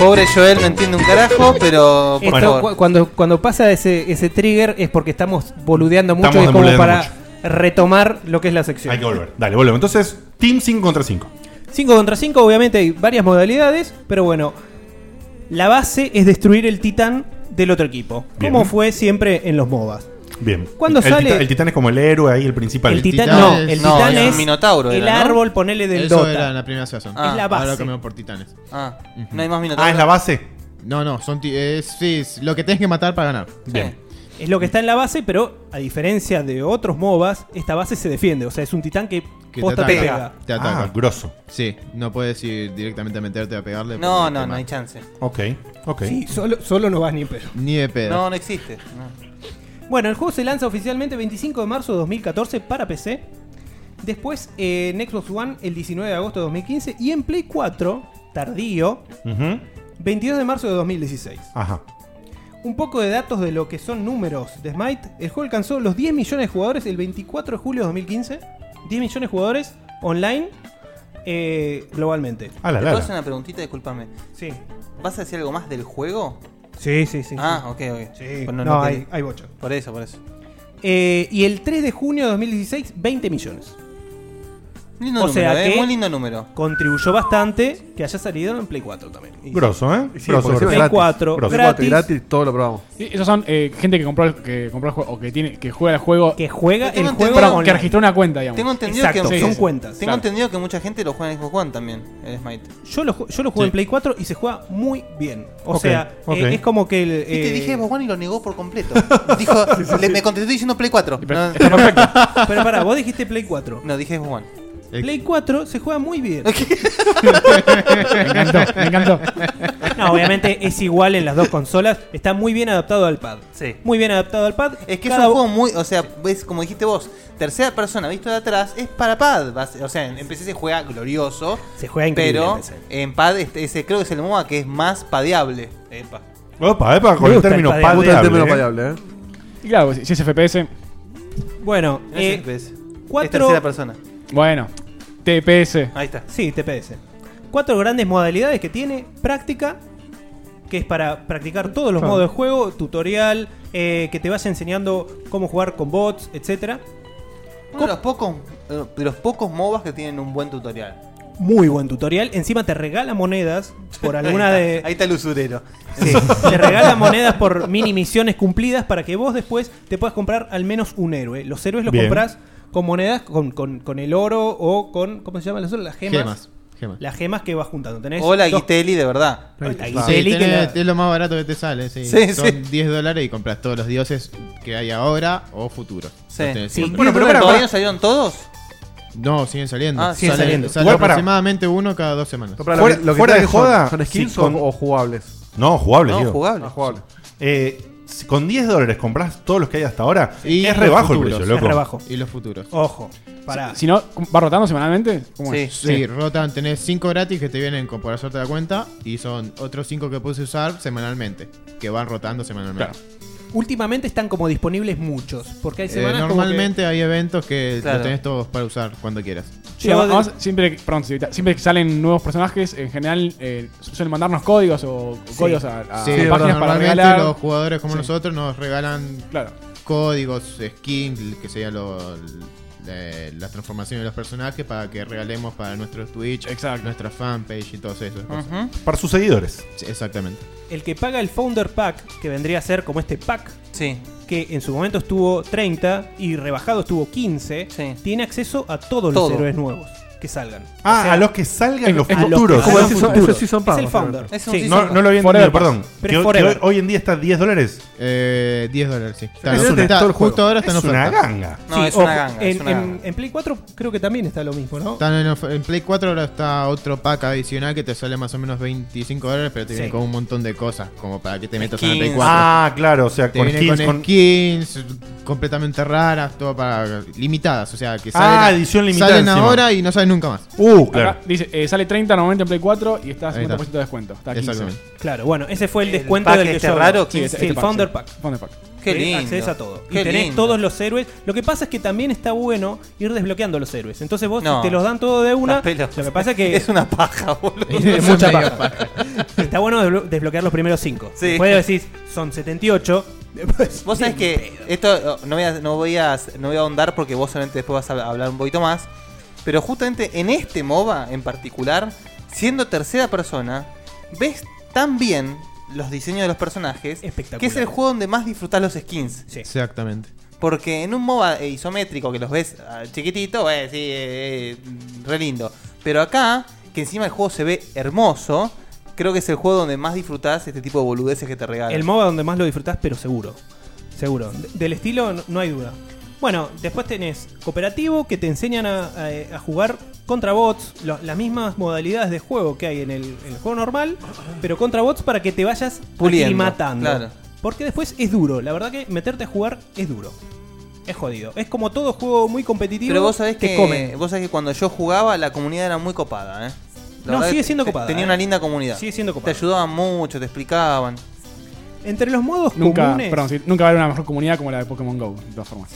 Pobre Joel, no entiende un carajo, pero por favor. Cuando pasa ese trigger es porque estamos boludeando mucho Estamos y es como boludeando para retomar lo que es la sección. Hay que volver. Dale, volvemos. Entonces, Team 5 contra 5. 5 contra 5, obviamente hay varias modalidades, pero bueno, la base es destruir el titán del otro equipo, Bien. como fue siempre en los MOBAs. Bien. ¿Cuándo sale? El titán es como el héroe ahí, el principal. El titán es un minotauro. el era, ¿no? árbol, ponele del Eso Dota. era en la primera season. Es la base. Ahora cambiamos por titanes. No hay más minotauros. ¿es la base? No, sí, es lo que tenés que matar para ganar. Bien. Es lo que está en la base, pero a diferencia de otros MOBAs, esta base se defiende. O sea, es un titán que posta te pega. Te ataca. Grosso. Sí, no puedes ir directamente a meterte a pegarle. No hay chance. Ok. Sí, solo no vas ni pedo. Ni de pedo. No existe. No. Bueno, el juego se lanza oficialmente el 25 de marzo de 2014 para PC. Después en Xbox One el 19 de agosto de 2015. Y en Play 4, tardío, 22 de marzo de 2016. Ajá. Un poco de datos de lo que son números de Smite. El juego alcanzó los 10 millones de jugadores el 24 de julio de 2015. 10 millones de jugadores online globalmente. ¿Te puedo hacer una preguntita? Discúlpame. Sí. ¿Vas a decir algo más del juego? Sí. Ok. Sí. Pues No, hay bocha. Por eso. Y el 3 de junio de 2016, 20 millones. Lindo número, muy lindo número. Contribuyó bastante que haya salido en Play 4 también. Grosso, ¿eh? Sí, Grosso. porque Play 4 gratis, todo lo probamos. Sí, esos son gente que compró el juego o que juega el juego. Que juega el juego Perdón, online. que registró una cuenta, digamos. Tengo entendido Exacto, que son cuentas. Tengo entendido que mucha gente lo juega en Xbox One también, el Smite. Yo lo jugué en Play 4 y se juega muy bien. O sea, es como que el. Y te dije Xbox One y lo negó por completo. Dijo, me contestó diciendo Play 4. Está perfecto. Pero pará, vos dijiste Play 4. No, dije Xbox One. Play 4 se juega muy bien. Me encantó. No, obviamente es igual en las dos consolas. Está muy bien adaptado al pad. Sí. Muy bien adaptado al pad. Es que es un juego muy, o sea, ves, como dijiste vos, tercera persona visto de atrás, es para pad. O sea, en PC se juega glorioso. Se juega increíble. Pero en PC. en pad creo que es el MOBA que es más padeable. Opa, con el término padeable. Y claro, si es FPS. Bueno, No es FPS. 4. Es tercera persona. Bueno, TPS. Ahí está. Sí, TPS. 4 grandes modalidades que tiene. Práctica, que es para practicar todos los modos de juego. Tutorial, que te vaya enseñando cómo jugar con bots, etcétera. Uno de los pocos MOBAs que tienen un buen tutorial. Muy buen tutorial. Encima te regala monedas por alguna de... Ahí está el usurero. Sí, te regala monedas por mini misiones cumplidas para que vos después te puedas comprar al menos un héroe. Los héroes los comprás con monedas, con el oro o con... ¿Cómo se llaman las gemas? Las gemas que vas juntando. Tenés o la Guitelli de verdad. Es lo más barato que te sale. Sí. Son $10 y compras todos los dioses que hay ahora o futuros. Bueno, pero ¿todavía no salieron todos? No, siguen saliendo. Siguen saliendo. Sale aproximadamente uno cada 2 semanas. Fuera de joda, ¿son skins o jugables? No, jugables, no, digo. jugables. Si con $10 compras todos los que hay hasta ahora, y es rebajo el precio, loco. Es rebajo. Y los futuros. Ojo. Pará. Si no, ¿va rotando semanalmente? Sí, rotan. Tenés 5 gratis que te vienen por la suerte de la cuenta. Y son otros 5 que puedes usar semanalmente. Que van rotando semanalmente. Claro. Últimamente están como disponibles muchos. Porque hay semanas normalmente hay eventos que lo tenés todos para usar cuando quieras. Sí, además, siempre que salen nuevos personajes, en general suelen mandarnos códigos o códigos a páginas para regalar. Los jugadores como nosotros nos regalan códigos, skins, que sean las transformaciones de los personajes para que regalemos para nuestro Twitch, nuestra fanpage y todo eso. Para sus seguidores. Sí, exactamente. El que paga el Founder Pack, que vendría a ser como este pack, que en su momento estuvo 30 y rebajado estuvo 15, tiene acceso a todos los héroes nuevos que salgan. Ah, o sea, a los que salgan los futuros. Eso sí son pagos. Es el Founder. No lo había entendido, perdón. Que hoy en día está $10. $10, sí. Justo ahora está en oferta. Es una ganga. No, es una ganga. En Play 4 creo que también está lo mismo, ¿no? En Play 4 ahora está otro pack adicional que te sale más o menos $25, pero te viene con un montón de cosas, como para que te metas en el Play 4. Ah, claro, o sea, con skins completamente raras, todo para limitadas, o sea, que salen, edición limitada salen ahora y no salen nunca más. Claro. Acá dice, sale 30 normalmente en Play 4 y está a 50% de descuento. Está a 15. Claro, bueno, ese fue el descuento del que raro. Sí, el Founder Pack. Qué lindo. Accedes a todo. Qué y tenés lindo. todos los héroes. Lo que pasa es que también está bueno ir desbloqueando los héroes. Entonces vos No. te los dan todo de una. Las pelos. Lo que pasa es que. Es una paja, boludo. Es mucha paja. Está bueno desbloquear los primeros 5. Sí. Después decís, son 78. Después, Vos sabés que esto no voy a ahondar porque vos solamente después vas a hablar un poquito más. Pero justamente en este MOBA en particular, siendo tercera persona, ves tan bien los diseños de los personajes que es el juego donde más disfrutás los skins. Exactamente. Porque en un MOBA isométrico que los ves chiquitito, re lindo. Pero acá, que encima el juego se ve hermoso, creo que es el juego donde más disfrutás este tipo de boludeces que te regalan. El MOBA donde más lo disfrutás, pero seguro. Seguro. Del estilo no hay duda. Bueno, después tenés cooperativo que te enseñan a jugar contra bots, las mismas modalidades de juego que hay en el juego normal, pero contra bots para que te vayas Puliendo, matando. claro. Porque después es duro, la verdad que meterte a jugar es duro. Es jodido. Es como todo juego muy competitivo. Pero vos sabés te come. vos sabés que cuando yo jugaba la comunidad era muy copada, ¿eh? La No, verdad sigue que siendo copada, Tenía una linda comunidad. Sigue siendo copada. Te ayudaban mucho, te explicaban. Entre los modos Nunca, comunes. perdón, sí, nunca va a haber una mejor comunidad como la de Pokémon GO, de todas formas.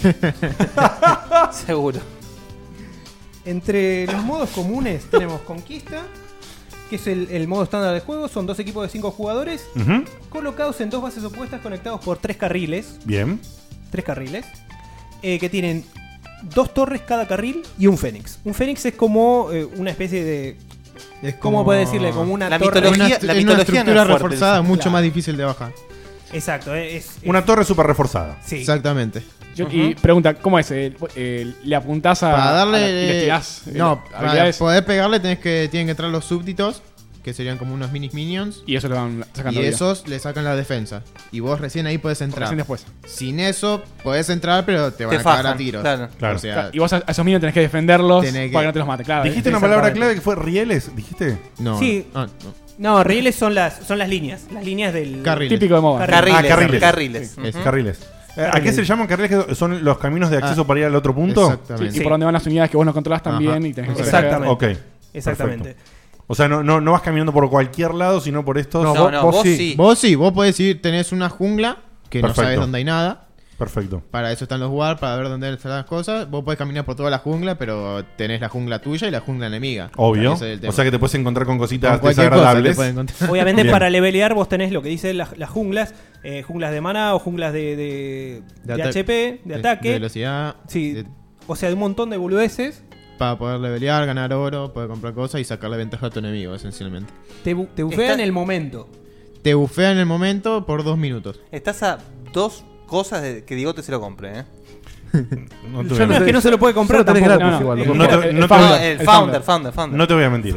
Seguro. Entre los modos comunes tenemos Conquista, que es el modo estándar de juego. Son 2 equipos de 5 jugadores colocados en 2 bases opuestas conectados por 3 carriles. Bien. 3 carriles. Que tienen 2 torres cada carril y un fénix. Un fénix es como una especie de... ¿Cómo puede decirle? Como una torre. Una estructura reforzada mucho Claro. más difícil de bajar. Exacto. Es Una torre súper reforzada. Sí. Exactamente. Y pregunta, ¿cómo es? ¿Le apuntás Para darle. y les tirás, no, para habilidades? poder pegarle tienen que entrar los súbditos, que serían como unos minions. Y eso le van sacando Y vida. esos le sacan la defensa. Y vos recién ahí podés entrar. Recién después. Sin eso, podés entrar, pero te van a cagar a tiros. Claro. O sea, Y vos a esos minions tenés que defenderlos Tenés que- para que no te los mate. Claro, ¿Dijiste una palabra clave que fue rieles? ¿Dijiste? No. Sí. Ah, No, rieles son las líneas. Las líneas del... Carriles. Típico de moda. Carriles. Carriles. Sí. Carriles. ¿A qué se llaman carriles? Que son los caminos de acceso para ir al otro punto. Exactamente. Y por donde van las unidades que vos no controlás también Ajá. y tenés que Exactamente. Ok. Exactamente. Perfecto. O sea, no vas caminando por cualquier lado, sino por estos. Vos sí. Vos podés ir, tenés una jungla que Perfecto. no sabes dónde hay nada. Perfecto. Para eso están los guard, para ver dónde están las cosas. Vos podés caminar por toda la jungla, pero tenés la jungla tuya y la jungla enemiga. Obvio. Ese es el tema. O sea que te puedes encontrar con cositas Con cualquier cosa desagradables. te pueden encontrar. Obviamente Bien. para levelear vos tenés lo que dicen las junglas. Junglas de mana o junglas de HP, de ataque. De velocidad. Sí. O sea, de un montón de boludeces. Para poder levelear, ganar oro, poder comprar cosas y sacarle ventaja a tu enemigo, esencialmente. Te bufean en el momento. Te bufean en el momento por 2 minutos. Estás a 2 cosas de que Digote se lo compre, ¿eh? No te Yo voy a no es que mentir. no se lo puede comprar Ya lo tenés tampoco. gratis igual, el no te- no te- founder. No te voy a mentir.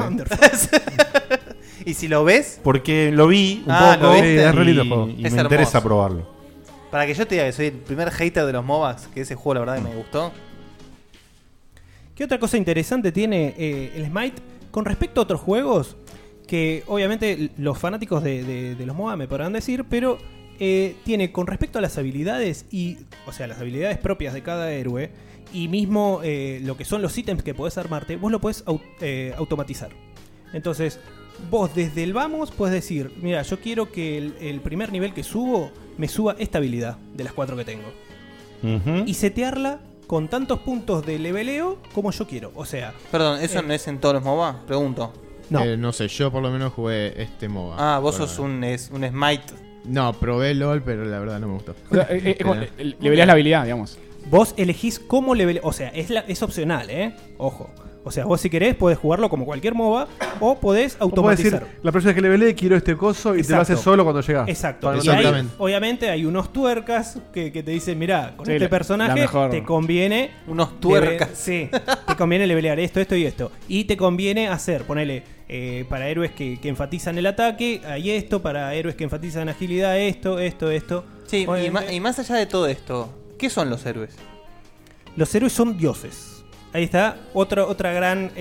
¿Y si lo ves? Porque lo vi un Ah, poco ¿lo viste? es re lindo Y- el juego. Y es me hermoso. interesa probarlo. Para que yo te diga que soy el primer hater de los MOBAs, que ese juego la verdad que me gustó. ¿Qué otra cosa interesante tiene el Smite con respecto a otros juegos? Que obviamente los fanáticos de los MOBA me podrán decir, pero tiene con respecto a las habilidades o sea, las habilidades propias de cada héroe y mismo lo que son los ítems que podés armarte, vos lo podés automatizar. Entonces, vos desde el vamos podés decir, mira, yo quiero que el primer nivel que subo me suba esta habilidad de las 4 que tengo. Y setearla con tantos puntos de leveleo como yo quiero. O sea... Perdón, ¿eso no es en todos los MOBA? Pregunto. No. No sé, yo por lo menos jugué este MOBA. Ah, vos Por sos ahora. un Smite. No, probé LOL, pero la verdad no me gustó. O sea, leveleás la habilidad, digamos. Vos elegís cómo levelear. O sea, es opcional, Ojo. O sea, vos si querés podés jugarlo como cualquier MOBA o podés automatizar. Decir, la próxima vez que levelé quiero este coso y te lo Exacto. haces solo cuando llegas. Exacto. Para Y no- hay, obviamente hay unos tuercas que te dicen, mirá, con Sí, este la personaje mejor. te conviene... Unos tuercas. Sí, te conviene levelear esto y esto. Y te conviene hacer, ponele, para héroes que enfatizan el ataque, hay esto, para héroes que enfatizan agilidad, esto. Sí, Obviamente, y más allá de todo esto, ¿qué son los héroes? los héroes son dioses. Ahí está, otra gran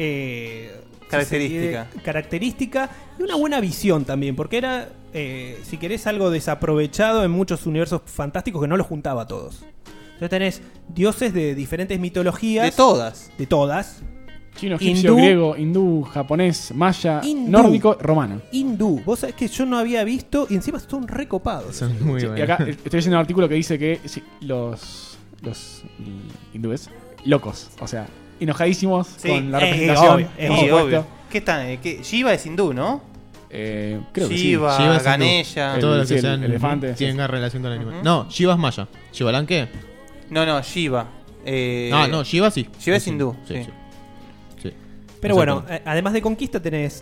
característica y una buena visión también, porque era, si querés, algo desaprovechado en muchos universos fantásticos que no los juntaba a todos. Entonces tenés dioses de diferentes mitologías. De todas. De todas. Chino, egipcio, griego, hindú, japonés, maya, nórdico, romano. Hindú. Vos sabés que yo no había visto y encima son recopados. Son muy buenos. Y acá estoy leyendo un artículo que dice que los hindúes, locos. O sea, enojadísimos con la representación. Obvio. ¿Qué están? Shiva es hindú, ¿no? Creo que Shiva, sí. Shiva Ganesha. Todos los que sean elefantes. tienen relación con el anime. No, Shiva es maya. ¿Shivalán qué? No, Shiva. No, Shiva sí. Shiva es hindú. Sí. Pero bueno, además de conquista tenés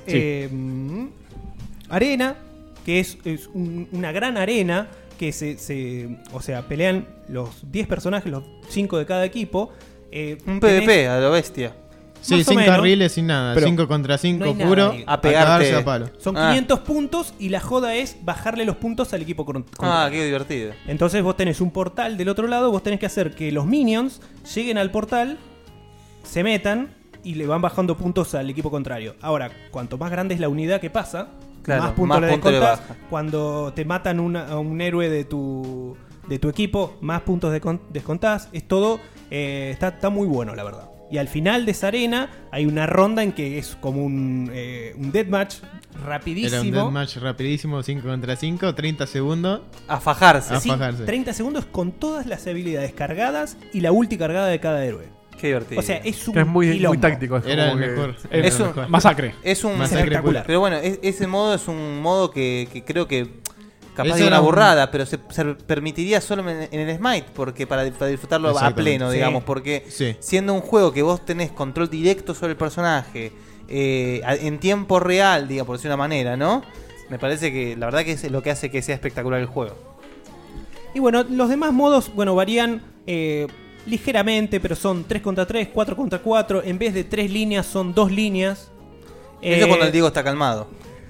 arena, que es una gran arena que o sea, pelean los 10 personajes, los 5 de cada equipo. Un PvP a lo bestia. Sí, sin carriles, sin nada. 5 contra 5 puro. A pegarse a palo. Son 500 puntos y la joda es bajarle los puntos al equipo contrario. Qué divertido. Entonces vos tenés un portal del otro lado, vos tenés que hacer que los minions lleguen al portal, se metan y le van bajando puntos al equipo contrario. Ahora, cuanto más grande es la unidad que pasa, más puntos le descontás. Cuando te matan a un héroe de tu equipo, más puntos descontás. Es todo, está muy bueno, la verdad. Y al final de esa arena hay una ronda en que es como un deathmatch rapidísimo. Era un deathmatch rapidísimo, 5 contra 5, 30 segundos. A fajarse. Sí, 30 segundos con todas las habilidades cargadas y la ulti cargada de cada héroe. Qué divertido. O sea, es muy táctico. Era el mejor. Es un masacre. Es un espectacular. Pero bueno, ese modo es un modo que creo que capaz de una burrada, pero se permitiría solo en el Smite, porque para disfrutarlo a pleno, digamos, porque siendo un juego que vos tenés control directo sobre el personaje, en tiempo real, diga, por decir una manera, ¿no? Me parece que la verdad que es lo que hace que sea espectacular el juego. Y bueno, los demás modos, varían ligeramente, pero son 3 contra 3, 4 contra 4. En vez de 3 líneas, son 2 líneas. Eso es cuando el Diego está calmado.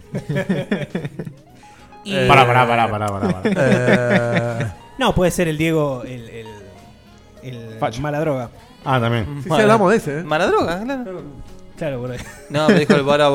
No, puede ser el Diego el mala droga. También. Sí, hablamos de ese, Mala droga, claro. Claro, por ahí. No, me dijo el bara.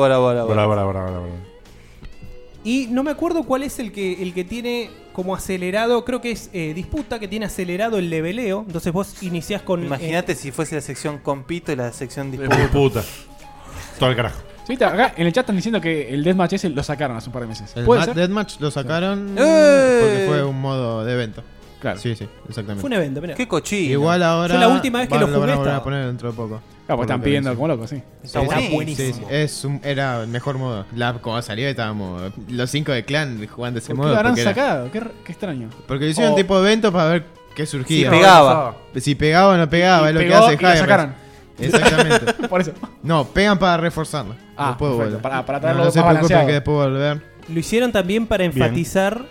Y no me acuerdo cuál es el que tiene como acelerado, creo que es disputa, que tiene acelerado el leveleo. Entonces vos iniciás con... Imagínate si fuese la sección compito y la sección disputa. Disputa. Todo el carajo. Sí, acá en el chat están diciendo que el Deathmatch ese lo sacaron hace un par de meses. El ¿Puede ser? Deathmatch lo sacaron porque fue un modo de evento. Claro. Sí, exactamente. Fue un evento, mirá. Qué cochino. Igual ahora... Fue la última vez que lo jugué. van a volver a poner dentro de poco. Claro, pues están pidiendo como locos, sí. Está buenísimo. Era el mejor modo. Cuando salió estábamos los 5 de clan jugando ese modo. ¿Por qué lo habrán sacado? Qué extraño. Porque hicieron un tipo de evento para ver qué surgía. Si pegaba o no pegaba, es lo que hace Hyper. Sacaron. Exactamente. Por eso. No, pegan para reforzarlo. Después vuelve. Para traerlo no se más preocupen balanceado. que después volver. Lo hicieron también para enfatizar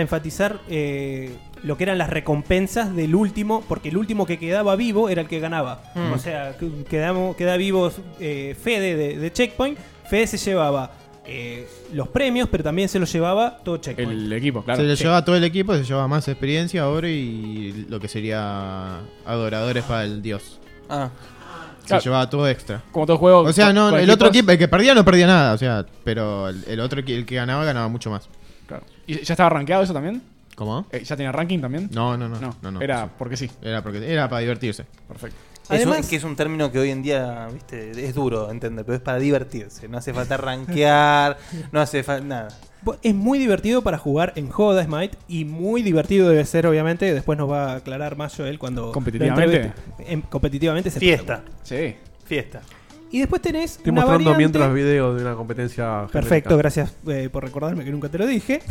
lo que eran las recompensas del último, porque el último que quedaba vivo era el que ganaba. O sea, queda vivo Fede de Checkpoint. Fede se llevaba los premios, pero también se los llevaba todo Checkpoint. El equipo, claro. Se lo llevaba todo el equipo, se llevaba más experiencia, oro y lo que sería adoradores para el dios. Se llevaba todo extra. Como todo juego. O sea, el otro equipo, el que perdía no perdía nada, o sea, pero el otro, el que ganaba mucho más. Claro. ¿Y ya estaba rankeado eso también? ¿Cómo? ¿Ya tenía ranking también? No. Era porque sí. Era para divertirse. Perfecto. Además, que es un término que hoy en día, viste, es duro entender, pero es para divertirse. No hace falta rankear, no hace falta nada. Es muy divertido para jugar en juego de Smite y muy divertido debe ser, obviamente. Después nos va a aclarar más Joel cuando... Competitivamente. Competitivamente se Fiesta. Sí. Fiesta. Y después tenés Estoy una mostrando variante... mientras videos de una competencia Perfecto, gracias por recordarme que nunca te lo dije.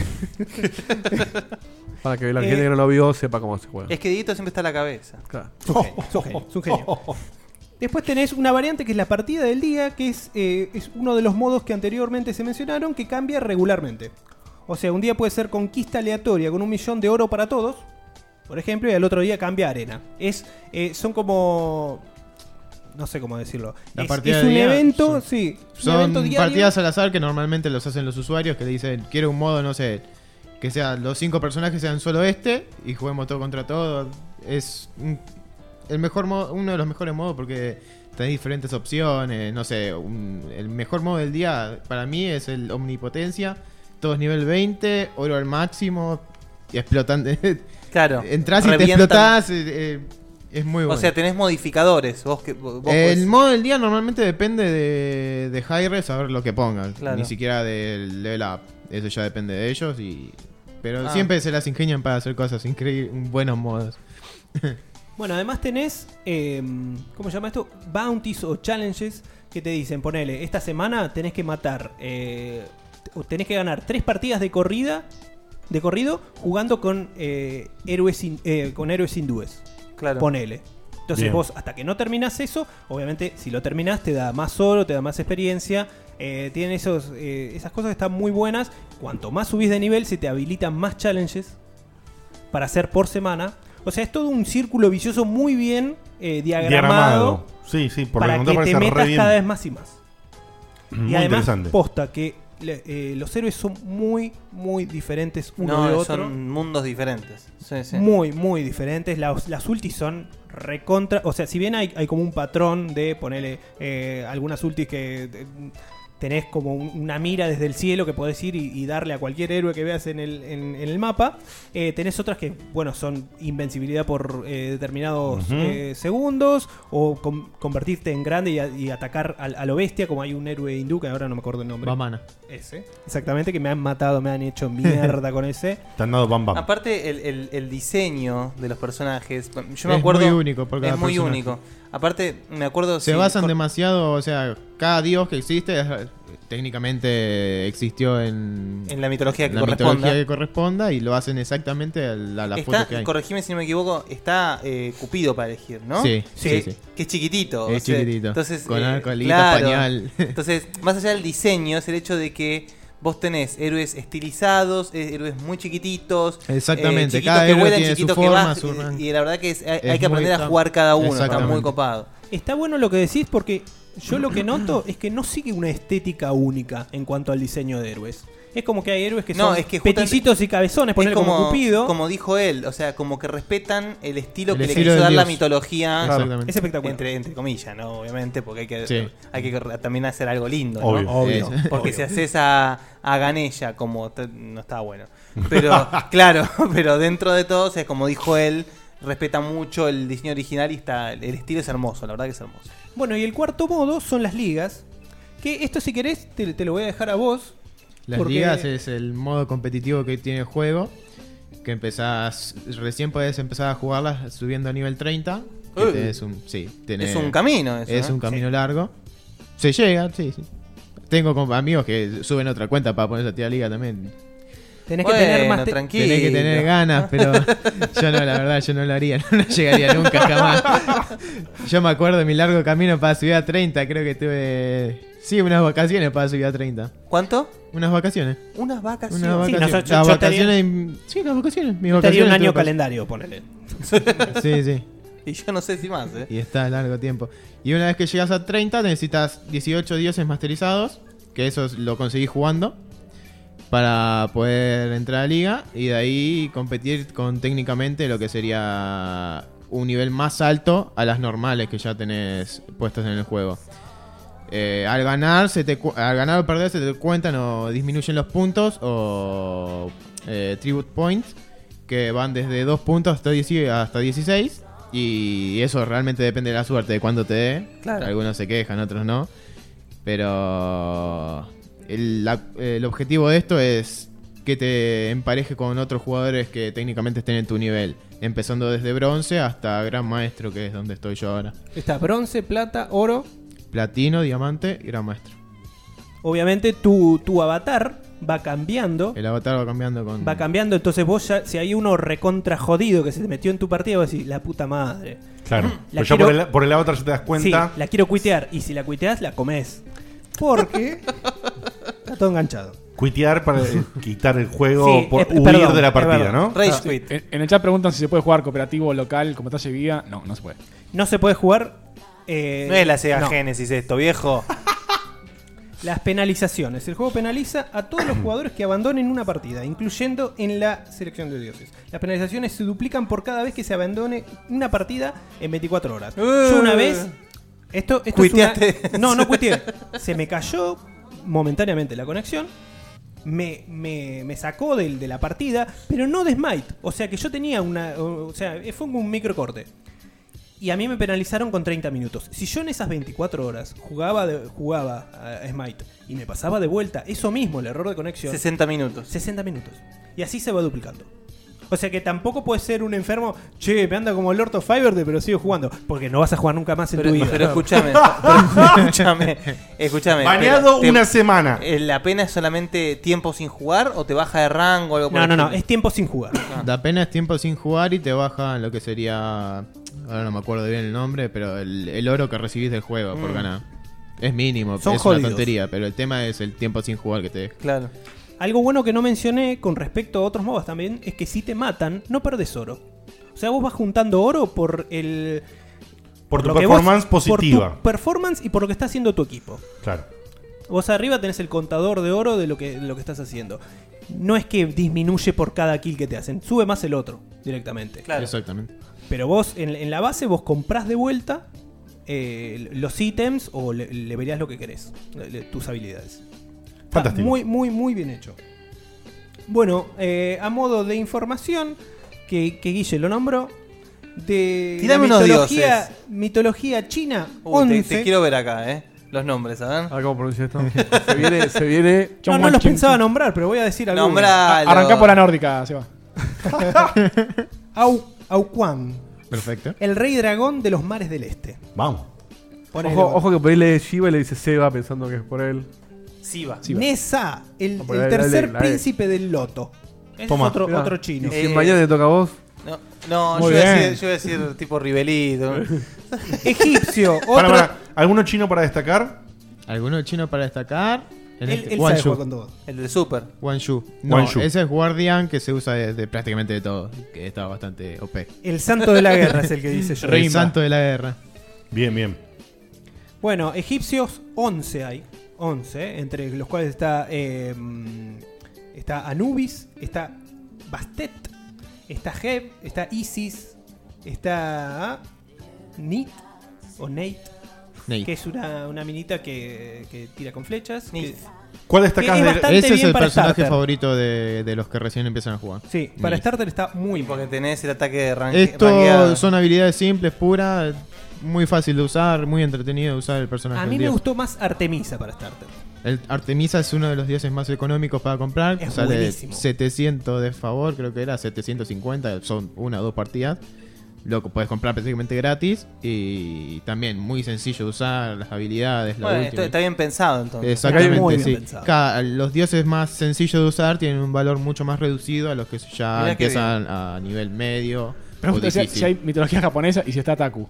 Para que la gente que no lo vio sepa cómo se juega. Es que Dieguito siempre está a la cabeza. Claro. Es un genio. Después tenés una variante que es la partida del día, que es uno de los modos que anteriormente se mencionaron, que cambia regularmente. O sea, un día puede ser conquista aleatoria con 1.000.000 de oro para todos, por ejemplo, y al otro día cambia arena. Son como... No sé cómo decirlo. Es un evento, sí. Son partidas al azar que normalmente los hacen los usuarios, que le dicen, quiero un modo, no sé, que sean los 5 personajes sean solo y juguemos todo contra todo. Es el mejor modo, uno de los mejores modos porque tenés diferentes opciones. No sé, el mejor modo del día para mí es el omnipotencia. Todos nivel 20, oro al máximo y explotan. Claro. Entrás y te explotás. Es muy bueno. O sea, tenés modificadores. Vos el modo del día normalmente depende de Hi-Res a ver lo que pongan. Claro. Ni siquiera del level up. Eso ya depende de ellos. Pero Ah. siempre se las ingenian para hacer cosas increíbles, buenos modos. Bueno, además tenés, ¿cómo se llama esto? Bounties o challenges que te dicen, ponele, esta semana tenés que matar, o tenés que ganar 3 partidas de corrido jugando con héroes hindúes. Claro. Ponele. Entonces Bien. vos, hasta que no terminás eso, obviamente si lo terminás te da más oro, te da más experiencia. Tienen esas cosas que están muy buenas. Cuanto más subís de nivel, se te habilitan más challenges para hacer por semana. O sea, es todo un círculo vicioso muy bien diagramado. Sí, por para lo que parece te re metas bien. cada vez más y más. Muy Y además, interesante. posta que los héroes son muy, muy diferentes uno de otro. son mundos diferentes. Sí, sí. Muy, muy diferentes. Las ultis son recontra. O sea, si bien hay como un patrón de ponerle algunas ultis que tenés como una mira desde el cielo que podés ir y darle a cualquier héroe que veas en el mapa. Tenés otras que, bueno, son invencibilidad por determinados segundos, o convertirte en grande y atacar a lo bestia, como hay un héroe hindú que ahora no me acuerdo el nombre. Vamana. Ese. Exactamente, que me han matado, me han hecho mierda con ese. Te han dado bam bam. Aparte, el diseño de los personajes. Yo me Es acuerdo. muy único por cada Es muy personaje. único. Aparte, me acuerdo. Se basan demasiado, o sea, cada dios que existe técnicamente existió en la mitología que la corresponda. mitología que corresponda, y lo hacen exactamente a la foto que hay. Corregime si no me equivoco, está Cupido para elegir, ¿no? Sí, que, sí. que es chiquitito. Es chiquitito. Entonces, Con colita, pañal. Entonces, más allá del diseño, es el hecho de que vos tenés héroes estilizados, héroes muy chiquititos. Exactamente, chiquitos cada que héroe vuelan, tiene su chiquitos que forma, bajan, su rango. y la verdad que hay Es que aprender muy- a jugar cada uno, está Exactamente. muy copado. Está bueno lo que decís, porque yo lo que noto es que no sigue una estética única en cuanto al diseño de héroes. Es como que hay héroes que son peticitos y cabezones, ponerle como Cupido. Como dijo él, o sea, como que respetan el estilo El que estilo le quiso del dar la dios. mitología. Exactamente. Es espectacular. Entre comillas, ¿no? Obviamente, porque Sí. hay que también hacer algo lindo, ¿no? Obvio. Porque Obvio. si haces a Ganesha como no está bueno. Pero, claro, pero dentro de todo, o sea, como dijo él, respeta mucho el diseño original y el estilo es hermoso, la verdad que es hermoso. Bueno, y el cuarto modo son las ligas. Que esto, si querés, te lo voy a dejar a vos. Las porque- ligas es el modo competitivo que tiene el juego. Que recién podés empezar a jugarlas subiendo a nivel 30. Que tenés Es un camino eso, Es ¿eh? un camino Sí. largo. Se llega, sí. Tengo amigos que suben otra cuenta para ponerse a tirar liga también. Tenés que tener más tranquilo. Tenés que tener ganas, pero yo no, la verdad, yo no lo haría, no llegaría nunca jamás. Yo me acuerdo de mi largo camino para subir a 30, creo que tuve unas vacaciones para subir a 30. ¿Cuánto? Unas vacaciones. Unas vacaciones. Unas Sí, vacaciones. yo Las estaría- vacaciones. Sí, las vacaciones. Mis Estaría vacaciones un año tuve para- calendario, ponele. Sí. Y yo no sé si más, ¿eh? Y está a largo tiempo. Y una vez que llegas a 30, necesitas 18 dioses masterizados. Que eso lo conseguís jugando. Para poder entrar a liga. Y de ahí competir con técnicamente lo que sería un nivel más alto a las normales que ya tenés puestas en el juego. Al ganar o perder se te cuentan o disminuyen los puntos o tribute points, que van desde 2 puntos hasta 16. Y eso realmente depende de la suerte, de cuándo te dé. Claro. Algunos se quejan, otros no. Pero el objetivo de esto es que te empareje con otros jugadores que técnicamente estén en tu nivel. Empezando desde bronce hasta gran maestro, que es donde estoy yo ahora. Está bronce, plata, oro. Platino, diamante y gran maestro. Obviamente tu avatar va cambiando. El avatar va cambiando con... Va cambiando, entonces vos ya, si hay uno recontra jodido que se te metió en tu partida, vos decís, la puta madre. Claro. La Pues ya quiero- por el avatar ya te das cuenta. Sí, la quiero cuitear. Y si la cuiteás, la comés. Porque está todo enganchado. Cuitear para quitar el juego, Sí, por es- huir perdón, de la es partida, verdad. ¿no? Rage quit. En el chat preguntan si se puede jugar cooperativo local como talle guía. No, no se puede. No se puede jugar. No es la Sega no. Genesis esto, viejo. Las penalizaciones. El juego penaliza a todos los jugadores que abandonen una partida, incluyendo en la selección de dioses. Las penalizaciones se duplican por cada vez que se abandone una partida en 24 horas. Yo una vez... Esto es Cuiteaste. una... No cuiteé. Se me cayó momentáneamente la conexión. Me sacó de la partida, pero no de Smite. O sea que yo tenía una... O sea, fue como un microcorte. Y a mí me penalizaron con 30 minutos. Si yo en esas 24 horas jugaba a Smite y me pasaba de vuelta eso mismo, el error de conexión, 60 minutos. 60 minutos. Y así se va duplicando. O sea que tampoco puedes ser un enfermo, che, me anda como Lord of Fiberde, pero sigo jugando. Porque no vas a jugar nunca más en tu vida. Pero escúchame. Baneado una semana. ¿La pena es solamente tiempo sin jugar o te baja de rango o algo por No, es tiempo sin jugar. La pena es tiempo sin jugar y te baja lo que sería, ahora no me acuerdo bien el nombre, pero el oro que recibís del juego por ganar. Es mínimo, Son es jodidos. una tontería, pero el tema es el tiempo sin jugar que te deja. Claro. Algo bueno que no mencioné con respecto a otros MOBAs también es que si te matan, no perdés oro. O sea, vos vas juntando oro por el... Por tu lo que performance positiva. Por tu performance y por lo que está haciendo tu equipo. Claro. Vos arriba tenés el contador de oro de lo que estás haciendo. No es que disminuye por cada kill que te hacen, sube más el otro directamente. Claro. Exactamente. Pero vos en la base vos comprás de vuelta los ítems o le verías lo que querés, tus habilidades. Fantástico. Muy, muy, muy bien hecho. Bueno, a modo de información, que Guille lo nombró, de Tirame la unos mitología china, te quiero ver acá, los nombres, ¿saben? ¿Cómo pronuncia esto? se viene. No los pensaba nombrar, pero voy a decir algo. Arrancá por la nórdica, se va. Auquan. Perfecto. El rey dragón de los mares del este. Vamos. Ojo que por ahí le Shiva y le dice Seba pensando que es por él. Siva. Nessa, el por ahí, tercer dale. príncipe del loto. Ese es otro chino. Y si mañana te toca a vos. No, yo Muy iba a bien. decir tipo Rivelito. Egipcio. Para. ¿Alguno chino para destacar? ¿Alguno chino para destacar? Él sabe Wanshu. jugar con todo. El de Super. Wanshu. No, Wanshu. ese es Guardian que se usa de prácticamente de todo. Que está bastante OP. El santo de la guerra es el que dice yo. El santo de la guerra. Bien. Bueno, egipcios 11 hay. 11, entre los cuales está Anubis, está Bastet, está Heb, está Isis, está Nit o Nate, que es una minita que tira con flechas. ¿Cuál destacás que es de bastante Ese es bien el para personaje starter. favorito de los que recién empiezan a jugar. Sí, para starter está muy bien. Porque tenés el ataque de Esto son habilidades simples, puras, muy fácil de usar, muy entretenido de usar el personaje. A mí me gustó más Artemisa para starter. El Artemisa es uno de los dioses más económicos para comprar. Es Sale buenísimo. 700 de favor, creo que era 750. Son una o dos partidas. Lo puedes comprar prácticamente gratis. Y también muy sencillo de usar. Las habilidades, la Bueno, última. está bien pensado entonces. Exactamente, Muy bien sí. pensado. Los dioses más sencillos de usar tienen un valor mucho más reducido a los que ya Mirá qué empiezan a nivel medio. O Pregunta si difícil. hay mitología japonesa y si está Taku.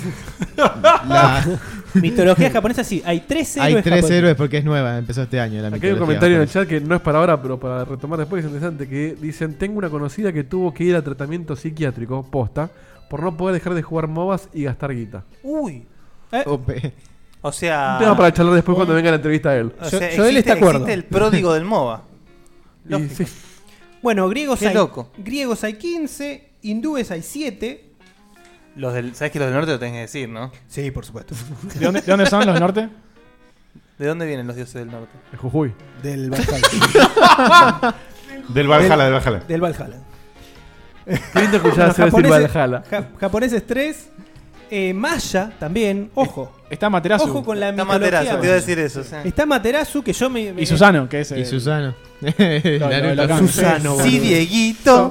Mitología japonesa sí, hay 3 héroes Hay 3 japoneses. héroes porque es nueva, empezó este año. La Aquí hay un mitología comentario en el japonesa. chat que no es para ahora, pero para retomar después es interesante. Que dicen: tengo una conocida que tuvo que ir a tratamiento psiquiátrico, posta, por no poder dejar de jugar MOBAs y gastar guita. Uy. OP. O sea. Un tema para charlar después cuando venga la entrevista a él. O sea, yo él está de acuerdo. existe el pródigo del MOBA. Y sí. Bueno, griegos Qué hay, loco. griegos hay 15, hindúes hay 7. ¿Sabes que los del norte lo tenés que decir, no? Sí, por supuesto. ¿De dónde son los del norte? ¿De dónde vienen los dioses del norte? De Jujuy. Del Valhalla. Del Valhalla. Del Valhalla. Qué lindo escuchar hacer decir Valhalla. Japoneses 3. Maya también, ojo. Está Materazu. Ojo con la Está mitología. Materazo, te iba a decir eso. Sí. Está Materazu, que yo me... Y Susano, que es Y el... Susano. Susano, Sí, boludo. Dieguito.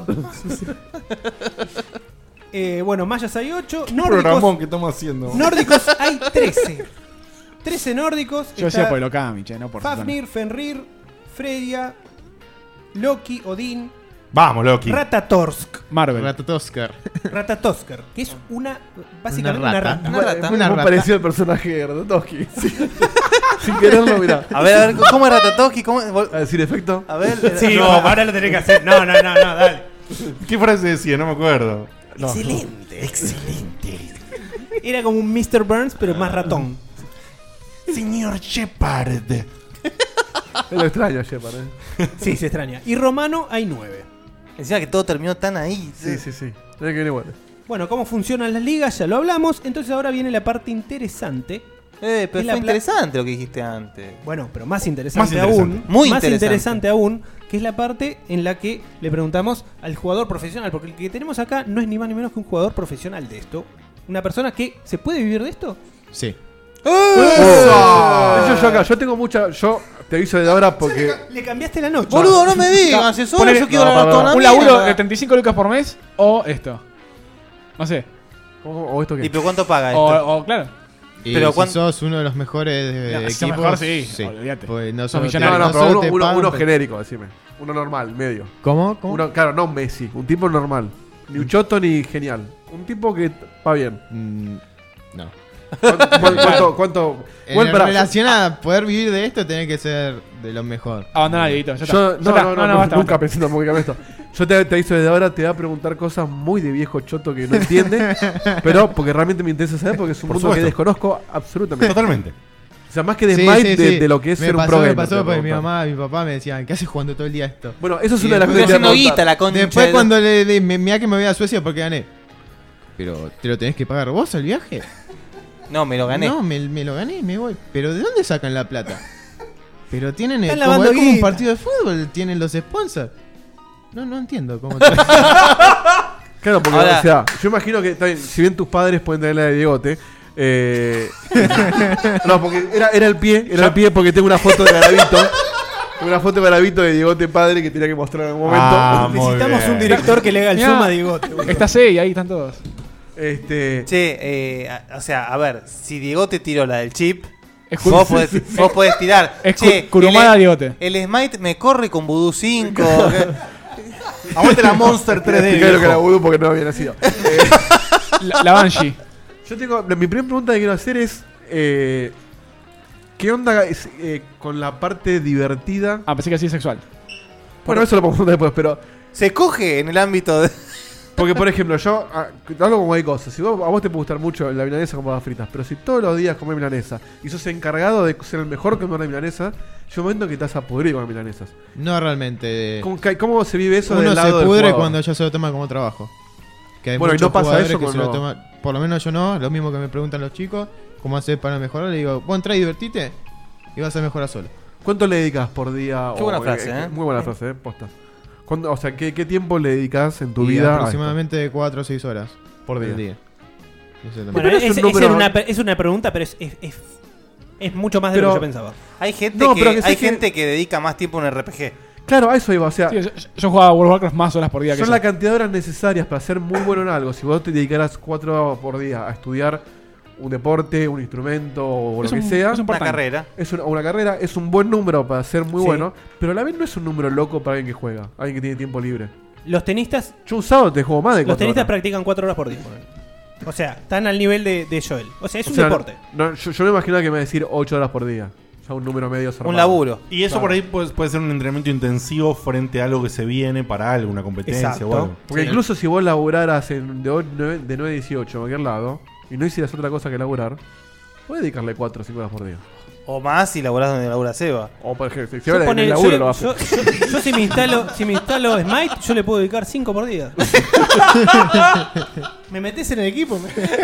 Bueno, mayas hay 8. Programón que estamos haciendo. Nórdicos hay 13. 13 nórdicos. Yo decía por el Okami, che, no por Fafnir, Fenrir, Freya, Loki, Odín, Vamos, Loki. Ratatorsk. Marvel. Ratatoskar. Ratatoskr, que es básicamente una rata. Una rata. Muy parecido al personaje de Ratatoski. Sin quererlo, mirá. A ver, ¿cómo es Ratatoski? A decir efecto. A ver. Sí, no, ahora lo tenés que hacer. No, dale. ¿Qué frase decía? No me acuerdo. No. Excelente. Era como un Mr. Burns, pero más ratón. Señor Shepard. Lo extraño, Shepard. Sí, se extraña. Y romano hay 9. Encima que todo terminó tan ahí. Sí. Tiene que viene igual. Bueno, cómo funcionan las ligas, ya lo hablamos. Entonces ahora viene la parte interesante. Pero Es la fue interesante lo que dijiste antes. Bueno, pero más interesante, Más interesante. aún. Muy más interesante. interesante aún, que es la parte en la que le preguntamos al jugador profesional. Porque el que tenemos acá no es ni más ni menos que un jugador profesional de esto. una persona que se puede vivir de esto. Sí. Eso yo acá, yo tengo mucha. Yo te aviso de ahora porque. Le cambiaste la noche. Boludo, no me digas eso. Ponele- Yo quiero ganar toda la un laburo mierda. de 35 lucas por mes o esto. No sé. ¿O esto qué? ¿Y pero cuánto paga esto? O claro. Y Pero si sos uno de los mejores No, si sos equipos, mejor, sí, olvídate. Pues no Sos solo te- millonario. No, no pero solo te pagan, uno pero- genérico, decime. Uno normal, medio. ¿Cómo? Claro, no Messi. Un tipo normal. Ni un choto ni genial. Un tipo que va bien. No. ¿Cuánto? En Bueno, pará, relación a poder vivir de esto, tiene que ser de lo mejor. Abandona, Dieguito. Ya Yo, está. no, basta, nunca basta. pensé tampoco que esto. Yo te aviso desde ahora, te voy a preguntar cosas muy de viejo choto que no entiende, pero porque realmente me interesa saber porque es un Por mundo que supuesto. desconozco absolutamente. Totalmente. O sea, más que de Sí, Smite, sí. de lo que es me ser un pasó, pro Me gamer, pasó te porque mi preguntan. mamá y mi papá me decían, ¿qué haces jugando todo el día esto? Bueno, eso es Y una de las después- cosas que te voy a preguntar. la concha Después de- cuando mirá que me voy a Suecia porque gané. Pero, ¿te lo tenés que pagar vos el viaje? No, me lo gané. No, me lo gané, me voy. ¿Pero de dónde sacan la plata? Pero tienen Están como, lavando es como un guita. partido de fútbol, tienen los sponsors. No entiendo cómo Claro, porque, Ahora- o sea, yo imagino que, está bien, si bien tus padres pueden tener la de Diegote, no, porque era el pie porque tengo una foto de Garavito. Una foto de Garavito de Diegote padre que tenía que mostrar en algún momento. Ah, muy Necesitamos bien. un director que le haga el Mirá, zoom a Diegote. boludo. Está C y ahí están todos. Che, o sea, a ver, si Diego te tiró la del chip, Es vos cur- podés tirar. Es Che, Kurumada el- Diegote. El Smite me corre con Voodoo 5. Aguante la Monster 3D. Creo que era viejo. Voodoo porque no había nacido. La Banshee. Yo tengo. Mi primera pregunta que quiero hacer es. ¿Qué onda con la parte divertida? Ah, pensé que así sexual. Bueno, eso lo podemos preguntar después, pero. Se coge en el ámbito de. Porque, por ejemplo, yo hablo como hay cosas. Si a vos te puede gustar mucho la milanesa con papas fritas, pero si todos los días comés milanesa y sos encargado de ser el mejor comedor de milanesa, llega un momento que te vas a pudrir con las milanesas. No realmente. ¿Cómo se vive eso Uno del lado se del pudre jugador? cuando ya se lo toma como trabajo. Que hay Bueno, y muchos no pasa jugadores eso que con se lo lo- toman. Por lo menos yo no. Lo mismo que me preguntan los chicos. ¿Cómo haces para mejorar? Le digo, vos entrá y divertite y vas a mejorar solo. ¿Cuánto le dedicas por día? Qué buena frase, ¿eh? Muy buena frase, posta. O sea, ¿qué tiempo le dedicas en tu Y vida? aproximadamente 4 o 6 horas Por día. Eso también. Bueno, Pero es un esa número- es una pregunta, pero es mucho más de Pero- lo que yo pensaba. Hay gente, No, que, pero que sé hay que- gente que dedica más tiempo a un RPG. Claro, a eso iba. O sea, Sí, yo jugaba World of Warcraft más horas por día que son eso. la cantidad de horas necesarias para ser muy bueno en algo. Si vos te dedicaras 4 horas por día a estudiar un deporte, un instrumento o Es lo que un- sea, es un Una part-time. carrera. una carrera, es un buen número para ser muy Sí. bueno, pero a la vez no es un número loco para alguien que juega, alguien que tiene tiempo libre. Los tenistas, Yo un sábado te juego más de 4 los tenistas horas. practican 4 horas por día. ponele. O sea, están al nivel de Joel. O sea, es O un sea, deporte. no, yo me imaginaba que me iba a decir 8 horas por día. Ya un número medio zarpado. Un laburo. Y eso Claro. por ahí puede ser un entrenamiento intensivo frente a algo que se viene para algo, una competencia Exacto. o algo. Porque Sí. incluso si vos laburaras de 9 a 18 a cualquier lado y no hicieras otra cosa que laburar, podés dedicarle 4 o 5 horas por día. O más si laburás donde labura Seba. O por ejemplo, si Yo, ahora en el ponele, laburo yo- lo hace. yo si me instalo Smite, yo le puedo dedicar 5 por día. ¿Me metes en el equipo?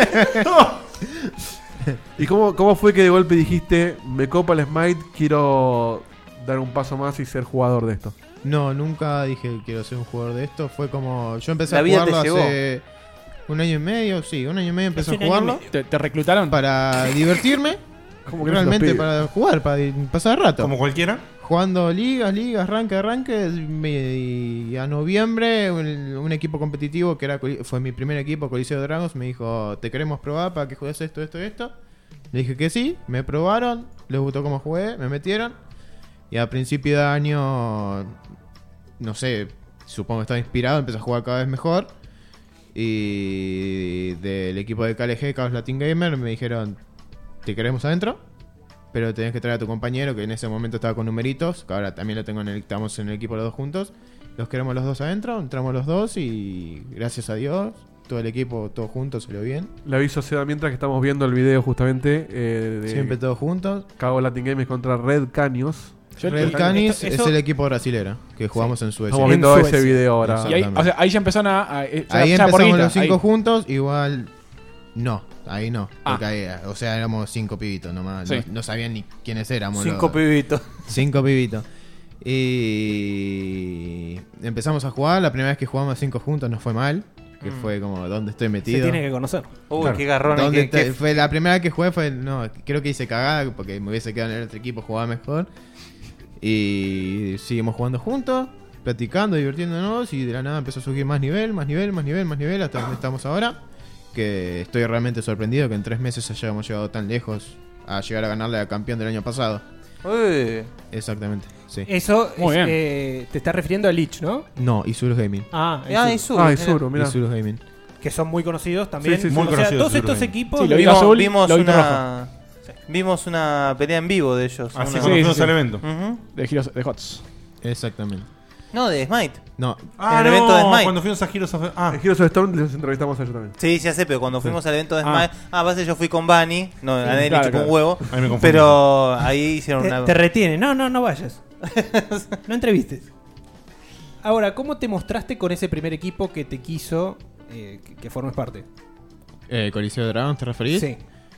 ¿Y cómo fue que de golpe dijiste, me copa el Smite, quiero dar un paso más y ser jugador de esto? No, nunca dije que quiero ser un jugador de esto. Fue como. Yo empecé La a vida te jugarlo llevó. hace un año y medio. Sí, un año y medio empecé Hace a un año y jugarlo. medio. ¿Te reclutaron? Para divertirme. ¿Cómo que no se los Realmente pide? para jugar, para pasar el rato. Como cualquiera. Jugando ligas, arranque. Y a noviembre, un equipo competitivo que fue mi primer equipo, Coliseo de Dragons, me dijo: te queremos probar para que juegues esto. Le dije que sí, me probaron, les gustó cómo jugué, me metieron. Y a principio de año, no sé, supongo que estaba inspirado, empecé a jugar cada vez mejor. Y del equipo de KLG, Chaos Latin Gamer, me dijeron: te queremos adentro, pero tenés que traer a tu compañero, que en ese momento estaba con numeritos, que ahora también lo tengo estamos en el equipo los dos juntos. Los queremos los dos adentro, entramos los dos y gracias a Dios, todo el equipo, todos juntos, salió bien. Le aviso a Seba mientras que estamos viendo el video justamente de Siempre todos juntos. Cago Latin Games contra Red Caños. Red Canis eso- es el equipo brasilero que jugamos en Suecia. Estamos viendo En ese Suecia. video ahora. Y ahí, o sea, ahí ya empezaron Ahí ya empezamos por guita, los 5 ahí. juntos, igual no, ahí no. Ah. Porque ahí, o sea, éramos 5 pibitos nomás. Sí. No sabían ni quiénes éramos. 5 pibitos. 5 pibitos. Y empezamos a jugar. La primera vez que jugamos 5 juntos nos fue mal. que fue como ¿dónde estoy metido? Se tiene que conocer. Uy, qué garrón. Fue la primera vez que jugué, creo que hice cagada porque me hubiese quedado en el otro equipo, jugaba mejor. Y seguimos jugando juntos, platicando, divirtiéndonos, y de la nada empezó a subir más nivel, hasta donde estamos ahora. Que estoy realmente sorprendido que en 3 meses hayamos llegado tan lejos a llegar a ganarle al campeón del año pasado. Exactamente, sí. Eso te estás refiriendo a Lich, ¿no? No, Isurus Gaming. Isurus, mirá. Isurus Gaming. Que son muy conocidos también. Sí, muy conocidos. Todos estos equipos. Sí, vimos una pelea en vivo de ellos. Así conocimos el evento. De HOTS. Exactamente. No, de Smite. No. En el evento de Smite. Cuando fuimos a Heroes of... Heroes of Storm los entrevistamos a ellos también. Sí, ya sé, pero cuando fuimos al evento de Smite... base yo fui con Bunny. No, a Nelly chupó un huevo. Ahí me confundí. Pero ahí hicieron una... Te retiene. No vayas. No entrevistes. Ahora, ¿cómo te mostraste con ese primer equipo que te quiso que formes parte? ¿Coliseo de Dragons te referís? Sí.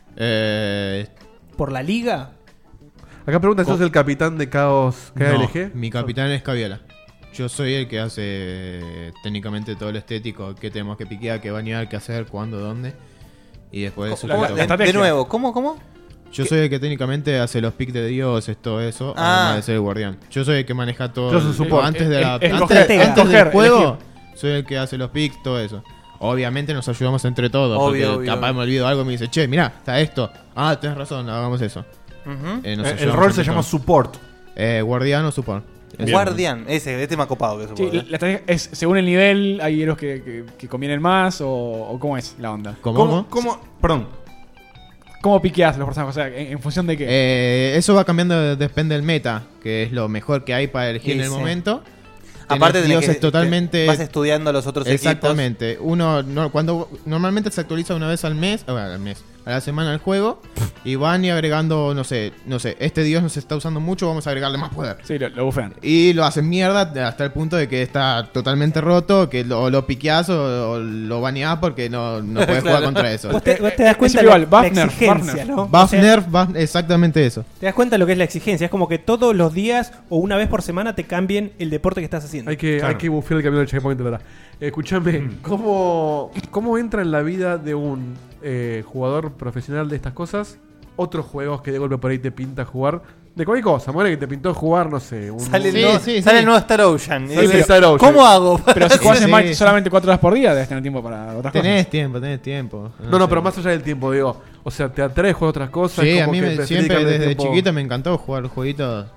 ¿Por la liga? Acá pregunta, ¿sos el capitán de Chaos KLG? No, mi capitán es Caviola. Yo soy el que hace técnicamente todo lo estético, qué tenemos que piquear, qué banear, qué hacer, cuándo, dónde. Y después de nuevo, ¿cómo? Yo soy el que técnicamente hace los picks de dioses, todo eso, además de ser el guardián. Yo soy el que maneja todo. Yo soy support. Antes del juego, soy el que hace los picks, todo eso. Obviamente nos ayudamos entre todos. Obvio. Capaz me olvido algo y me dice, che, mirá, está esto. Ah, tenés razón, hagamos eso. El rol se llama support. Guardián o support. Guardián, este más copado que support. Sí, la estrategia es según el nivel, hay héroes que convienen más o cómo es la onda. ¿Cómo? Perdón. ¿Cómo piqueas los personajes? O sea, ¿en función de qué? Eso va cambiando, depende del meta, que es lo mejor que hay para elegir en el momento. Aparte de que totalmente vas estudiando los otros exactamente. equipos. Cuando normalmente se actualiza una vez al mes, a la semana el juego, y van y agregando, no sé, este dios nos está usando mucho, vamos a agregarle más poder. Sí, lo bufean. Y lo hacen mierda hasta el punto de que está totalmente roto, que lo piqueas o lo baneás porque no puedes jugar contra eso. Vos te das cuenta de la exigencia, ¿no? Exactamente eso. Te das cuenta de lo que es la exigencia. Es como que todos los días o una vez por semana te cambien el deporte que estás haciendo. Hay que bufear el camino del checkpoint, ¿verdad? Escúchame, ¿cómo entra en la vida de un jugador profesional de estas cosas otros juegos que de golpe por ahí te pinta jugar? De cualquier cosa, muere que te pintó jugar, no sé. Sale el nuevo Star Ocean. Star Ocean. ¿Cómo hago? Pero si jugás en Smite solamente 4 horas por día, debes tener tiempo para otras cosas. Tenés tiempo. No, pero más allá del tiempo, digo. O sea, te atrae jugar otras cosas. Sí, a mí siempre desde chiquito me encantó jugar los jueguitos.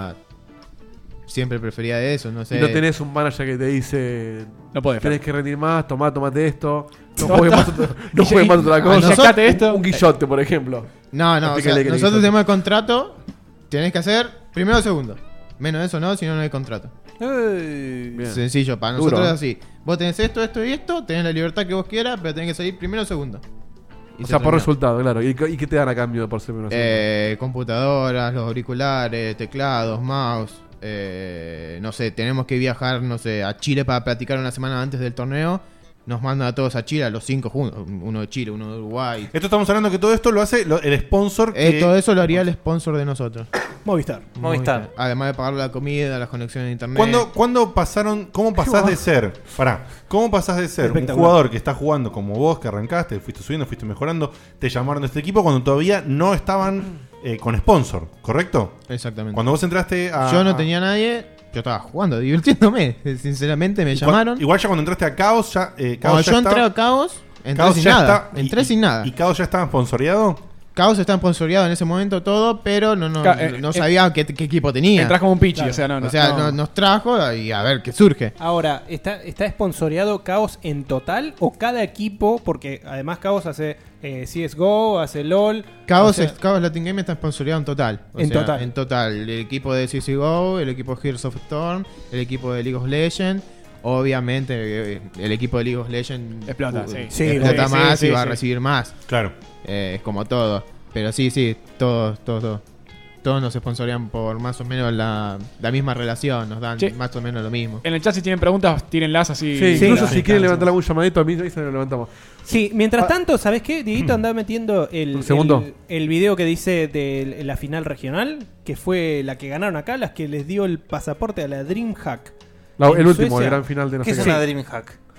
Siempre prefería eso, no sé. Y no tenés un manager que te dice, no podés, tenés que rendir más, tomate esto, no juegues más otra cosa. Sacate esto. Un guillote, por ejemplo. No, o sea, nosotros tenemos el contrato, tenés que hacer primero o segundo. Menos eso no, si no, no hay contrato. Sencillo, para nosotros es así. Vos tenés esto y esto, tenés la libertad que vos quieras, pero tenés que salir primero o segundo. O sea, por resultado, claro. ¿Y qué te dan a cambio por ser primero o segundo? Computadoras, los auriculares, teclados, mouse. No sé, tenemos que viajar, no sé, a Chile para practicar una semana antes del torneo. Nos mandan a todos a Chile, a los 5 juntos. Uno de Chile, uno de Uruguay. Esto estamos hablando que todo esto lo hace el sponsor. Todo eso lo haría el sponsor de nosotros. Movistar. Además de pagar la comida, las conexiones de internet. ¿Cuándo pasaron? ¿Cómo pasás de ser? ¿Cómo pasás de ser un jugador que está jugando como vos, que arrancaste, fuiste subiendo, fuiste mejorando, te llamaron de este equipo cuando todavía no estaban con sponsor, ¿correcto? Exactamente. Cuando vos entraste a... Yo no tenía nadie. Yo estaba jugando, divirtiéndome. Sinceramente me llamaron. Igual ya cuando entraste a Chaos, cuando yo entré a Chaos, entré sin nada. ¿Y Chaos ya estaba sponsoreado? Chaos está sponsoreado en ese momento todo, pero no sabía qué equipo tenía. Entras como un pichi, claro. Nos trajo y a ver qué surge. Ahora, ¿está sponsoreado Chaos en total o cada equipo? Porque además Chaos hace CSGO, hace LOL. Chaos Latin Game está sponsoreado en total. En total. El equipo de CSGO, el equipo de Heroes of Storm, el equipo de League of Legends. Obviamente el equipo de League of Legends explota más y va a recibir más. Claro. Es como todo. Pero sí, todos nos sponsorean por más o menos la misma relación. Nos dan más o menos lo mismo. En el chat si tienen preguntas, tírenlas así. Sí, incluso si quieren levantar algún llamadito a mí, ahí se lo levantamos. Sí, mientras tanto, ¿sabes qué? Dieguito andaba metiendo el video que dice de la final regional, que fue la que ganaron acá, las que les dio el pasaporte a la DreamHack. El último, el gran final de ¿Qué es una DreamHack?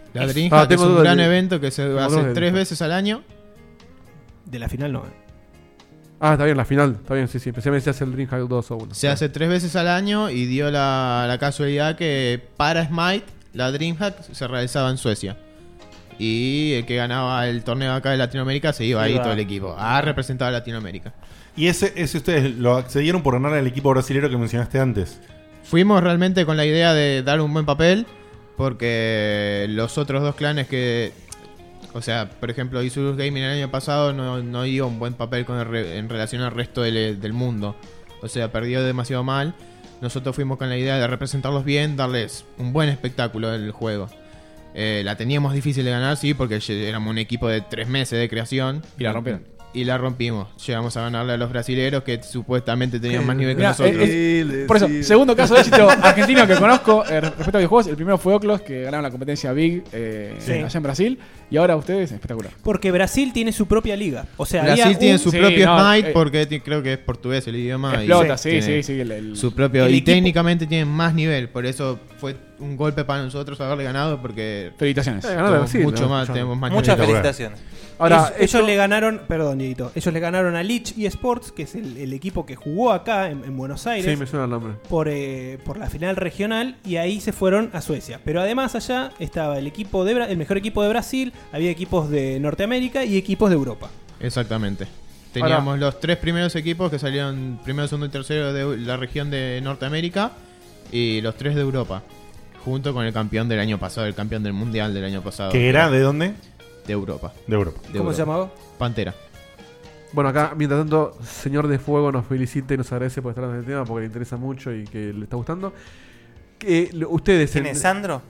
La DreamHack es un gran evento que se hace 3 veces al año. De la final no. Ah, está bien, la final. Está bien, sí. Especialmente se hace el DreamHack 2 o 1. Se hace 3 veces al año y dio la casualidad que para Smite, la DreamHack se realizaba en Suecia. Y el que ganaba el torneo acá de Latinoamérica se iba ahí todo el equipo a representar a Latinoamérica. ¿Y ese ustedes lo accedieron por ganar al equipo brasilero que mencionaste antes? Fuimos realmente con la idea de dar un buen papel, porque los otros 2 clanes que... O sea, por ejemplo, Isurus Gaming el año pasado no dio un buen papel en relación al resto del mundo. O sea, perdió demasiado mal. Nosotros fuimos con la idea de representarlos bien, darles un buen espectáculo del juego. La teníamos difícil de ganar, sí, porque éramos un equipo de 3 meses de creación. Y la rompieron. Y la rompimos. Llegamos a ganarle a los brasileros que supuestamente tenían más nivel que nosotros. Por eso, segundo caso de éxito argentino que conozco respecto a videojuegos. El primero fue Oclos, que ganaron la competencia Big allá en Brasil. Y ahora ustedes, espectacular. Porque Brasil tiene su propia liga. O sea, Brasil tiene su propio Smite porque creo que es portugués el idioma. Explota, sí. Su propio. Y técnicamente tienen más nivel. Por eso fue un golpe para nosotros haberle ganado. Porque felicitaciones. Mucho más, tenemos más muchas nivel. felicitaciones. Ahora, ellos le ganaron, perdón, Dieguito, ellos le ganaron a Lich eSports, que es el equipo que jugó acá en Buenos Aires. Sí, me suena el nombre. Por la final regional, y ahí se fueron a Suecia. Pero además allá estaba el mejor equipo de Brasil, había equipos de Norteamérica y equipos de Europa. Exactamente. Teníamos los 3 primeros equipos que salieron primero, segundo y tercero de la región de Norteamérica y los 3 de Europa, junto con el campeón del año pasado, el campeón del mundial del año pasado. ¿Que era de dónde? De Europa. De Europa. ¿Cómo se llamaba? Pantera. Bueno, acá, mientras tanto, Señor de Fuego nos felicita y nos agradece por estar en el tema porque le interesa mucho y que le está gustando. Ustedes... ¿Quién es Sandro?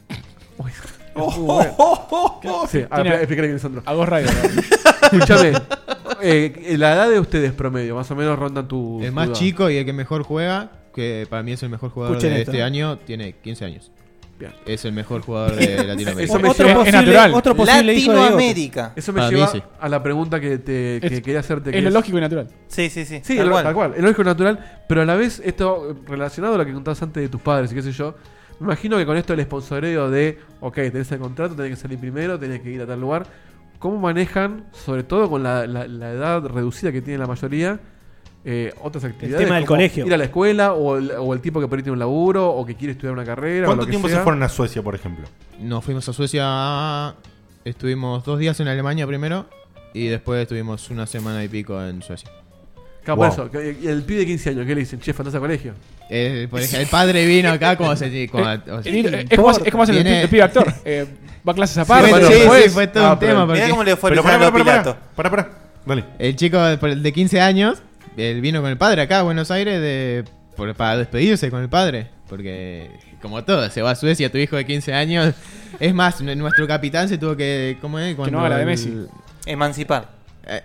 Sí, explicaré quién es Sandro. A Ghost Rider. Escúchame. La edad de ustedes promedio, más o menos rondan tu... El más chico y el que mejor juega, que para mí es el mejor jugador de este año, tiene 15 años. Bien. Es el mejor jugador de Latinoamérica. Es natural. Otro posible Latinoamérica. Eso me lleva a la pregunta que quería hacerte. Es lo lógico y natural. Sí. Sí, tal cual. Es lógico y natural. Pero a la vez, esto relacionado a lo que contabas antes de tus padres y qué sé yo, me imagino que con esto el sponsoreo de, ok, tenés el contrato, tenés que salir primero, tenés que ir a tal lugar. ¿Cómo manejan, sobre todo con la edad reducida que tiene la mayoría, otras actividades? El tema del colegio. Ir a la escuela o el tipo que por ahí tiene un laburo o que quiere estudiar una carrera. ¿Cuánto tiempo se fueron a Suecia, por ejemplo? Nos fuimos a Suecia, estuvimos 2 días en Alemania primero y después estuvimos 1 semana y pico en Suecia. Claro, por eso, el pibe de 15 años, ¿qué le dicen? Chef, ¿andás a colegio? El padre vino acá como se... es como el pibe actor. Va a clases aparte. Sí, fue todo un tema. Mirá cómo le fue pero a Pilato. Para. Dale. El chico de 15 años, él vino con el padre acá a Buenos Aires para despedirse con el padre. Porque, como todo, se va a Suecia, tu hijo de 15 años. Es más, nuestro capitán se tuvo que... ¿Cómo es? Que no haga la de Messi. Emancipar.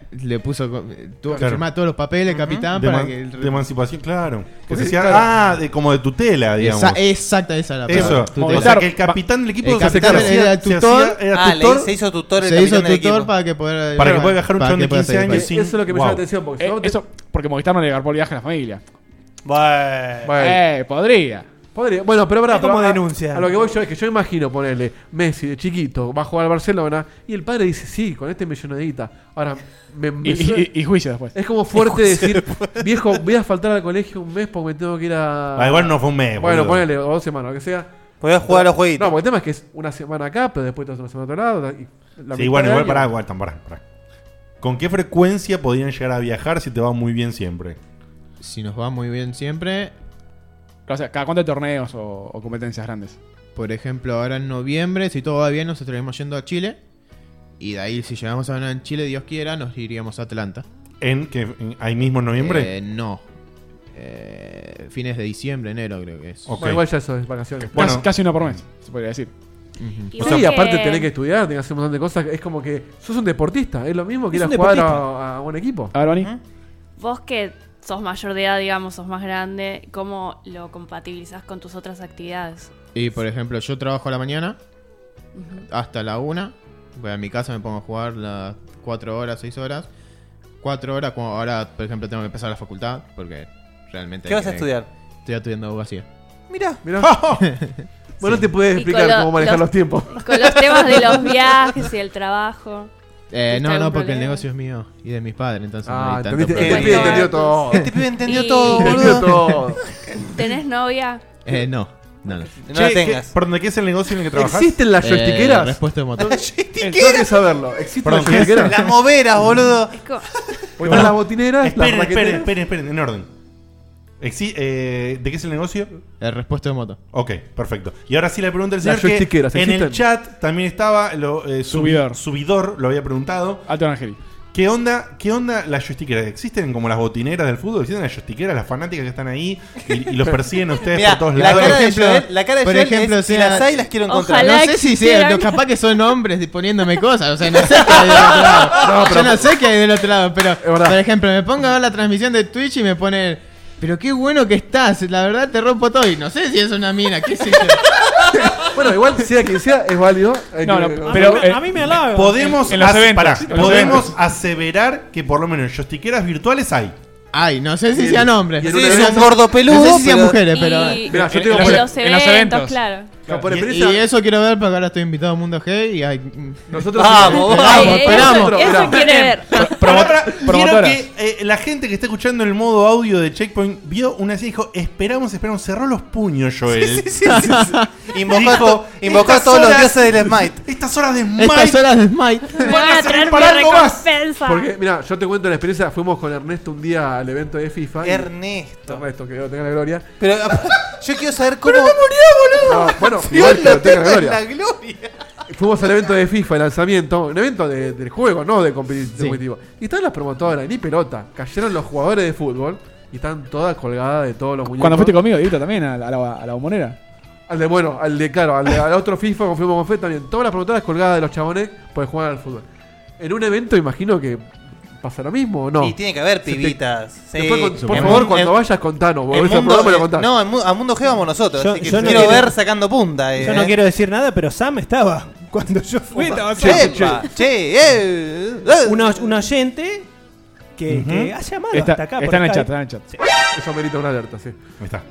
Tuvo que firmar todos los papeles, capitán, para que... De emancipación, claro. Que se decía, como de tutela, digamos. Exacta, esa la palabra. Eso. O sea, que el capitán del equipo era tutor. Se hizo tutor se hizo tutor para que pueda viajar un chabón de 15 años sin... Eso es lo que me llama la atención. Porque Movistar no le agarró el viaje a la familia. Bueno. Podría. Bueno, pero ¿cómo denuncia? A lo que voy yo es que yo imagino ponerle Messi de chiquito, va a jugar al Barcelona y el padre dice, sí, con este millón de guita. Ahora, y juicio después. Es como fuerte decir, viejo, voy a faltar al colegio un mes porque me tengo que ir a... igual no fue un mes. Bueno, ponele 2 semanas, lo que sea. Podés jugar a los jueguitos. No, porque el tema es que es 1 semana acá, pero después te vas una semana a otro lado. Sí, igual, pará. ¿Con qué frecuencia podrían llegar a viajar si te va muy bien siempre? Si nos va muy bien siempre... O sea, ¿cada cuántos torneos o competencias grandes? Por ejemplo, ahora en noviembre, si todo va bien, nos estaremos yendo a Chile. Y de ahí, si llegamos a ganar en Chile, Dios quiera, nos iríamos a Atlanta. ¿Ahí mismo en noviembre? No. Fines de diciembre, enero creo que es. Okay. Bueno, igual ya eso es vacaciones. Casi 1 por mes, se podría decir. O sea, y aparte tenés que estudiar, tenés que hacer un montón de cosas. Es como que sos un deportista. Es lo mismo que ir a jugar a un equipo. A ver, Bani. Vos que sos mayor de edad, digamos, sos más grande, ¿cómo lo compatibilizás con tus otras actividades? Y por ejemplo, yo trabajo a la mañana hasta la 1. Voy a mi casa, me pongo a jugar las 4 horas, 6 horas. 4 horas, como ahora, por ejemplo, tengo que empezar la facultad, porque realmente... ¿Qué vas a estudiar? Estoy estudiando abogacía. Mirá. Bueno, te puedes Y explicar con cómo manejar los- los tiempos. Con los temas de los viajes y el trabajo. No, porque el negocio es mío y de mis padres, entonces no hay tanto entendiste, problema. este pibe entendió todo. Este pibe entendió Y- todo, Entendió boludo. todo. ¿Tenés novia? No. No la Che, tengas. ¿Perdón, de qué es el negocio en el que trabajas? ¿Existen las joystickeras? Respuesta de moto. Tengo que saberlo. ¿Existen Perdón, las ¿qué es? joystickeras? Las moveras, boludo. Porque están las botineras, Esperen, las raqueteras. esperen, en orden. ¿De qué es el negocio? Respuesta de moto. Ok, perfecto. Y ahora sí le pregunta el Las señor que joystickeras, en el ¿existen? chat también estaba Subidor, lo había preguntado. Alto Angeli. ¿Qué onda las joystickeras? ¿Existen como las botineras del fútbol? ¿Existen las joystickeras, las fanáticas que están ahí y los persiguen a ustedes Mirá, por todos la lados? cara de Joel, la cara de por Joel ejemplo, es, si sea- las hay, las quiero encontrar. Ojalá No sé si existieran. capaz que son hombres poniéndome cosas, o sea, no sé qué hay del otro lado. Yo no sé qué hay del otro lado, pero por ejemplo, me pongo a ver la transmisión de Twitch y me pone, pero qué bueno que estás, la verdad te rompo todo y no sé si es una mina, qué sé yo. Bueno, igual sea quien sea, es válido. Hay No, que- no, pero a mí me halaga. Podemos, en los eventos, en los podemos eventos. aseverar que por lo menos joystickeras virtuales hay. Ay, no sé si sean hombres. y en Sí, un sí, evento- son gordo peludo, No sé si sean pero- mujeres, pero. Y Mirá, yo te digo en por- los en los eventos, eventos. claro. por Y experiencia, eso quiero ver porque ahora estoy invitado a Mundo G y hay. nosotros Vamos, Ay, esperamos. Eso quiere ver. Ahora, quiero promotoras. que la gente que está escuchando el modo audio de Checkpoint vio una escena y dijo, esperamos, cerró los puños, Joel. Invocó a "Estas todos los horas- dioses del Smite. Estas horas de Smite Estas horas de Smite. Me van a traer mi para algo más". recompensa. porque, mira, yo te cuento la experiencia. Fuimos con Ernesto un día al evento de FIFA. y- Ernesto. Ernesto, que Dios tenga la gloria. Pero yo quiero saber cómo. No, bueno, igual que lo tenga la gloria. La gloria. Fuimos al evento de FIFA, el lanzamiento, un evento del juego, no de competitivo. Y estaban las promotoras, ni pelota. Cayeron los jugadores de fútbol y están todas colgadas de todos los muñecos. Cuando fuiste conmigo, Dieguito, también a la bombonera. Al otro FIFA, cuando fuimos con Fed también. Todas las promotoras colgadas de los chabones para jugar al fútbol. En un evento, imagino que pasa lo mismo o no. Y tiene que haber Se te- pibitas. Sí. Después, por En favor, Mun- cuando en- vayas, contanos. en Volvés al Mundo- programa y lo contás. No, a Mundo G vamos nosotros. Yo- así que yo no quiero quiero- ver sacando punta. Yo no quiero decir nada, pero Sam estaba. Cuando yo fui, estaba Sam. Un oyente que ha llamado Está, hasta acá. por está en el Skype. chat, está en el chat. Eso merita una alerta, sí. Ahí está.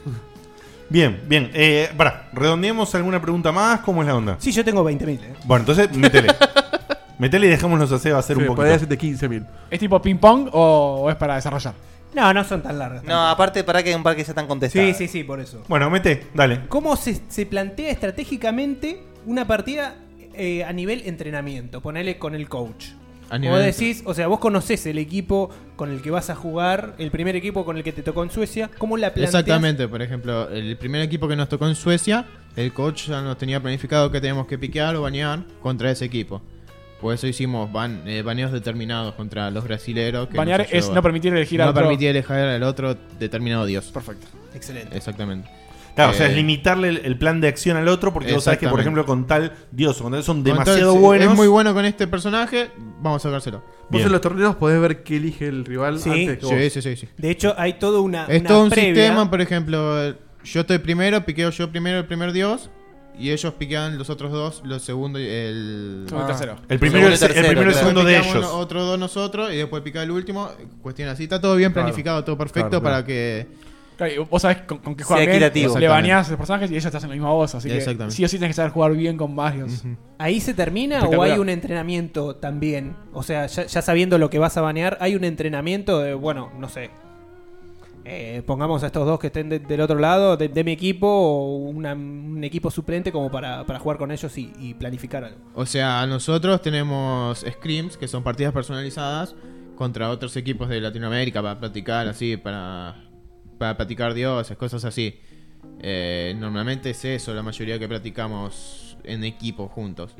Bien. Redondeemos alguna pregunta más. ¿Cómo es la onda? Sí, yo tengo 20.000. Bueno, entonces métele. Métele y dejémoslos a Seba hacer un poquito. Podría ser de 15.000. ¿Es tipo ping-pong o es para desarrollar? No, no son tan largas. No, aparte para que hay un par que ya están contestados. Sí, por eso. Bueno, mete, dale. ¿Cómo se plantea estratégicamente una partida a nivel entrenamiento? Ponele con el coach. A Vos nivel decís, o sea, vos conocés el equipo con el que vas a jugar, el primer equipo con el que te tocó en Suecia. ¿Cómo la planteas? Exactamente, por ejemplo, el primer equipo que nos tocó en Suecia, el coach ya nos tenía planificado que teníamos que piquear o banear contra ese equipo. Por eso hicimos baneos determinados contra los brasileros. Que Banear nos ayudó. es no permitir elegir no al otro. permitir elegir al otro determinado dios. Perfecto. Excelente. Exactamente. Claro, o sea, es limitarle el plan de acción al otro porque vos sabés que, por Exactamente. ejemplo, con tal dios o con tal son Entonces, demasiado buenos. Es muy bueno con este personaje, vamos a sacárselo. Vos Bien. en los torneos podés ver qué elige el rival Sí. antes que vos. Sí. De hecho, hay toda una. Es una todo un previa. sistema, por ejemplo, yo estoy primero, piqueo yo primero el primer dios. Y ellos piquean los otros dos, los segundo y el... Segundo y tercero. El primero y el segundo de Después ellos. picamos otros dos nosotros y después pica el último. Cuestión así, está todo bien planificado, todo perfecto para que... Claro, y vos sabés con qué Sea juegan bien, equitativo. le baneás a los personajes y ellos te hacen la misma voz, así que Exactamente. sí o sí tienes que saber jugar bien con varios. ¿Ahí se termina o Espectacular. hay un entrenamiento también? O sea, ya sabiendo lo que vas a banear, hay un entrenamiento de, bueno, no sé. Pongamos a estos dos que estén del otro lado de mi equipo o un equipo suplente como para jugar con ellos y planificar algo. O sea, nosotros tenemos scrims, que son partidas personalizadas, contra otros equipos de Latinoamérica para practicar así, para practicar dioses, cosas así. Normalmente es eso, la mayoría que practicamos en equipo juntos.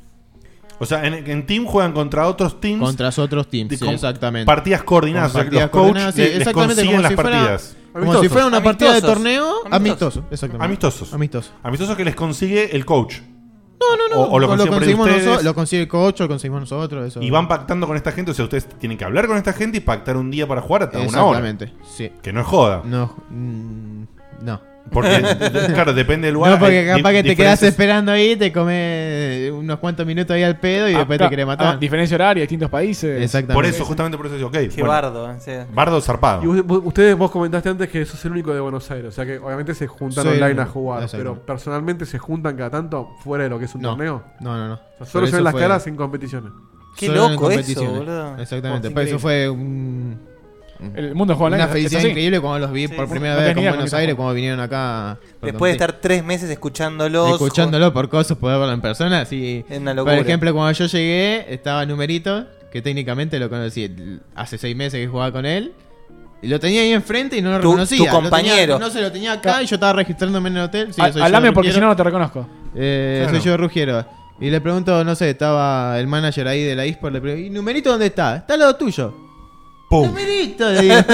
O sea, en team juegan contra otros teams. Contra otros teams, sí, con exactamente. Partidas coordinadas. Con O sea, que los partidas coaches coordinadas, sí, les exactamente, consiguen como las si fuera- partidas. Como si fuera una partida de Amistosos. torneo amistoso, exactamente. Amistosos. Amistoso. Amistosos que les consigue el coach. No, O lo consiguen por ahí conseguimos ustedes. lo consigue el coach o lo conseguimos nosotros. Eso. Y van pactando con esta gente. O sea, ustedes tienen que hablar con esta gente y pactar un día para jugar hasta una hora. Exactamente, sí. Que no es joda. No. Porque, claro, depende del lugar. No, porque capaz que te quedás diferentes- esperando ahí, te comes unos cuantos minutos ahí al pedo y después te querés matar. Diferencia horaria, distintos países. Exactamente. Por eso, justamente por eso digo, ok. Qué bardo, sí. Bardo zarpado. Y vos comentaste antes que sos el único de Buenos Aires. O sea que obviamente se juntan Soy el online a único, jugar. exacto. Pero personalmente se juntan cada tanto fuera de lo que es un No. torneo. No. O sea, Por solo se eso ven las fue- caras en competiciones. Qué Solo en loco eso, competiciones. boludo. Exactamente. Oh, Por eso increíble. fue un. El mundo del juego online Una felicidad es así. increíble cuando los vi por primera No vez tenía con Buenos idea Aires, con cuando vinieron acá. Después de estar 3 meses escuchándolos. Escuchándolo por cosas, poder verlo en persona. Así, Es una locura. por ejemplo, cuando yo llegué, estaba Numerito, que técnicamente lo conocí hace 6 meses que jugaba con él. Y lo tenía ahí enfrente y no lo Tu reconocía. tu Lo compañero. tenía- no se lo tenía acá y yo estaba registrándome en el hotel. Sí, soy yo, Hablame porque Rugiero. si no, no te reconozco. Soy Claro. yo, Rugiero. Y le pregunto, no sé, estaba el manager ahí de la eSport. Le pregunto, ¿y Numerito dónde está? Está al lado tuyo. ¡Pum! Numerito, le digo.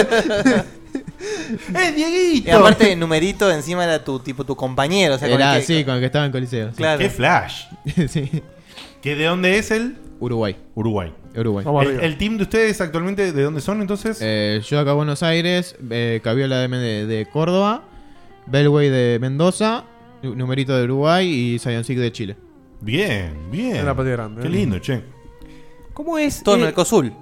Dieguito! Y aparte, Numerito encima era tu compañero. O sea, Era, con el que- sí, con el que estaba en Coliseo. sí. Claro. ¡Qué flash! Sí. ¿Que ¿De dónde es él? Uruguay. Uruguay. Vamos arriba. ¿El team de ustedes actualmente de dónde son entonces? Yo acá en Buenos Aires, Cabiola de Córdoba, Bellway de Mendoza, Numerito de Uruguay y Science de Chile. Bien, bien. Es una patria grande. Qué lindo, che. ¿Cómo es? Todo en el Cosul.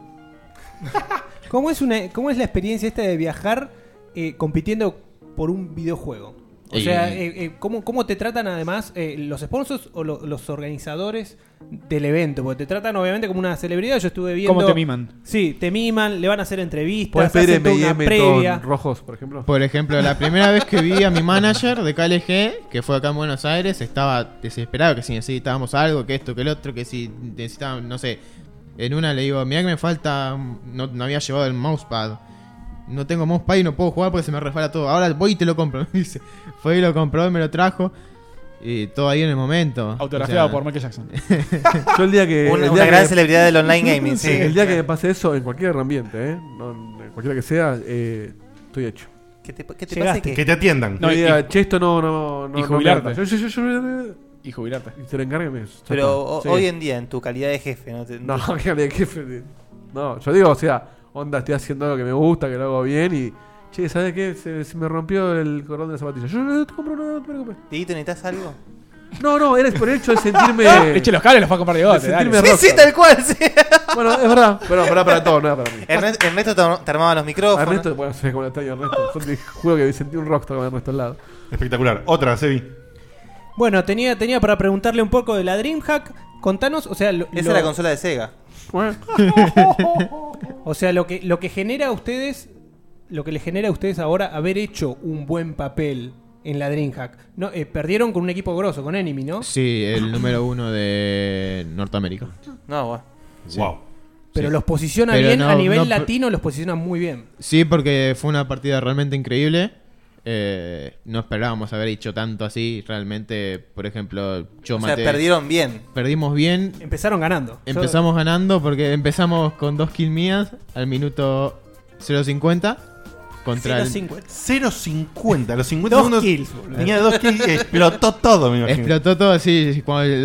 ¿Cómo es la experiencia esta de viajar compitiendo por un videojuego? O sea, ¿cómo te tratan además los sponsors o los organizadores del evento? Porque te tratan obviamente como una celebridad. Yo estuve viendo... ¿Cómo te miman? Sí, te miman, le van a hacer entrevistas, Podés pedir hacen toda una M&M previa. rojos, por ejemplo. Por ejemplo, la primera vez que vi a mi manager de KLG, que fue acá en Buenos Aires, estaba desesperado que si necesitábamos algo, que esto, que el otro, que si necesitábamos, no sé. En una le digo, mira que me falta, no había llevado el mousepad. No tengo mousepad y no puedo jugar porque se me resbala todo. Ahora voy y te lo compro. Me dice. Fue y lo compró y me lo trajo. Y todo ahí en el momento. Autografiado por Michael Jackson. Yo el día que. Una el día gran que- celebridad del online gaming, sí. El día que me pase eso en cualquier ambiente, cualquiera que sea, estoy hecho. ¿Qué te pasa? Que te atiendan. No, Que diga, diga, che, esto no. y jubilarte. Y jubilarte. Y se lo encargue. Pero hoy en día, en tu calidad de jefe, ¿no? No, qué jefe. No, yo digo, o sea, onda, estoy haciendo algo que me gusta, que lo hago bien y. Che, ¿sabes qué? Se me rompió el cordón de la zapatilla. Yo no te compro nada, no te preocupes. Dieguito, ¿necesitas algo? No, era por el hecho de sentirme. Eche los cables, los va a comprar Diego. de sentirme Sí, rockstar. sí, tal cual, sí. Bueno, es verdad, pero para todo, no era para mí. Ernesto te armaba los micrófonos. Ernesto, bueno, sé cómo le extraño a Ernesto. Yo te juro que sentí un rockstar con Ernesto al lado. Espectacular. Otra, Sebi. Bueno, tenía para preguntarle un poco de la DreamHack. Contanos, o sea... Esa es la consola de Sega. O sea, lo que genera a ustedes... Lo que les genera a ustedes ahora haber hecho un buen papel en la DreamHack. No, perdieron con un equipo grosso, con Enemy, ¿no? Sí, el número 1 de Norteamérica. No, bueno. Sí. Wow. Pero los posiciona Pero bien, no- a nivel no- latino los posiciona muy bien. Sí, porque fue una partida realmente increíble. No esperábamos haber hecho tanto así. Realmente, por ejemplo, yo O sea, maté. perdieron bien. Perdimos bien. Empezaron ganando. Empezamos ganando porque empezamos con 2 kills mías al minuto 0.50 contra 0.50. Los 50 Dos segundos. kills, boludo. Tenía 2 kills y explotó todo, me imagino. Explotó todo así.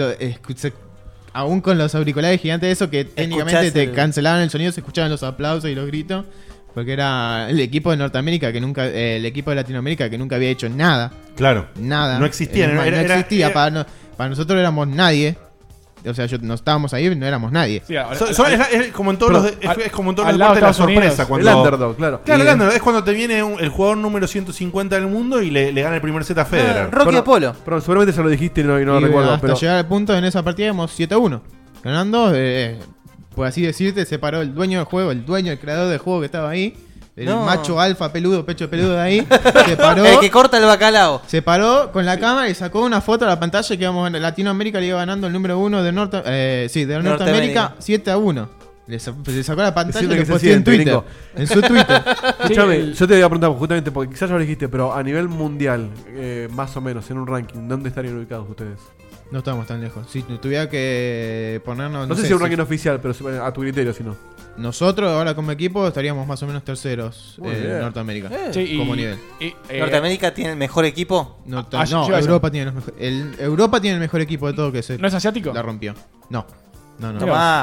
Aún con los auriculares gigantes, eso que técnicamente te cancelaban el sonido, se escuchaban los aplausos y los gritos. Porque era el equipo de Norteamérica que nunca. El equipo de Latinoamérica que nunca había hecho nada. Claro. Nada. No existía. No existía. era- Para nosotros éramos nadie. O sea, no estábamos ahí y no éramos nadie. Sí, ahora- Es como en todos los es como en todos al los lado deportes de la Estados Unidos. sorpresa. Cuando, El underdog, claro. Claro, Y- el underdog. Es cuando te viene el jugador número 150 del mundo y le gana el primer set a Federer. Rocky Pero- Apolo. Pero seguramente ya lo dijiste y no lo Y recuerdo. hasta Pero llegar al punto en esa partida íbamos 7-1. Ganando, por así decirte, se paró el dueño del juego, el dueño, el creador del juego que estaba ahí. El No. macho alfa peludo, pecho peludo de ahí. Se paró. El que corta el bacalao. Se paró con la cámara y sacó una foto a la pantalla que íbamos en Latinoamérica, le iba ganando el número 1 de Norteamérica 7-1. Le sacó la pantalla y Diciendo lo que se posteó en siente, Twitter. gringo. En su Twitter. escúchame, yo te voy a preguntar justamente porque quizás ya lo dijiste, pero a nivel mundial, más o menos, en un ranking, ¿dónde estarían ubicados ustedes? No estamos tan lejos. Si tuviera que ponernos. No sé si es un ranking oficial, pero a tu criterio, si no. Nosotros ahora como equipo estaríamos más o menos terceros Muy en bien. Norteamérica. Sí, como nivel. ¿Norteamérica tiene el mejor equipo? No, Ah, yo iba a Europa tiene, Europa tiene el mejor equipo de todo que se ¿No es asiático? la rompió. No.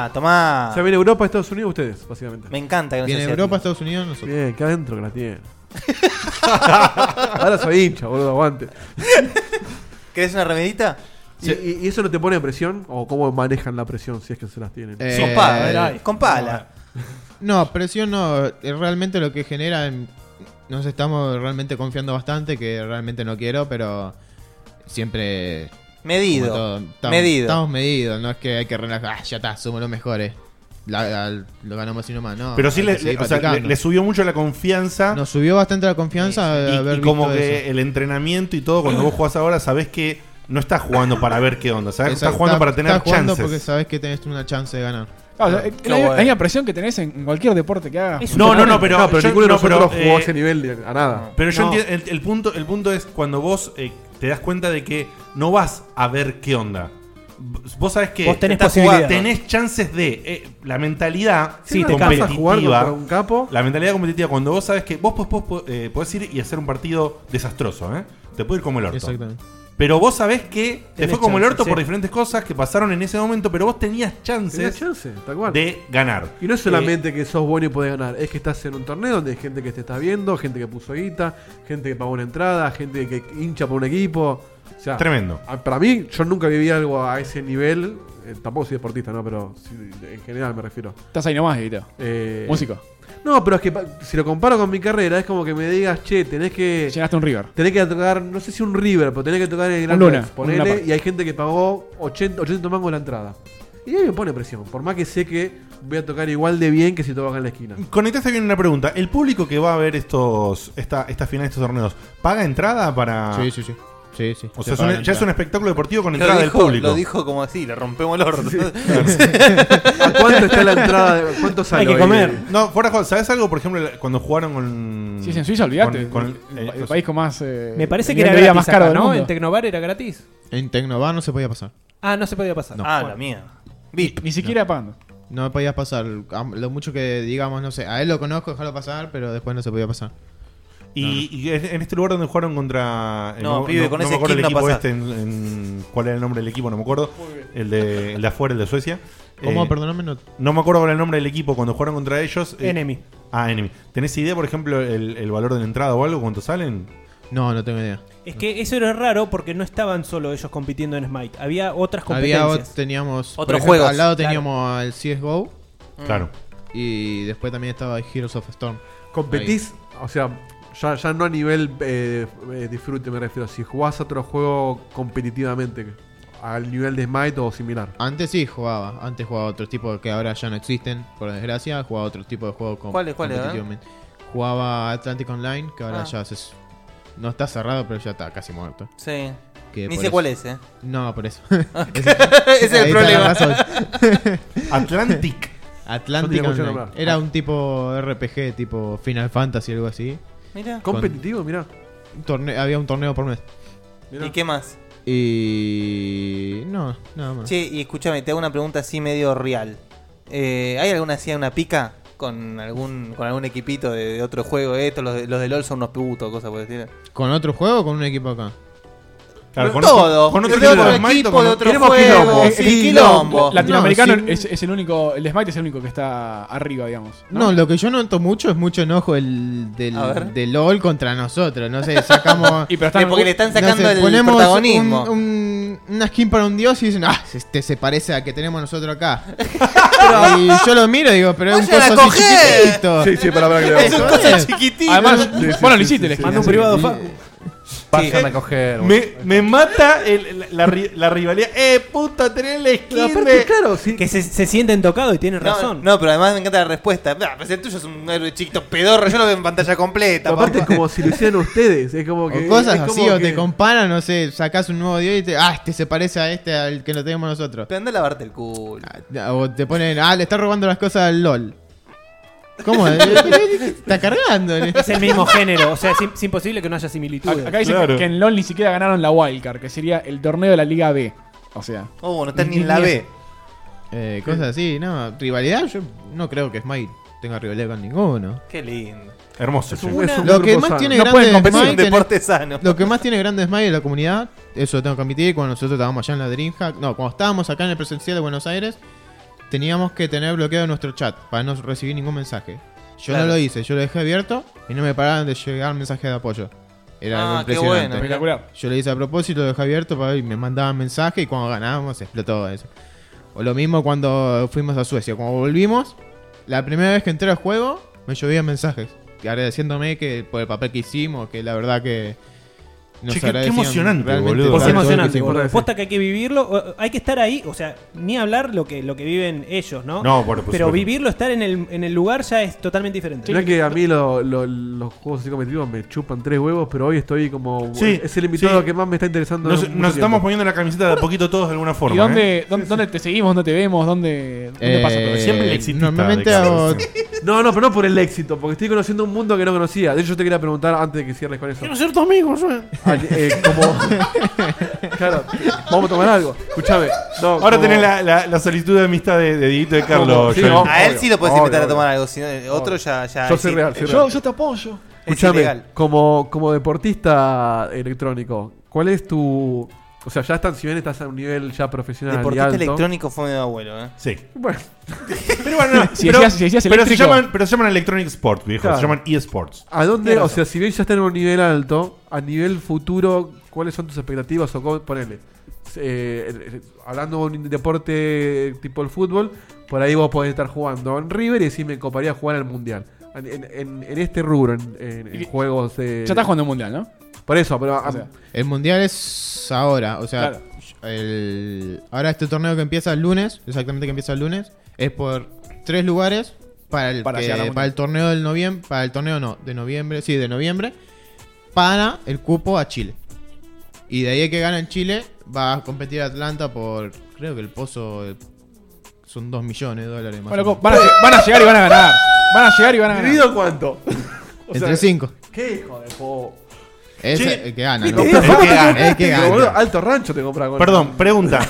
Tomá. O sea, viene Europa, Estados Unidos, ustedes, básicamente. Me encanta que no Viene sea Europa, asiático. Estados Unidos, nosotros. Bien, que adentro que la tiene. Ahora soy hincha, boludo, aguante. ¿Querés una remedita? Sí. ¿Y eso no te pone presión? ¿O cómo manejan la presión si es que se las tienen? Con pala. No, presión no. Realmente lo que genera... Nos estamos realmente confiando bastante, que realmente no quiero, pero siempre... Medido. Estamos medidos, no es que hay que relajar. Ya está, somos los mejores. Lo ganamos así nomás, no. Pero sí le subió mucho la confianza. Nos subió bastante la confianza de haber y como visto que eso. el entrenamiento y todo, cuando vos jugás ahora, sabés que no estás jugando para ver qué onda, sabés que estás jugando para tener estás jugando chances. porque sabés que tenés una chance de ganar. La misma presión que tenés en cualquier deporte que hagas. No, pero ninguno de nosotros jugó a ese nivel a nada. Pero yo entiendo, el punto es cuando vos te das cuenta de que no vas a ver qué onda. Vos sabés que vos tenés chances de la mentalidad competitiva. Un capo. La mentalidad competitiva, cuando vos sabés que vos podés ir y hacer un partido desastroso, te puede ir como el orto. Exactamente. Pero vos sabés que te fue como el orto por sí. diferentes cosas que pasaron en ese momento, pero vos tenías chances de ganar. Y no es solamente que sos bueno y podés ganar, es que estás en un torneo donde hay gente que te está viendo, gente que puso guita, gente que pagó una entrada, gente que hincha por un equipo. O sea, tremendo. Para mí, yo nunca viví algo a ese nivel. Tampoco soy deportista, ¿no? Pero en general me refiero. Estás ahí nomás, Guito. Músico. No, pero es que si lo comparo con mi carrera, es como que me digas, che, tenés que... Llegaste a un River. Tenés que tocar, no sé si un River, pero tenés que tocar el Gran Luna, Rex, ponele, y hay gente que pagó 80 mangos la entrada. Y ahí me pone presión, por más que sé que voy a tocar igual de bien que si toco acá en la esquina. Conectaste bien una pregunta. ¿El público que va a ver esta final de estos torneos paga entrada para...? Sí. O sea, ya es un espectáculo deportivo con entrada del público. Lo dijo como así, le rompemos el orto. ¿A cuánto está la entrada? ¿Cuánto sale? Hay que comer. No, fuera de juego, ¿sabes algo? Por ejemplo, cuando jugaron con... Si es en Suiza, olvídate. El país con más... Me parece que era gratis más caro acá, del ¿no? mundo. En Tecnobar era gratis. En Tecnobar no se podía pasar. Ah, no se podía pasar. No. La mía. Ni siquiera pagando. No podías pasar. Lo mucho que digamos, no sé, a él lo conozco, dejarlo pasar, pero después no se podía pasar. Y en este lugar donde jugaron contra... pibe, con no ese me acuerdo el skin no equipo pasás. ¿cuál era el nombre del equipo? No me acuerdo. El de afuera, el de Suecia. ¿Cómo? Perdóname. No me acuerdo cuál era el nombre del equipo cuando jugaron contra ellos. Enemy. Enemy. ¿Tenés idea, por ejemplo, el valor de la entrada o algo? ¿Cuánto salen? No tengo idea. Es que eso era raro porque no estaban solo ellos compitiendo en Smite. Había otras competencias. Teníamos otros juegos. Al lado teníamos el CSGO. Claro. Y después también estaba Heroes of Storm. ¿Competís? O sea, ya no a nivel disfrute me refiero. Si jugás a otro juego competitivamente, al nivel de Smite o similar. Antes sí jugaba. Antes jugaba otro tipo que ahora ya no existen, por desgracia. Jugaba otro tipo de juego ¿Cuál competitivamente. Jugaba Atlantic Online, que ahora ya no está cerrado, pero ya está casi muerto. Sí. Que Ni por sé eso. cuál es, No, por eso. Ese es el problema. Atlantic. Atlantic Online. Era un tipo RPG, tipo Final Fantasy, algo así. Mira. Competitivo, mira. Había un torneo por mes. Mirá. ¿Y qué más? Y... No, nada más. Che, y escúchame, te hago una pregunta así medio real. ¿Hay alguna así, una pica con algún equipito de otro juego? Los de LOL son unos putos, cosas por decir. ¿Con otro juego o con un equipo acá? Claro, con todo. Con otro equipo de otro juego. Quilombo. Latinoamericano No, es el único. El Smite es el único que está arriba, digamos. No, lo que yo noto mucho es mucho enojo del LOL contra nosotros. No sé, sacamos. Porque le están sacando el ponemos protagonismo. Una skin para un dios y dicen, se parece a que tenemos nosotros acá. Y yo lo miro y digo, pero es un coso así chiquitito. Sí, para que es un coso chiquitito. Además, bueno, lo hiciste, manda un privado. Pasan a coger. Me mata la rivalidad. Puto, tenés la skin. Aparte, claro, sí. Que se sienten tocados y tienen razón. No, pero además me encanta la respuesta. Pues el tuyo es un héroe chiquito pedorro. Yo lo veo en pantalla completa. Aparte es como si lo hicieran ustedes. Es como que. O cosas es así, como o que... te comparan, no sé, sacás un nuevo dios y te. Este se parece a al que lo tenemos nosotros. Pero anda a lavarte el culo. O te ponen, le está robando las cosas al LOL. ¿Cómo? Está cargando. Es el mismo género, o sea, es imposible que no haya similitudes. Acá dicen que en LOL ni siquiera ganaron la Wildcard, que sería el torneo de la Liga B. O sea. No están ni en la B. Cosas así, no. Rivalidad, yo no creo que Smite tenga rivalidad con ninguno. Qué lindo. Hermoso. Lo que más tiene lo que más tiene grande Smite es la comunidad. Eso lo tengo que admitir. Cuando nosotros estábamos allá en la DreamHack, cuando estábamos acá en el presencial de Buenos Aires, teníamos que tener bloqueado nuestro chat para no recibir ningún mensaje. Yo no lo hice, yo lo dejé abierto y no me paraban de llegar mensajes de apoyo. Era algo qué impresionante. bueno, espectacular. Yo lo hice a propósito, lo dejé abierto para ver y me mandaban mensajes y cuando ganábamos explotó eso. O lo mismo cuando fuimos a Suecia. Cuando volvimos, la primera vez que entré al juego, me llovían mensajes agradeciéndome que por el papel que hicimos, que la verdad que nos Che, qué agradecían emocionante, realmente boludo. Es tanto emocionante, que boludo. Posta que hay que vivirlo, hay que estar ahí, o sea, ni hablar lo que viven ellos, ¿no? No, por Pero supuesto. vivirlo, estar en el lugar ya es totalmente diferente. Mirá que a mí los juegos así competitivos me chupan 3 huevos, pero hoy estoy como... Sí, es el invitado sí. que más me está interesando. Nos en mucho estamos tiempo. poniendo la camiseta de a poquito todos de alguna forma. ¿Y dónde te seguimos? ¿Dónde te vemos? ¿Dónde pasa todo eso? Siempre el exitista normalmente de hago- Carlos. No, pero no por el éxito, porque estoy conociendo un mundo que no conocía. De hecho, yo te quería preguntar antes de que cierres con eso. Quiero ser tu amigo, Como... claro, vamos a tomar algo. Escúchame. No, Ahora como- tenés la solicitud de amistad de Dieguito de Carlos. Sí, Joel. obvio, A él sí lo puedes obvio, invitar a obvio. tomar algo, si no, otro ya. Yo soy real, soy real. Yo te apoyo. Es Escuchame, ilegal. como deportista electrónico, ¿cuál es tu...? O sea, ya están, si bien estás a un nivel ya profesional y Deportista alto... electrónico fue medio abuelo, Sí. Bueno. Pero bueno, no, Si pero, decías pero se eléctrico. llaman Electronic Sports, viejo. Claro. Se llaman eSports. ¿A dónde? Tienes O razón. sea, si bien ya están en un nivel alto, a nivel futuro, ¿cuáles son tus expectativas? O cómo, ponele, hablando de un deporte tipo el fútbol, por ahí vos podés estar jugando en River y sí me coparía jugar al Mundial. En este rubro, en juegos de... Ya estás jugando el mundial, ¿no? Por eso, pero... O sea, El mundial es ahora, o sea, Claro. ahora este torneo que empieza el lunes, exactamente que empieza el lunes, es por 3 lugares para el llegar al para el torneo del noviembre, para el torneo no, de noviembre, para el cupo a Chile. Y de ahí que gana en Chile va a competir Atlanta por, creo que el pozo son $2 millones más bueno, o menos. van a llegar y van a ganar. Van a llegar y van a ganar. ¿Dividido cuánto? O Entre 5. ¿Qué hijo de po? Es Che, el que gana, ¿viste? ¿no? El que gana. El que Pero, gana. boludo, Alto Rancho te compra con... Perdón, pregunta.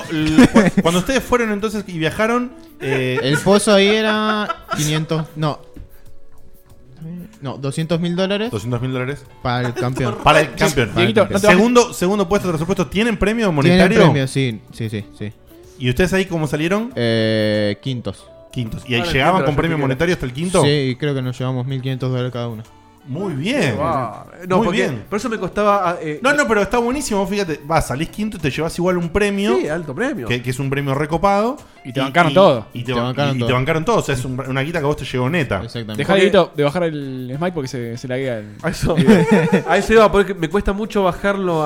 Cuando ustedes fueron entonces y viajaron... El pozo ahí era 500... No, $200.000 $200.000 para el campeón. para el campeón. Dieguito, no te Segundo puesto de presupuesto. ¿Tienen premio Tienen monetario? premio, sí. ¿Y ustedes ahí cómo salieron? Quintos. Quintos. ¿Y ahí Ahora llegaban entiendo con la premio gente monetario hasta el quinto? Sí, creo que nos llevamos $1.500 cada uno. Muy bien. No, Muy porque bien. por eso me costaba... No, pero está buenísimo. Fíjate, salís quinto y te llevas igual un premio. Sí, alto premio. Que es un premio recopado. Y te bancaron todo. Y te bancaron todo. O sea, es una guita que a vos te llegó neta. Exactamente. Deja Dieguito de bajar el smite porque se la guía el... A eso iba, porque me cuesta mucho bajarlo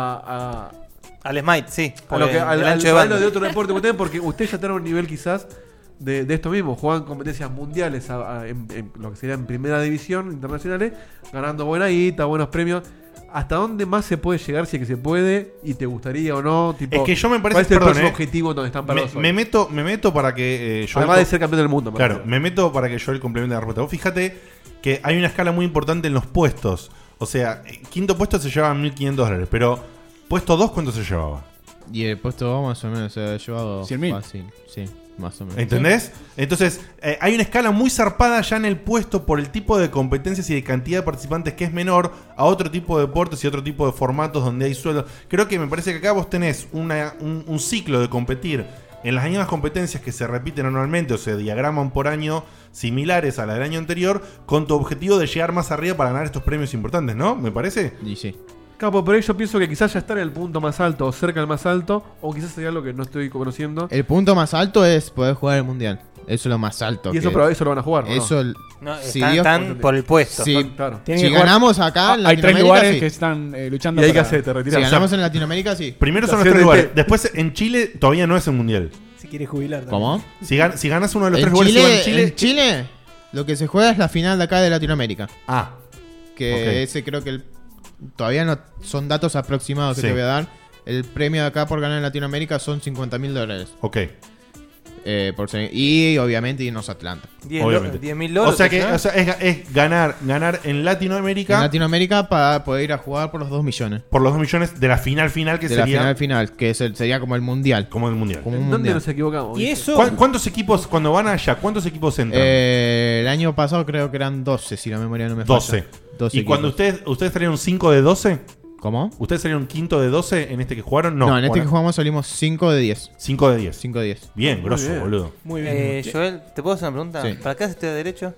Al Smite, sí. a lo que, al al ancho de bailo banda. de otro deporte que ustedes, porque ustedes ya están a un nivel quizás de esto mismo, juegan competencias mundiales en lo que sería en primera división internacionales, ganando buena guita, buenos premios. ¿Hasta dónde más se puede llegar si es que se puede y te gustaría o no? Tipo, Es que yo me parece, ¿cuál es el perdón, próximo objetivo donde están parados hoy? me meto para que Joel Además de ser campeón del mundo. me Claro, refiero. me meto para que Joel complemente la respuesta. Vos fíjate que hay una escala muy importante en los puestos. O sea, quinto puesto se llevaba $1.500, pero puesto 2, ¿cuánto se llevaba? Y el puesto 2 más o menos se ha llevado 100.000. fácil. Sí, más o menos. ¿Entendés? Entonces, hay una escala muy zarpada ya en el puesto por el tipo de competencias y de cantidad de participantes que es menor a otro tipo de deportes y otro tipo de formatos donde hay sueldos. Creo que me parece que acá vos tenés un ciclo de competir en las mismas competencias que se repiten anualmente o se diagraman por año similares a la del año anterior con tu objetivo de llegar más arriba para ganar estos premios importantes, ¿no? ¿Me parece? Y sí. Capo, pero yo pienso que quizás ya estar en el punto más alto o cerca del más alto, o quizás sería algo que no estoy conociendo. El punto más alto es poder jugar el mundial. Eso es lo más alto. Y eso, pero eso lo van a jugar, ¿no? Eso, No, si están Dios- por el puesto. Sí. Claro. Tienen Si que jugar- ganamos acá en Hay 3 Latinoamérica, lugares sí. que están luchando Y hay que para- hacer, te Si retiras. ganamos en Latinoamérica, sí. Primero son La los 3 CDT. lugares. Después en Chile todavía no es el mundial. Si quiere jubilar. también. ¿Cómo? Si ganas uno de los En 3 lugares Chile, igual en Chile. en Chile, lo que se juega es la final de acá de Latinoamérica. Ah, Que Ok. ese creo que todavía no son datos aproximados que Sí. te voy a dar. El premio de acá por ganar en Latinoamérica son $50.000. ok. Y obviamente irnos a Atlanta. Obviamente. $10.000. O sea que ¿no? es ganar en Latinoamérica En Latinoamérica para poder ir a jugar por los 2 millones. por los 2 millones de la final que De la sería final, que sería como el mundial. como el mundial. Como un ¿Dónde mundial. nos equivocamos? Y ¿viste? eso. ¿Cuántos equipos, cuando van allá, cuántos equipos entran? El año pasado creo que eran 12, si la memoria no me falla. 12. 12 ¿Y cuando equipos. ustedes trajeron 5 de 12? ¿Cómo? ¿Ustedes salieron quinto de 12 en este que jugaron? No, en este que jugamos salimos 5 de 10. 5 de 10. 5 de 10. Bien, grosso, bien. boludo. Muy bien. Joel, ¿te puedo hacer una pregunta? Sí. ¿Para qué haces derecho?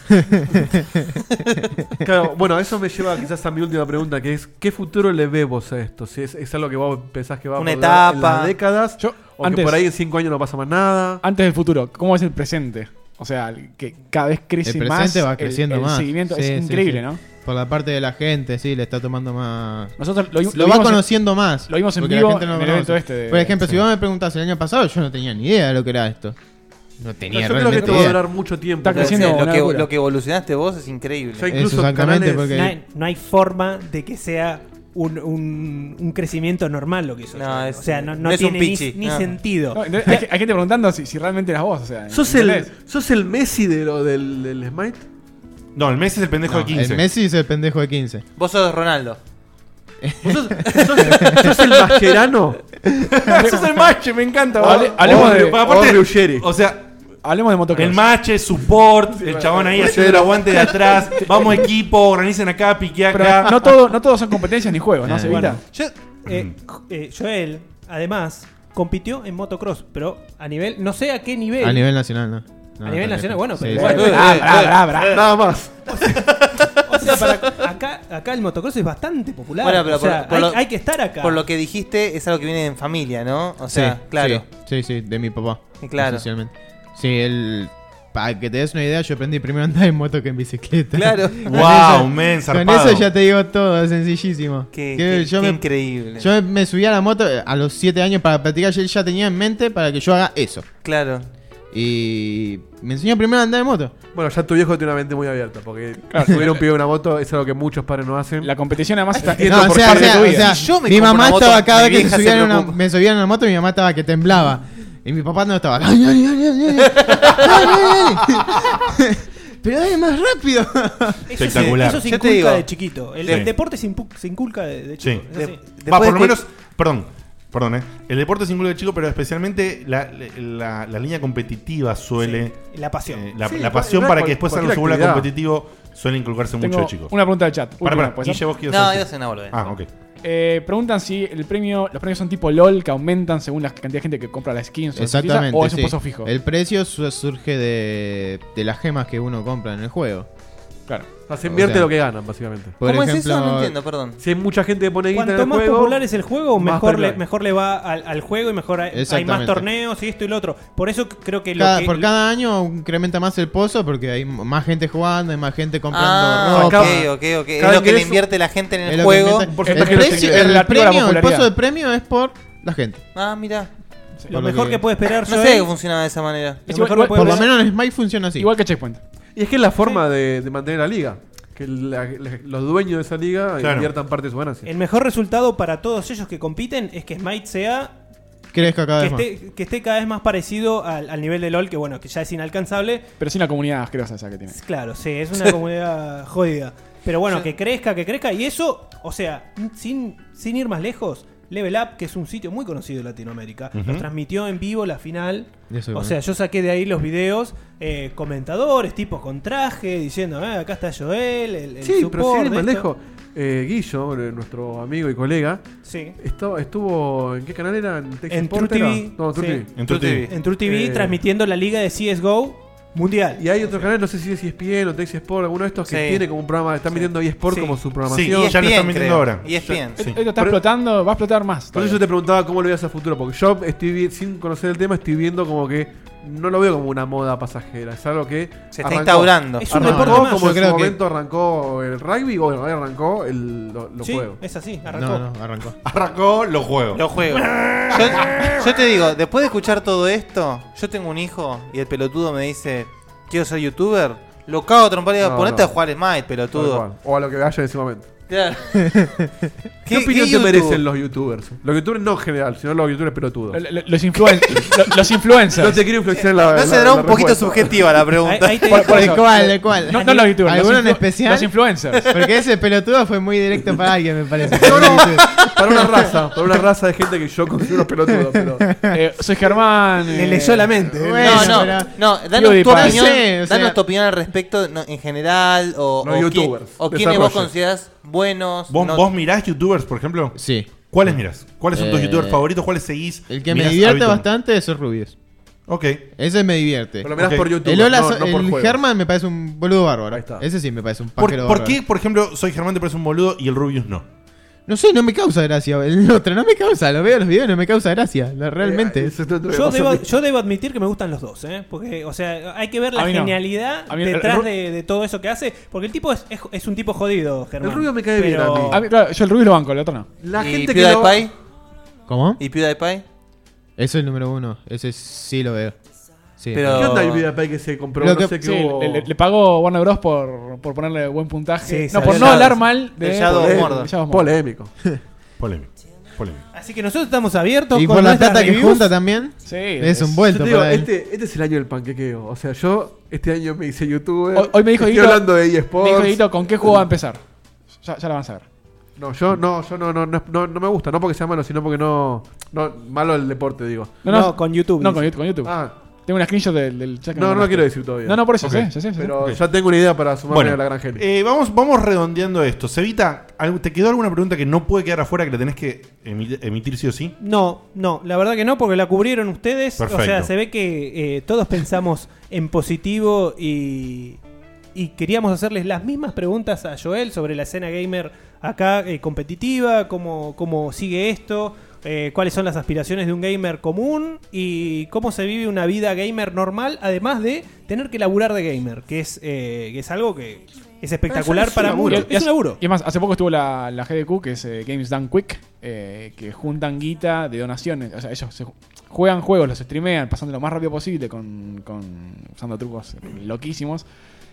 Claro, bueno, eso me lleva quizás a mi última pregunta, que es ¿qué futuro le ves vos a esto? Si es algo que vos pensás que va Una a durar etapa. en las décadas, o antes- que por ahí en 5 años no pasa más nada. Antes del futuro, ¿cómo es el presente? O sea, que cada vez crece El más. presente va creciendo el más. seguimiento Sí, es sí, increíble, sí. ¿no? Por la parte de la gente, sí, le está tomando más. Nosotros lo lo va vimos conociendo más. lo vimos en porque vivo la gente no en el conoce. evento este de- Por ejemplo, sí. si vos me preguntás el año pasado, yo no tenía ni idea de lo que era esto. No tenía Yo creo que realmente esto va a idea. durar mucho tiempo. Está creciendo lo, una que, locura. lo que evolucionaste vos es increíble. Ya incluso Exactamente, canales- porque No hay forma de que sea un crecimiento normal lo que hizo. No, Joel. es- o sea, no no es tiene un pichi, ni no. sentido. No, entonces, hay gente preguntando si realmente eras vos. O sea, ¿Sos el Messi del Smite? No, el Messi es el pendejo de 15. El Messi es el pendejo de 15. Vos sos Ronaldo. ¿Sos el Mascherano? Sos el mache, me encanta. Hablemos de- O sea, hablemos de motocross. el mache, support, el chabón ahí haciendo el aguante de atrás. Vamos equipo, organicen acá, pique Pero acá. no todos son competencias ni juegos, ¿no? Se evita. Joel, además, compitió en motocross, pero a nivel, no sé a qué nivel. A nivel nacional, no. A nivel nacional, bueno, Sí, pero sí. igual. Nada más. O sea, acá el motocross es bastante popular. Bueno, pero o sea, por lo- hay que estar acá. Por lo que dijiste, es algo que viene en familia, ¿no? O sea, Sí, claro. Sí, de mi papá. Claro. Esencialmente. Sí, para que te des una idea, yo aprendí primero a andar en moto que en bicicleta. Claro. Con Wow, eso- men, Con zarpado. eso ya te digo todo, es sencillísimo. Qué increíble. Yo me subí a la moto a los 7 años para practicar, yo ya tenía en mente para que yo haga eso. Claro. Y me enseñó primero a andar en moto. Bueno, ya tu viejo tiene una mente muy abierta, porque subir un pibe a una moto es algo que muchos padres no hacen. La competición además está No, por parte de tu vida. mi mamá estaba cada vez que me subían a una moto, mi mamá estaba que temblaba. Y mi papá no estaba. ¡Ay, ay, ay, ay, ay! Pero dale más rápido. Espectacular. Eso se Yo te inculca digo. de chiquito. El Sí. deporte se inculca de Sí. chico. Es así. Va, por lo menos, perdón, el deporte es inculca de chico, pero especialmente la línea competitiva suele. La pasión. La Sí, pasión igual para que después algo se vuelva actividad. competitivo suele inculcarse mucho Tengo de chicos. una pregunta del chat. Para, Última, ¿puede Guille, ser? vos quieres No, hacer- iba a hacer una boludez. Ah, ok. Preguntan si los premios son tipo LOL, que aumentan según la cantidad de gente que compra las skins Exactamente. o es un sí. pozo fijo. El precio surge de las gemas que uno compra en el juego. Claro. Se invierte lo que ganan, básicamente. Por ¿Cómo ejemplo, es eso? No entiendo, perdón. Si hay mucha gente que pone guita en Cuanto el más juego, popular es el juego, más mejor premio hay. mejor le va al juego y mejor hay más Exactamente. torneos y esto y lo otro. Por eso creo que por cada año incrementa más el pozo porque hay más gente jugando, hay más gente comprando Ah, ropa. ok. Es lo que le invierte la gente en Es el lo que juego. invierte- porcentaje el, de precio- los el ingresos. Relativo a la premio, el popularidad. pozo de premio es por la gente. Ah, mira. Lo mejor que puede esperar No Joel- sé que funcionaba de esa manera. Es Lo mejor igual- que puede Por lo esperar- menos en Smite funciona así. Igual que Checkpoint. Y es que es la forma de mantener la liga. Que los dueños de esa liga Claro. inviertan parte de su ganancia. El mejor resultado para todos ellos que compiten es que Smite sea Crezca cada que vez más. que esté cada vez más parecido al nivel de LOL, que bueno, que ya es inalcanzable. Pero sin la comunidad asquerosa esa que tiene. Claro, sí, es una comunidad jodida. Pero bueno, que crezca. Y eso, o sea, sin ir más lejos, Level Up, que es un sitio muy conocido en Latinoamérica, nos transmitió en vivo la final. Eso, O bueno. sea, yo saqué de ahí los videos, comentadores, tipos con traje, diciendo, acá está Joel, el Sí, pero support, sin ir más esto". lejos. Guillo, nuestro amigo y colega, Sí. estuvo. ¿En qué canal era? ¿En Texas En Sport True era? TV. No, True Sí. TV. En True TV. En True TV, transmitiendo la liga de CSGO mundial. Y hay otro canal, no sé si es ESPN o Texas Sport, alguno de estos que Sí. tiene como un programa, están metiendo eSport Sí. como su Sí, programación. ya lo están metiendo ahora. ESPN. Sí. Esto está explotando, va a explotar más. Por eso yo te preguntaba cómo lo veías a futuro, porque yo sin conocer el tema estoy viendo como que no lo veo como una moda pasajera, es algo que Se está instaurando. Es un arrancó deporte más. como Yo en su creo que- momento arrancó el rugby, bueno, ahí arrancó los Sí, juegos. es así, arrancó. No, arrancó. Arrancó los juegos. Los juegos. Yo te digo, después de escuchar todo esto, yo tengo un hijo y el pelotudo me dice, quiero ser youtuber. Lo cago a trompar y digo, No, ponete no. a jugar Smite, Tal pelotudo. cual. O a lo que haya en ese momento. Claro. ¿Qué opinión te YouTube? merecen los youtubers? Los youtubers no en general, sino los youtubers pelotudos. Los influencers. No te quiero influenciar en la. No la- será la un poquito respuesta. subjetiva la pregunta. Ahí te Por digo- eso. ¿De cuál? No los youtubers. ¿Alguno los en especial? Los influencers. Porque ese pelotudo fue muy directo para alguien, me parece. No, no, para una raza de gente que yo considero pelotudos, pero. Soy Germán. Le leyó la mente. Bueno, pero- No, danos PewDiePie. tu opinión, No sé, o sea- danos tu opinión al respecto en general o Los youtubers, o quiénes vos desarrollo. considerás buenos. ¿Vos mirás youtubers, por ejemplo? Sí. ¿Cuáles mirás? ¿Cuáles son tus youtubers favoritos? ¿Cuáles seguís? El que me divierte bastante es el Rubius. Ok. Ese me divierte. Pero lo mirás por YouTube, El Hola, no por el juegos. Germán me parece un boludo bárbaro. Ahí está. Ese sí me parece un ¿Por pajero bárbaro. qué, por ejemplo, Soy Germán te parece un boludo y el Rubius no? No sé, no me causa gracia. El otro no me causa. Lo veo en los videos y no me causa gracia. Realmente. Yo debo admitir que me gustan los dos, ¿eh? Porque, o sea, hay que ver la A mí no. genialidad A mí detrás de todo eso que hace. Porque el tipo es un tipo jodido, Germán. El Rubio me cae bien a mí. Claro, yo el Rubio lo banco, el otro no. La ¿Y gente que PewDiePie? ¿Cómo? ¿Y PewDiePie? Ese es el número 1. Ese sí lo veo. Sí. Pero- ¿Qué onda el PewDiePie que se compró? Lo No que- sé qué Sí, hubo. le pagó Warner Bros. por ponerle buen puntaje. Sí, no, salió por no el hablar mal de el Shadow of de- Mordor. de Shadow of Mordor. Polémico. Polémico. Polémico. Así que nosotros estamos abiertos Y con por la nuestras plata que reviews. junta también. Sí, Es un Yo vuelto te digo, para él. este es el año del panquequeo. O sea, yo este año me hice youtuber. Hoy me dijo Estoy Dieguito- hablando de Me eSports. dijo Dieguito, ¿con qué juego va a empezar? Ya la van a saber. No, yo no me gusta. No porque sea malo, sino porque no malo el deporte, digo. No, con YouTube. No, dice. con YouTube. Ah, Tengo una screenshot del chat que no me lo mandaste. quiero decir todavía. No, por eso, Ok. sé. Pero Ok. ya tengo una idea para sumarme Bueno, a la gran gente. vamos redondeando esto. Cevita, ¿te quedó alguna pregunta que no puede quedar afuera, que la tenés que emitir sí o sí? No, la verdad que no, porque la cubrieron ustedes. Perfecto. O sea, se ve que todos pensamos en positivo y queríamos hacerles las mismas preguntas a Joel sobre la escena gamer acá competitiva, cómo sigue esto, cuáles son las aspiraciones de un gamer común y cómo se vive una vida gamer normal, además de tener que laburar de gamer, que es algo que es espectacular para muchos. Es un laburo. Y además, hace poco estuvo la GDQ, que es Games Done Quick, que juntan guita de donaciones. O sea, ellos juegan juegos, los streamean, pasando lo más rápido posible usando trucos loquísimos.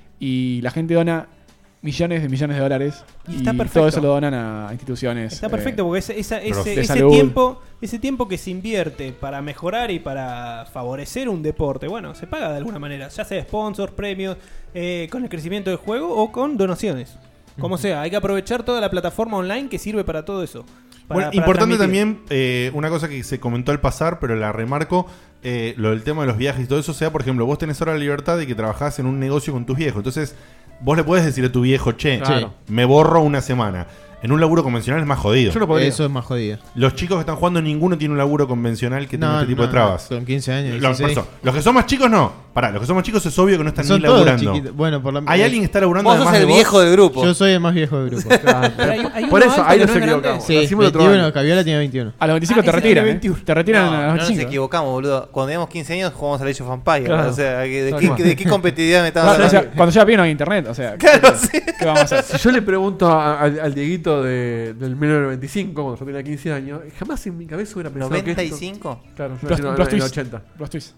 Y la gente dona millones de dólares. Y está perfecto. Todo eso lo donan a instituciones. Está perfecto porque de ese salud. tiempo que se invierte para mejorar y para favorecer un deporte, bueno, se paga de alguna manera, ya sea sponsors, premios, con el crecimiento del juego o con donaciones. Como sea, hay que aprovechar toda la plataforma online que sirve para todo eso. Bueno, importante también, una cosa que se comentó al pasar, pero la remarco, lo del tema de los viajes y todo eso, sea, por ejemplo, vos tenés ahora la libertad de que trabajás en un negocio con tus viejos, entonces vos le podés decir a tu viejo, che, Claro. me borro una semana. En un laburo convencional es más jodido. Yo no podría. Eso es más jodido. Los chicos que están jugando, ninguno tiene un laburo convencional que tenga este tipo de trabas. Con 15 años. Los, 16. por eso, los que son más chicos no. Los que son más chicos es obvio que no están Son ni todos laburando. chiquitos. Bueno, por la- ¿Hay alguien que está laburando Vos sos además el de vos? viejo del grupo. Yo soy el más viejo del grupo. Pero hay Por uno eso, alto ahí que nos no es grande. equivocamos. Sí, Nacimos de otro 21, año. Caviola tiene 21. A los 25 te ese retiran. tiene ¿eh? 21. Te retiran a No los nos 25. equivocamos, boludo. Cuando teníamos 15 años jugamos al Age of Empires. Claro. O sea, ¿de Tal qué, cual. de qué competitividad me estamos Cuando hablando? ya bien no hay internet, o sea, Claro, sí. ¿qué vamos a hacer? Si yo le pregunto al Dieguito del 1995, cuando yo tenía 15 años, jamás en mi cabeza hubiera pensado que esto... ¿95? Claro, yo Los nací en el twists. 80. Los twists.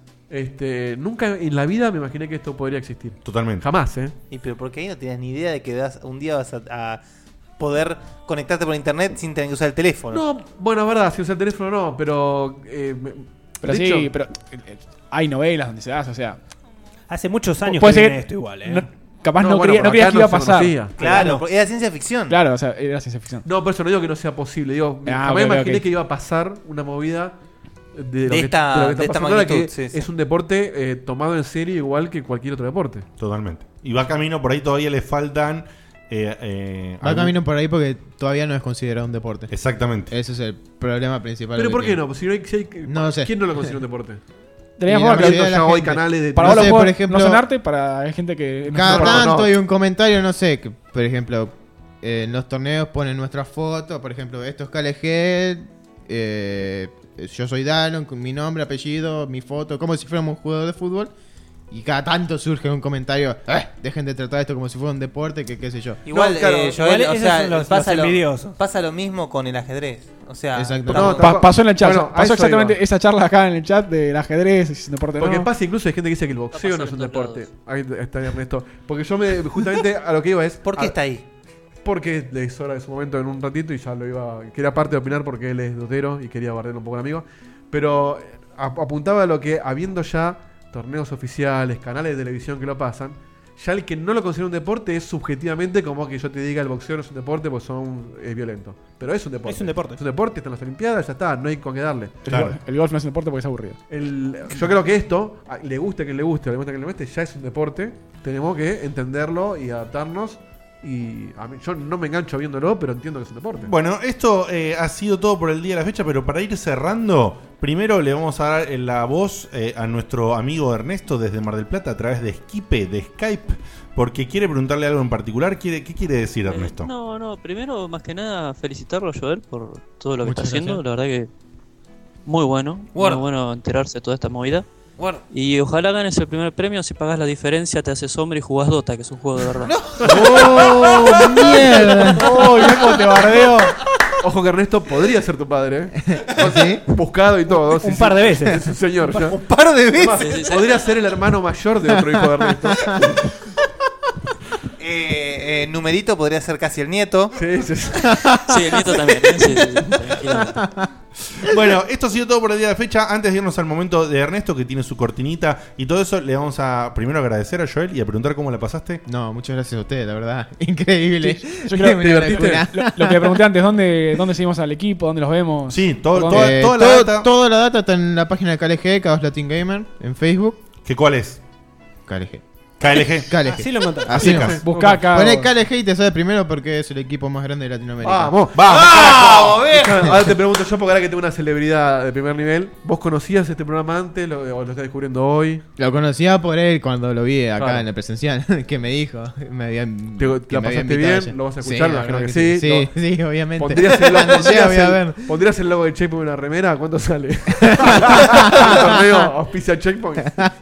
Nunca en la vida me imaginé que esto podría existir. Totalmente. Jamás, ¿eh? Y pero porque ahí no tenías ni idea de que un día vas a poder conectarte por internet sin tener que usar el teléfono. No, bueno, es verdad, si usa el teléfono no, pero... Pero de sí, hecho, pero hay novelas donde se hace, o sea. Hace muchos años puede que ser viene esto igual, ¿eh? Capaz No, no, bueno, creía, no pero creías acá que iba a no se pasar. conocía. Claro, porque era ciencia ficción. Claro, o sea, era ciencia ficción. No, por eso no digo que no sea posible. Digo, Ah, jamás ok, imaginé ok. que iba a pasar una movida de De esta pasando ahora, magnitud, que sí, sí. es un deporte tomado en serio igual que cualquier otro deporte. Totalmente. Y va camino por ahí, todavía le faltan... Va camino por ahí porque todavía no es considerado un deporte. Exactamente. Ese es el problema principal. Pero que ¿por qué tiene. no? Pues si no hay, No sé. ¿Quién no lo considera un deporte? De la Y misma la forma que mayoría de la ya hoy gente. canales de... para No vos sé, los por juegos ejemplo, no son arte, para hay gente que... Cada No, tanto no. hay un comentario, no sé, que, por ejemplo, en los torneos ponen nuestra foto, por ejemplo, esto es KLG, yo soy Dallon, con mi nombre, apellido, mi foto, como si fuéramos un jugador de fútbol. Y cada tanto surge un comentario, dejen de tratar esto como si fuera un deporte, que qué sé yo. Igual, No, claro, Joel, igual o esos sea, son los pasa, envidiosos. pasa lo mismo con el ajedrez. O sea, Exacto. No, Pasó en el chat. Bueno, a pasó eso exactamente iba. esa charla acá en el chat del ajedrez, si es un deporte Porque no. pasa incluso hay gente que dice que el boxeo no es un deporte. Ahí está Ernesto. Porque yo justamente a lo que iba es... ¿por qué está ahí? Porque le hizo hora de su momento en un ratito y ya lo iba... Quería parte de opinar porque él es dotero y quería barrer un poco al amigo. Pero apuntaba a lo que, habiendo ya torneos oficiales, canales de televisión que lo pasan, ya el que no lo considera un deporte es subjetivamente como que yo te diga el boxeo no es un deporte porque es violento. Pero es un deporte. Es un deporte. Es un deporte, está en las Olimpiadas, ya está, no hay con qué darle. El golf no es un deporte porque es aburrido. Yo creo que esto, le guste que le guste, le guste que le guste, ya es un deporte. Tenemos que entenderlo y adaptarnos Y yo no me engancho viéndolo, pero entiendo que es un deporte. Bueno, esto ha sido todo por el día de la fecha, pero para ir cerrando, primero le vamos a dar la voz a nuestro amigo Ernesto desde Mar del Plata a través de Skype, porque quiere preguntarle algo en particular. ¿Qué quiere decir Ernesto? No, primero, más que nada, felicitarlo a Joel por todo lo que Muchas está haciendo. gracias. La verdad que muy bueno. Guarda. Muy bueno enterarse de toda esta movida. Guarda. Y ojalá ganes el primer premio. Si pagas la diferencia, te haces hombre y jugás Dota, que es un juego de verdad. ¡Oh, mierda! ¡Oh, mirá cómo te bardeo! Ojo que Ernesto podría ser tu padre, ¿Sí? Buscado y todo. Un par de veces. Es un señor. ya. Un par de veces. Además, podría ser el hermano mayor de otro hijo de Ernesto. Numerito podría ser casi el nieto. Sí. Sí, el nieto también. Sí, tranquilamente. Bueno, esto ha sido todo por el día de la fecha. Antes de irnos al momento de Ernesto, que tiene su cortinita y todo eso, le vamos a primero agradecer a Joel y a preguntar cómo la pasaste. No, muchas gracias a ustedes, la verdad. Increíble. Sí, yo creo lo que le pregunté antes, ¿dónde seguimos al equipo? ¿Dónde los vemos? Sí, ¿Dónde? toda la data está en la página de KLG, Chaos Latin Gamer, en Facebook. ¿Qué cuál es? KLG. KLG. Así lo encontrás. Así Buscá es. Buscá acá. Poné KLG y te sale primero porque es el equipo más grande de Latinoamérica. Vamos. Ahora te pregunto yo, porque ahora que tengo una celebridad de primer nivel, ¿vos conocías este programa antes o lo estás descubriendo hoy? Lo conocía por él cuando lo vi acá Claro. en el presencial, que me dijo. ¿La pasaste bien? ¿Lo vas a escuchar? Me imagino que sí. Sí, obviamente. ¿Pondrías el logo, Cuando llegue voy a ver. ¿Pondrías el logo de Checkpoint en una remera? ¿Cuánto sale? El torneo auspicia Checkpoint.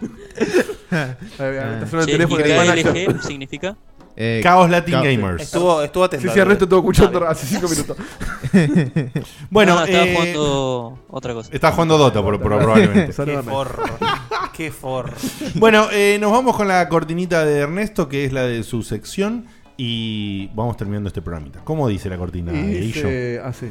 Te suena el teléfono del manager. ¿KLG significa? Chaos Latin Gamers. Estuvo atento. Sí, Ernesto estuvo escuchando hace 5 minutos. Bueno, estaba jugando otra cosa. Está jugando Dota, probablemente. Qué forro. Qué forro. Bueno, nos vamos con la cortinita de Ernesto, que es la de su sección, y vamos terminando este programita. ¿Cómo dice la cortina, Y Guillo? dice así.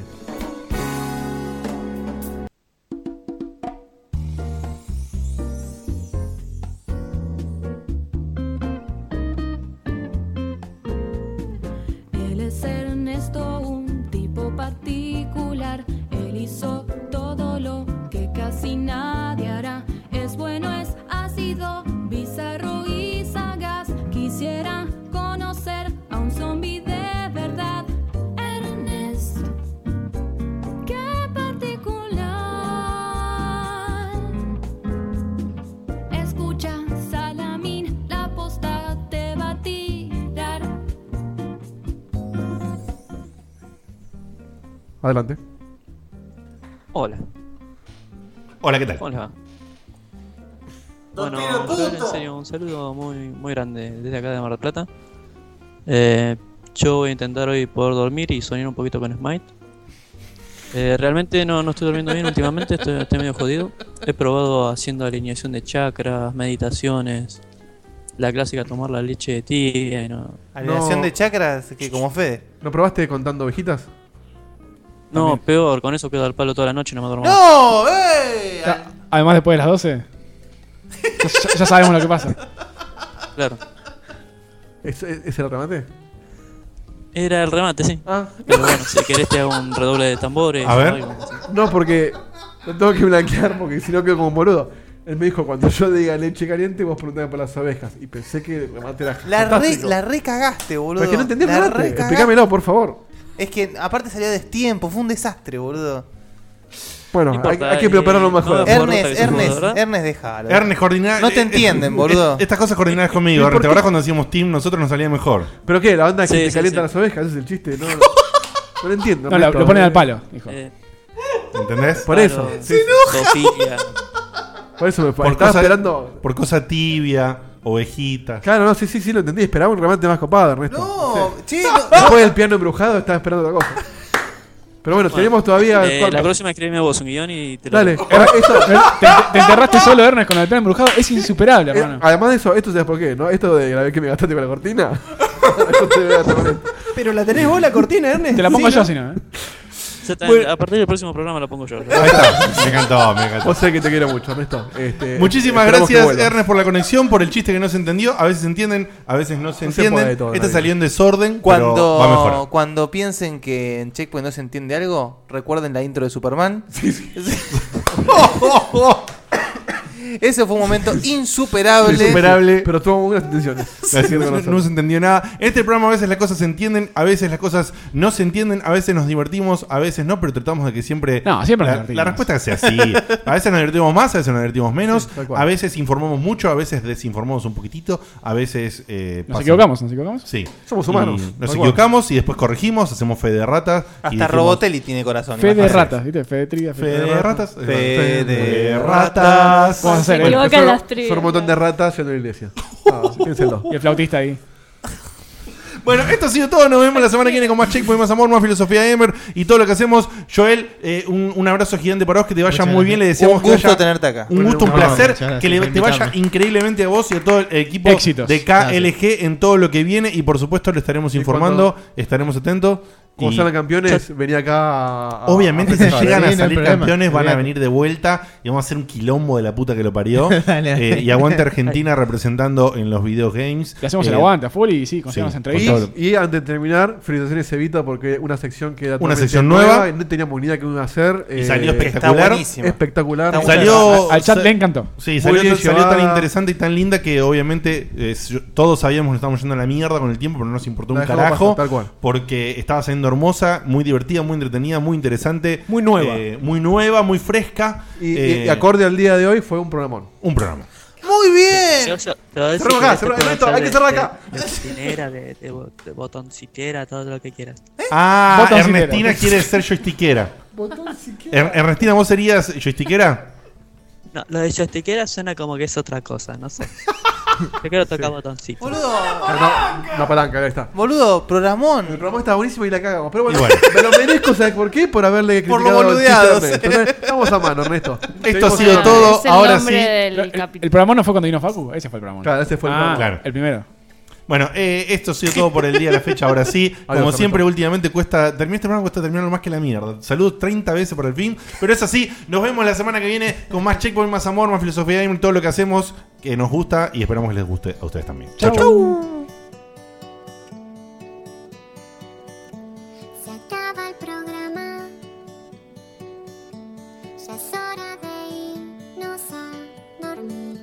Él es Ernesto, un tipo particular. Él hizo todo lo que casi nadie hará. Es bueno, es ácido, bizarro y sagaz. Quisiera conocer a un zombie de verdad. Ernest, qué particular. Escucha, Salamín, la posta te va a tirar. Adelante. Hola. Hola, ¿qué tal? Hola. Bueno, Joel, en serio, un saludo muy grande desde acá de Mar del Plata. Yo voy a intentar hoy poder dormir y soñar un poquito con Smite. Realmente no estoy durmiendo bien últimamente, estoy medio jodido. He probado haciendo alineación de chakras, meditaciones, la clásica tomar la leche de tibia y no. Alineación de chakras, que como Fede. ¿No probaste contando ovejitas? No, peor, con eso quedo al palo toda la noche y no me duermo. ¡No! Además, después de las 12, ya sabemos lo que pasa. Claro. ¿Es el remate? Era el remate, sí. Ah. Pero bueno, si querés te hago un redoble de tambores. A ver. o algo así. No, porque lo tengo que blanquear porque si no quedo como un boludo. Él me dijo, cuando yo diga leche caliente, vos preguntame por las ovejas. Y pensé que el remate era fantástico. La recagaste, boludo. Pero es que no entendí el La remate. recagaste. Explícamelo, por favor. Es que aparte salió a destiempo, fue un desastre, boludo. Bueno, No importa, hay que prepararlo mejor. Ernest, déjalo. Ernest, coordinar. No te entienden, boludo. Estas cosas coordinadas conmigo. ¿Por ¿Te qué? acordás cuando hacíamos team? Nosotros nos salía mejor. ¿Pero qué? ¿La banda que Sí, te sí, calienta sí. las ovejas? Ese es el chiste. No, no lo entiendo. No, Ernesto. lo ponen al palo, hijo. ¿Entendés? Por eso. Se enoja. Por eso me Por estaba cosa, esperando. por cosa tibia, ovejitas. Claro, no, sí, lo entendí. Esperaba un remate más copado, Ernesto. No, Sí. che, Después del piano embrujado estaba esperando otra cosa. Pero bueno, tenemos todavía. La próxima escribime vos un guión y te lo Dale. doy. Te enterraste solo, Ernest, con el plan embrujado. Es insuperable, hermano. Además de eso, esto sabes por qué, ¿no? Esto de la vez que me gastaste con la cortina. Yo te voy a hacer con esto. Pero la tenés vos la cortina, Ernest. Te la pongo Sí, yo, ¿no? si no, Ya está, Bueno. a partir del próximo programa la pongo yo. Ahí está. Me encantó. Vos sabés que te quiero mucho, Ernesto. Muchísimas esperamos que gracias, vuelvas. Ernest, por la conexión, por el chiste que no se entendió. A veces se entienden, a veces no se No se entienden. puede todo en la Este vida. salió en desorden, pero va mejor. Cuando piensen que en Checkpoint no se entiende algo, recuerden la intro de Superman. Ese fue un momento insuperable. Insuperable. Pero tuvo buenas intenciones. No se entendió nada. En este programa a veces las cosas se entienden, a veces las cosas no se entienden, a veces nos divertimos, a veces no, pero tratamos de que siempre. No, siempre nos la divertimos. respuesta sea así. A veces nos divertimos más, a veces nos divertimos menos. Sí, tal cual. A veces informamos mucho, a veces desinformamos un poquitito, a veces. ¿Nos equivocamos? Sí. Somos humanos. Y nos Tal equivocamos y después corregimos, hacemos fe de ratas. Hasta Robotelli tiene corazón. Fe de imagínate. ratas, ¿viste? Fe de trivia, Fe de ratas. Fe de ratas. Vamos a hacer Se equivocan las Son trivias. un montón de ratas yendo a la iglesia. Piénsenlo. Y el flautista ahí. Bueno, esto ha sido todo. Nos vemos la semana que viene con más Checkpoint, más amor, más filosofía gamer y todo lo que hacemos. Joel, un abrazo gigante para vos, que te vaya Muchas muy bien. Le gracias. deseamos Un gusto que vaya tenerte acá. Un gusto, un No, placer. muchas gracias Que por te vaya invitarme. increíblemente a vos y a todo el equipo Éxitos. de KLG en todo lo que viene. Y por supuesto, le estaremos informando, estaremos atentos. Cuando Y salgan campeones, venía acá obviamente, si festejar. llegan a Sí, no hay salir problema. campeones, van a Olvídate. venir de vuelta y vamos a hacer un quilombo de la puta que lo parió. Dale. Y aguante Argentina representando en los videogames. Le hacemos el aguante a full y sí, conseguimos sí, entrevistas. Y antes de terminar, felicitaciones Evita porque una sección que era Una totalmente sección nueva. y no teníamos ni idea qué iba a hacer. Y salió Está espectacular. buenísimo. Espectacular. Está Salió. Al chat le encantó. Sí, Muy salió bien tan llevada. interesante y tan linda que obviamente todos sabíamos que nos estábamos yendo a la mierda con el tiempo, pero no nos importó un La dejamos carajo. pasar, tal cual. Porque estaba siendo hermosa, muy divertida, muy entretenida, muy interesante. Muy nueva. Muy nueva, muy fresca. Y acorde al día de hoy fue un programón. Un programa. Muy bien. Te voy a decir Cerramos que acá, este cerramos, puede Ernesto, ser hay que cerrar acá. De bocinera, de botoncitera, todo lo que quieras. Ah, Botoncitera. Ernestina quiere ser joystickera. Ernestina, ¿vos serías joystickera? No, lo de joystickera suena como que es otra cosa, no sé. Yo quiero tocar botoncitos. Boludo. Una palanca, ahí está. Boludo, programón. El programa está buenísimo y la cagamos. Pero bueno, Y bueno. me lo merezco, ¿sabes por qué? Por haberle Por lo criticado el boludeado, chiste de Ernesto. Vamos a mano, Ernesto. Esto ha Seguimos sido con- todo. Es el Ahora nombre sí. del capítulo. ¿El programa no fue cuando vino Facu? Ese fue el programa. Claro, ese fue el programa. Claro. El primero. Bueno, esto ha sido todo por el día de la fecha. Ahora sí, como Adiós, siempre, Ernesto. últimamente cuesta terminar este programa, cuesta terminarlo más que la mierda. Saludos 30 veces por el fin, pero es así. Nos vemos la semana que viene con más Checkpoint, más amor, más filosofía y todo lo que hacemos que nos gusta y esperamos que les guste a ustedes también. Chau, chau. Se acaba el programa. Ya es hora de irnos a dormir.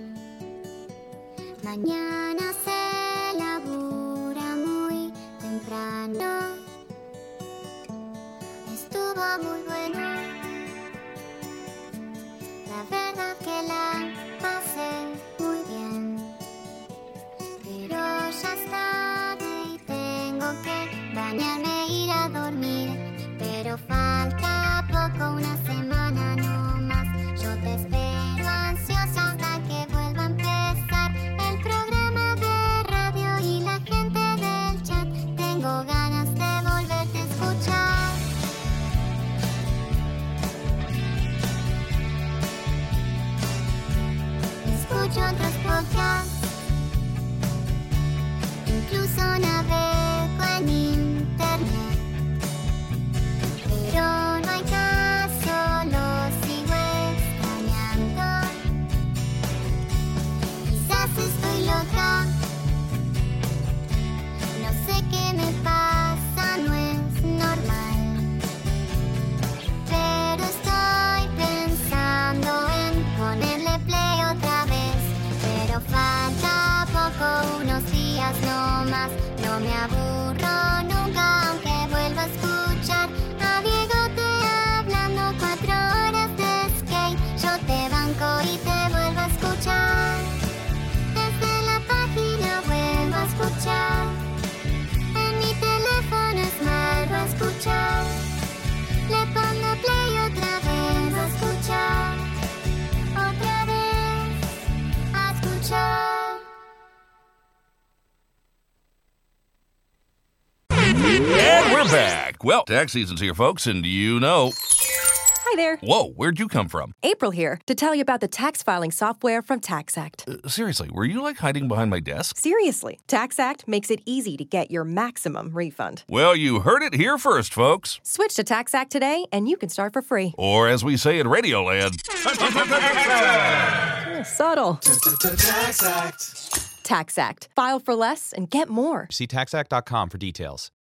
Mañana se labura muy temprano. Estuvo muy bueno. La verdad que la pasé muy bien. Pero ya es tarde y tengo que bañarme e ir a dormir. Pero falta poco, una semana no más. Yo te espero ansiosa hasta que vuelva a empezar el programa de radio y la gente del chat. Tengo ganas de volverte a escuchar. Escucho otros podcasts. Incluso navego en internet. Pero no hay caso, lo sigo extrañando. Quizás estoy loca. No sé qué me pasa, no es normal. Pero estoy pensando en ponerle play otra vez. Pero falta poco, unos días no más. No me aburro nunca, aunque vuelva a escuchar a Diegote hablando 4 horas de skate. Yo te banco y te vuelvo a escuchar. Desde la página vuelvo a escuchar. En mi teléfono es vuelvo a escuchar. Le pongo play otra vez a escuchar. Otra vez a escuchar. And we're back. Well, tax season's here, folks, and you know. Hi there. Whoa, where'd you come from? April here to tell you about the tax filing software from TaxAct. Seriously, were you like hiding behind my desk? Seriously, TaxAct makes it easy to get your maximum refund. Well, you heard it here first, folks. Switch to TaxAct today and you can start for free. Or as we say in Radioland, Subtle. TaxAct. TaxAct. File for less and get more. See taxact.com for details.